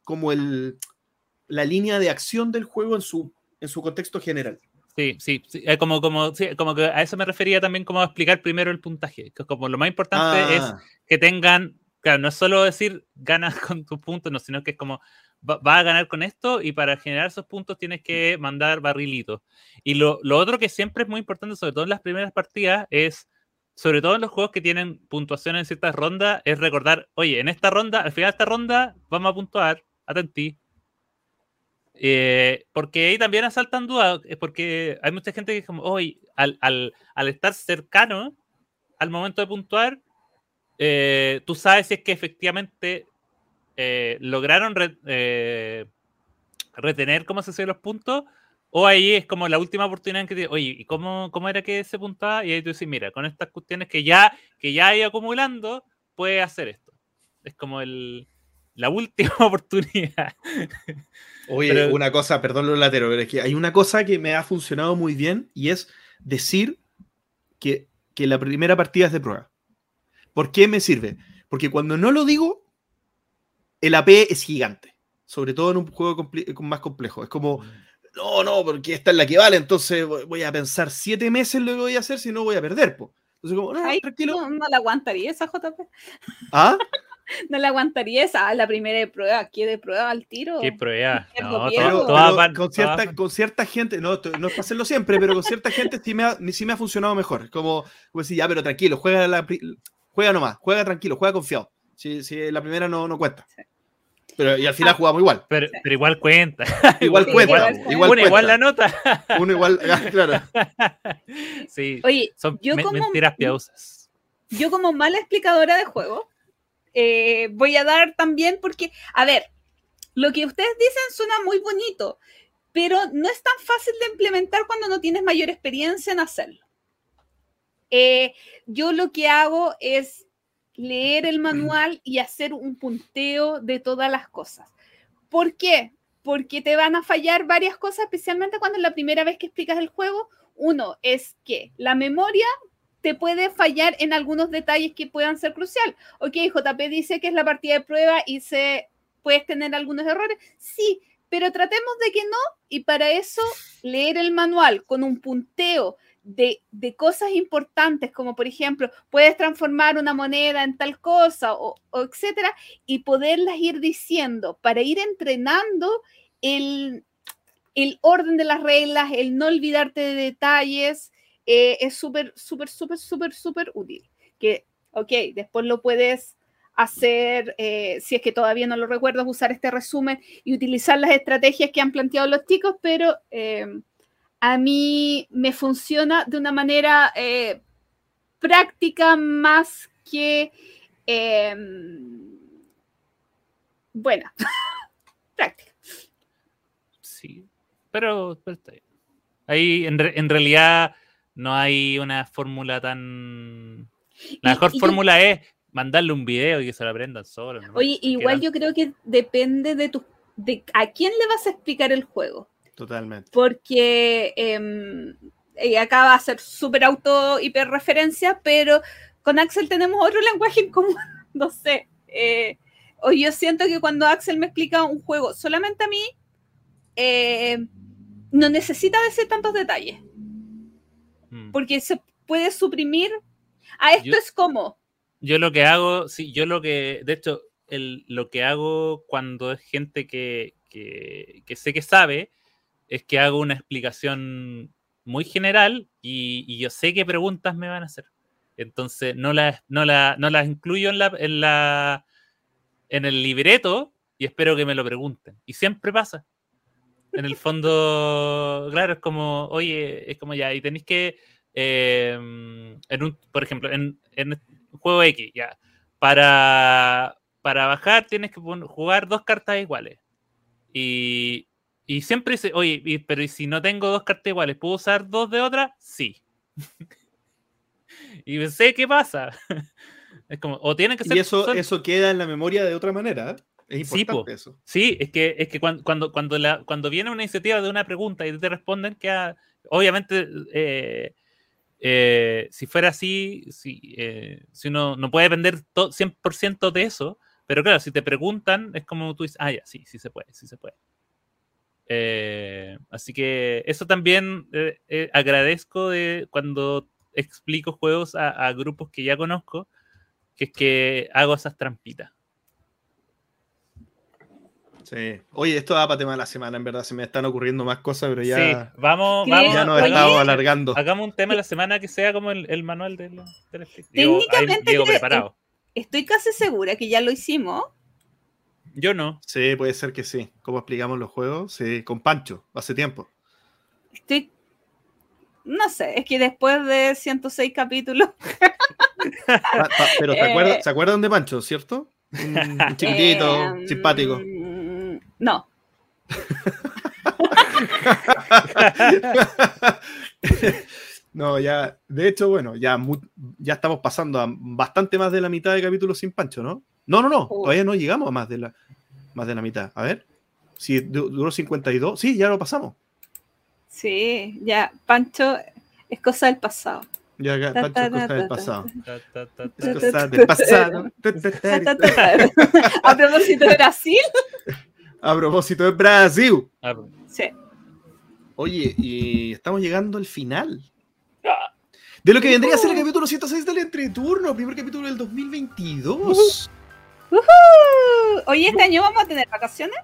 la línea de acción del juego en su contexto general. Sí, como que a eso me refería también, como a explicar primero el puntaje. Que como lo más importante es que tengan, claro, no es solo decir ganas con tus puntos, no, sino que es como va a ganar con esto, y para generar esos puntos tienes que mandar barrilitos. Y lo otro que siempre es muy importante, sobre todo en las primeras partidas, es, sobre todo en los juegos que tienen puntuación en ciertas rondas, es recordar, oye, en esta ronda, al final de esta ronda, vamos a puntuar, atentí. Porque ahí también asaltan dudas, porque hay mucha gente que es como, oye, al estar cercano al momento de puntuar, tú sabes si es que efectivamente lograron retener cómo se hacen los puntos, o ahí es como la última oportunidad en que te, oye, ¿y cómo era que se puntaba? Y ahí tú dices, mira, con estas cuestiones que ya hay acumulando, puedes hacer esto. Es como la última oportunidad. Oye, una cosa, perdón lo latero, pero es que hay una cosa que me ha funcionado muy bien, y es decir que la primera partida es de prueba. ¿Por qué me sirve? Porque cuando no lo digo, el AP es gigante, sobre todo en un juego más complejo. Es como, no, porque esta es la que vale, entonces voy a pensar 7 meses lo que voy a hacer, si no voy a perder. Entonces, como, tranquilo. No la aguantaría esa, JP. ¿Ah? No la aguantaría esa, la primera de prueba. ¿Qué de prueba al tiro? ¿Qué prueba? No, pero con cierta gente, no es para hacerlo siempre, pero con cierta gente sí me ha funcionado mejor. Como decir, ya, pero tranquilo, juega nomás, juega tranquilo, juega confiado. Si la primera no cuenta. Sí. Pero y al final jugamos igual. Pero igual cuenta. Igual cuenta. Igual la nota. Uno igual, claro. Sí. Oye, son mentiras piadosas. Yo como mala explicadora de juego, voy a dar también porque, a ver, lo que ustedes dicen suena muy bonito, pero no es tan fácil de implementar cuando no tienes mayor experiencia en hacerlo. Yo lo que hago es leer el manual y hacer un punteo de todas las cosas. ¿Por qué? Porque te van a fallar varias cosas, especialmente cuando es la primera vez que explicas el juego. Uno es que la memoria te puede fallar en algunos detalles que puedan ser crucial. Ok, JP dice que es la partida de prueba y puedes tener algunos errores. Sí, pero tratemos de que no, y para eso leer el manual con un punteo de cosas importantes, como por ejemplo, puedes transformar una moneda en tal cosa, o etcétera, y poderlas ir diciendo para ir entrenando el orden de las reglas, el no olvidarte de detalles, es súper útil. Que, ok, después lo puedes hacer, si es que todavía no lo recuerdas, usar este resumen y utilizar las estrategias que han planteado los chicos, pero a mí me funciona de una manera práctica más que buena. Práctica. Sí, pero está bien. Ahí en realidad no hay una fórmula tan... La mejor fórmula es mandarle un video y que se lo aprendan solo, ¿no? Oye, igual yo creo que depende de a quién le vas a explicar el juego. Totalmente. Porque acá va a ser súper hiperreferencia, pero con Axel tenemos otro lenguaje en común. No sé. O yo siento que cuando Axel me explica un juego solamente a mí, no necesita decir tantos detalles. Porque se puede suprimir. Esto es como. Yo lo que hago, de hecho, lo que hago cuando es gente que sé que sabe, es que hago una explicación muy general y yo sé qué preguntas me van a hacer. Entonces no las incluyo en el libreto y espero que me lo pregunten. Y siempre pasa. En el fondo, claro, es como, oye, es como ya, y tenéis que, por ejemplo, en un juego X, ya, para bajar tienes que jugar 2 cartas iguales. Y siempre dice, oye, pero ¿y si no tengo 2 cartas iguales, ¿puedo usar 2 de otra? Sí. Y sé qué pasa. Es como, o tienen que ser... Y eso queda en la memoria de otra manera, Es importante eso. Sí, es que cuando viene una iniciativa de una pregunta y te responden, que obviamente si fuera así, si uno no puede depender 100% de eso, pero claro, si te preguntan, es como tú dices, ya, sí se puede. Así que eso también agradezco de cuando explico juegos a grupos que ya conozco, que es que hago esas trampitas. Sí. Oye, esto da para tema de la semana, en verdad. Se me están ocurriendo más cosas, pero ya... Sí, vamos. Ya nos estamos alargando. Hagamos un tema de la semana que sea como el manual del técnicamente Diego preparado. Estoy casi segura que ya lo hicimos. Yo no. Sí, puede ser que sí. ¿Cómo explicamos los juegos? Sí, con Pancho, hace tiempo. No sé, es que después de 106 capítulos... Pero ¿se acuerdan de Pancho, cierto? Un chiquitito, simpático. No. No, ya, de hecho, bueno, ya estamos pasando a bastante más de la mitad de capítulos sin Pancho, ¿no? No, todavía no llegamos a más de la mitad. A ver, si duró 52, sí, ya lo pasamos. Sí, ya, Pancho es cosa del pasado. Ya, Pancho es cosa del pasado. Es cosa del pasado. A propósito de Brasil. A propósito de Brasil. Sí. Oye, y estamos llegando al final de lo que vendría a ser el capítulo 106 del Entreturno, primer capítulo del 2022. Oye, ¿este año vamos a tener vacaciones?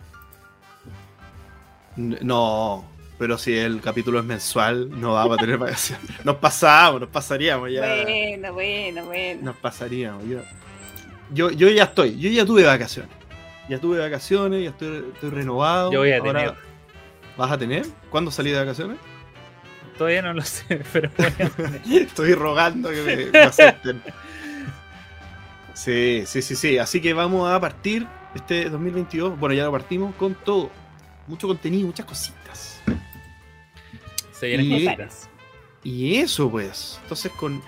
No, pero si el capítulo es mensual, no vamos a tener vacaciones. Nos pasaríamos ya. Bueno. Nos pasaríamos. Yo ya tuve vacaciones. Ya estoy renovado. Yo voy a tener. ¿Vas a tener? ¿Cuándo salí de vacaciones? Todavía no lo sé, pero voy a tener. Estoy rogando que me acepten. Sí. Así que vamos a partir este 2022. Bueno, ya lo partimos con todo. Mucho contenido, muchas cositas. Se vienen cositas. Y eso, pues. Entonces, con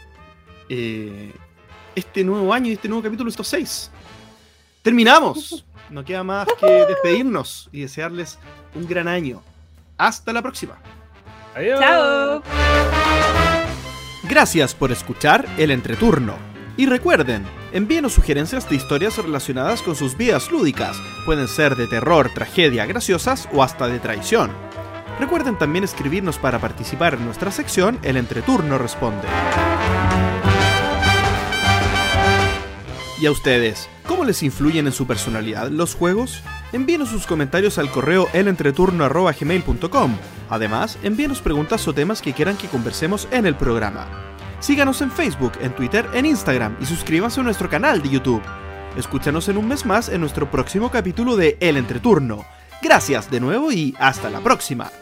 este nuevo año y este nuevo capítulo 106, terminamos. No queda más que despedirnos y desearles un gran año. Hasta la próxima. Adiós. Chao. Gracias por escuchar El Entreturno. Y recuerden, envíenos sugerencias de historias relacionadas con sus vidas lúdicas. Pueden ser de terror, tragedia, graciosas o hasta de traición. Recuerden también escribirnos para participar en nuestra sección El Entreturno Responde. ¿Y a ustedes? ¿Cómo les influyen en su personalidad los juegos? Envíenos sus comentarios al correo elentreturno@gmail.com. Además, envíenos preguntas o temas que quieran que conversemos en el programa. Síganos en Facebook, en Twitter, en Instagram y suscríbanse a nuestro canal de YouTube. Escúchanos en un mes más en nuestro próximo capítulo de El Entreturno. Gracias de nuevo y hasta la próxima.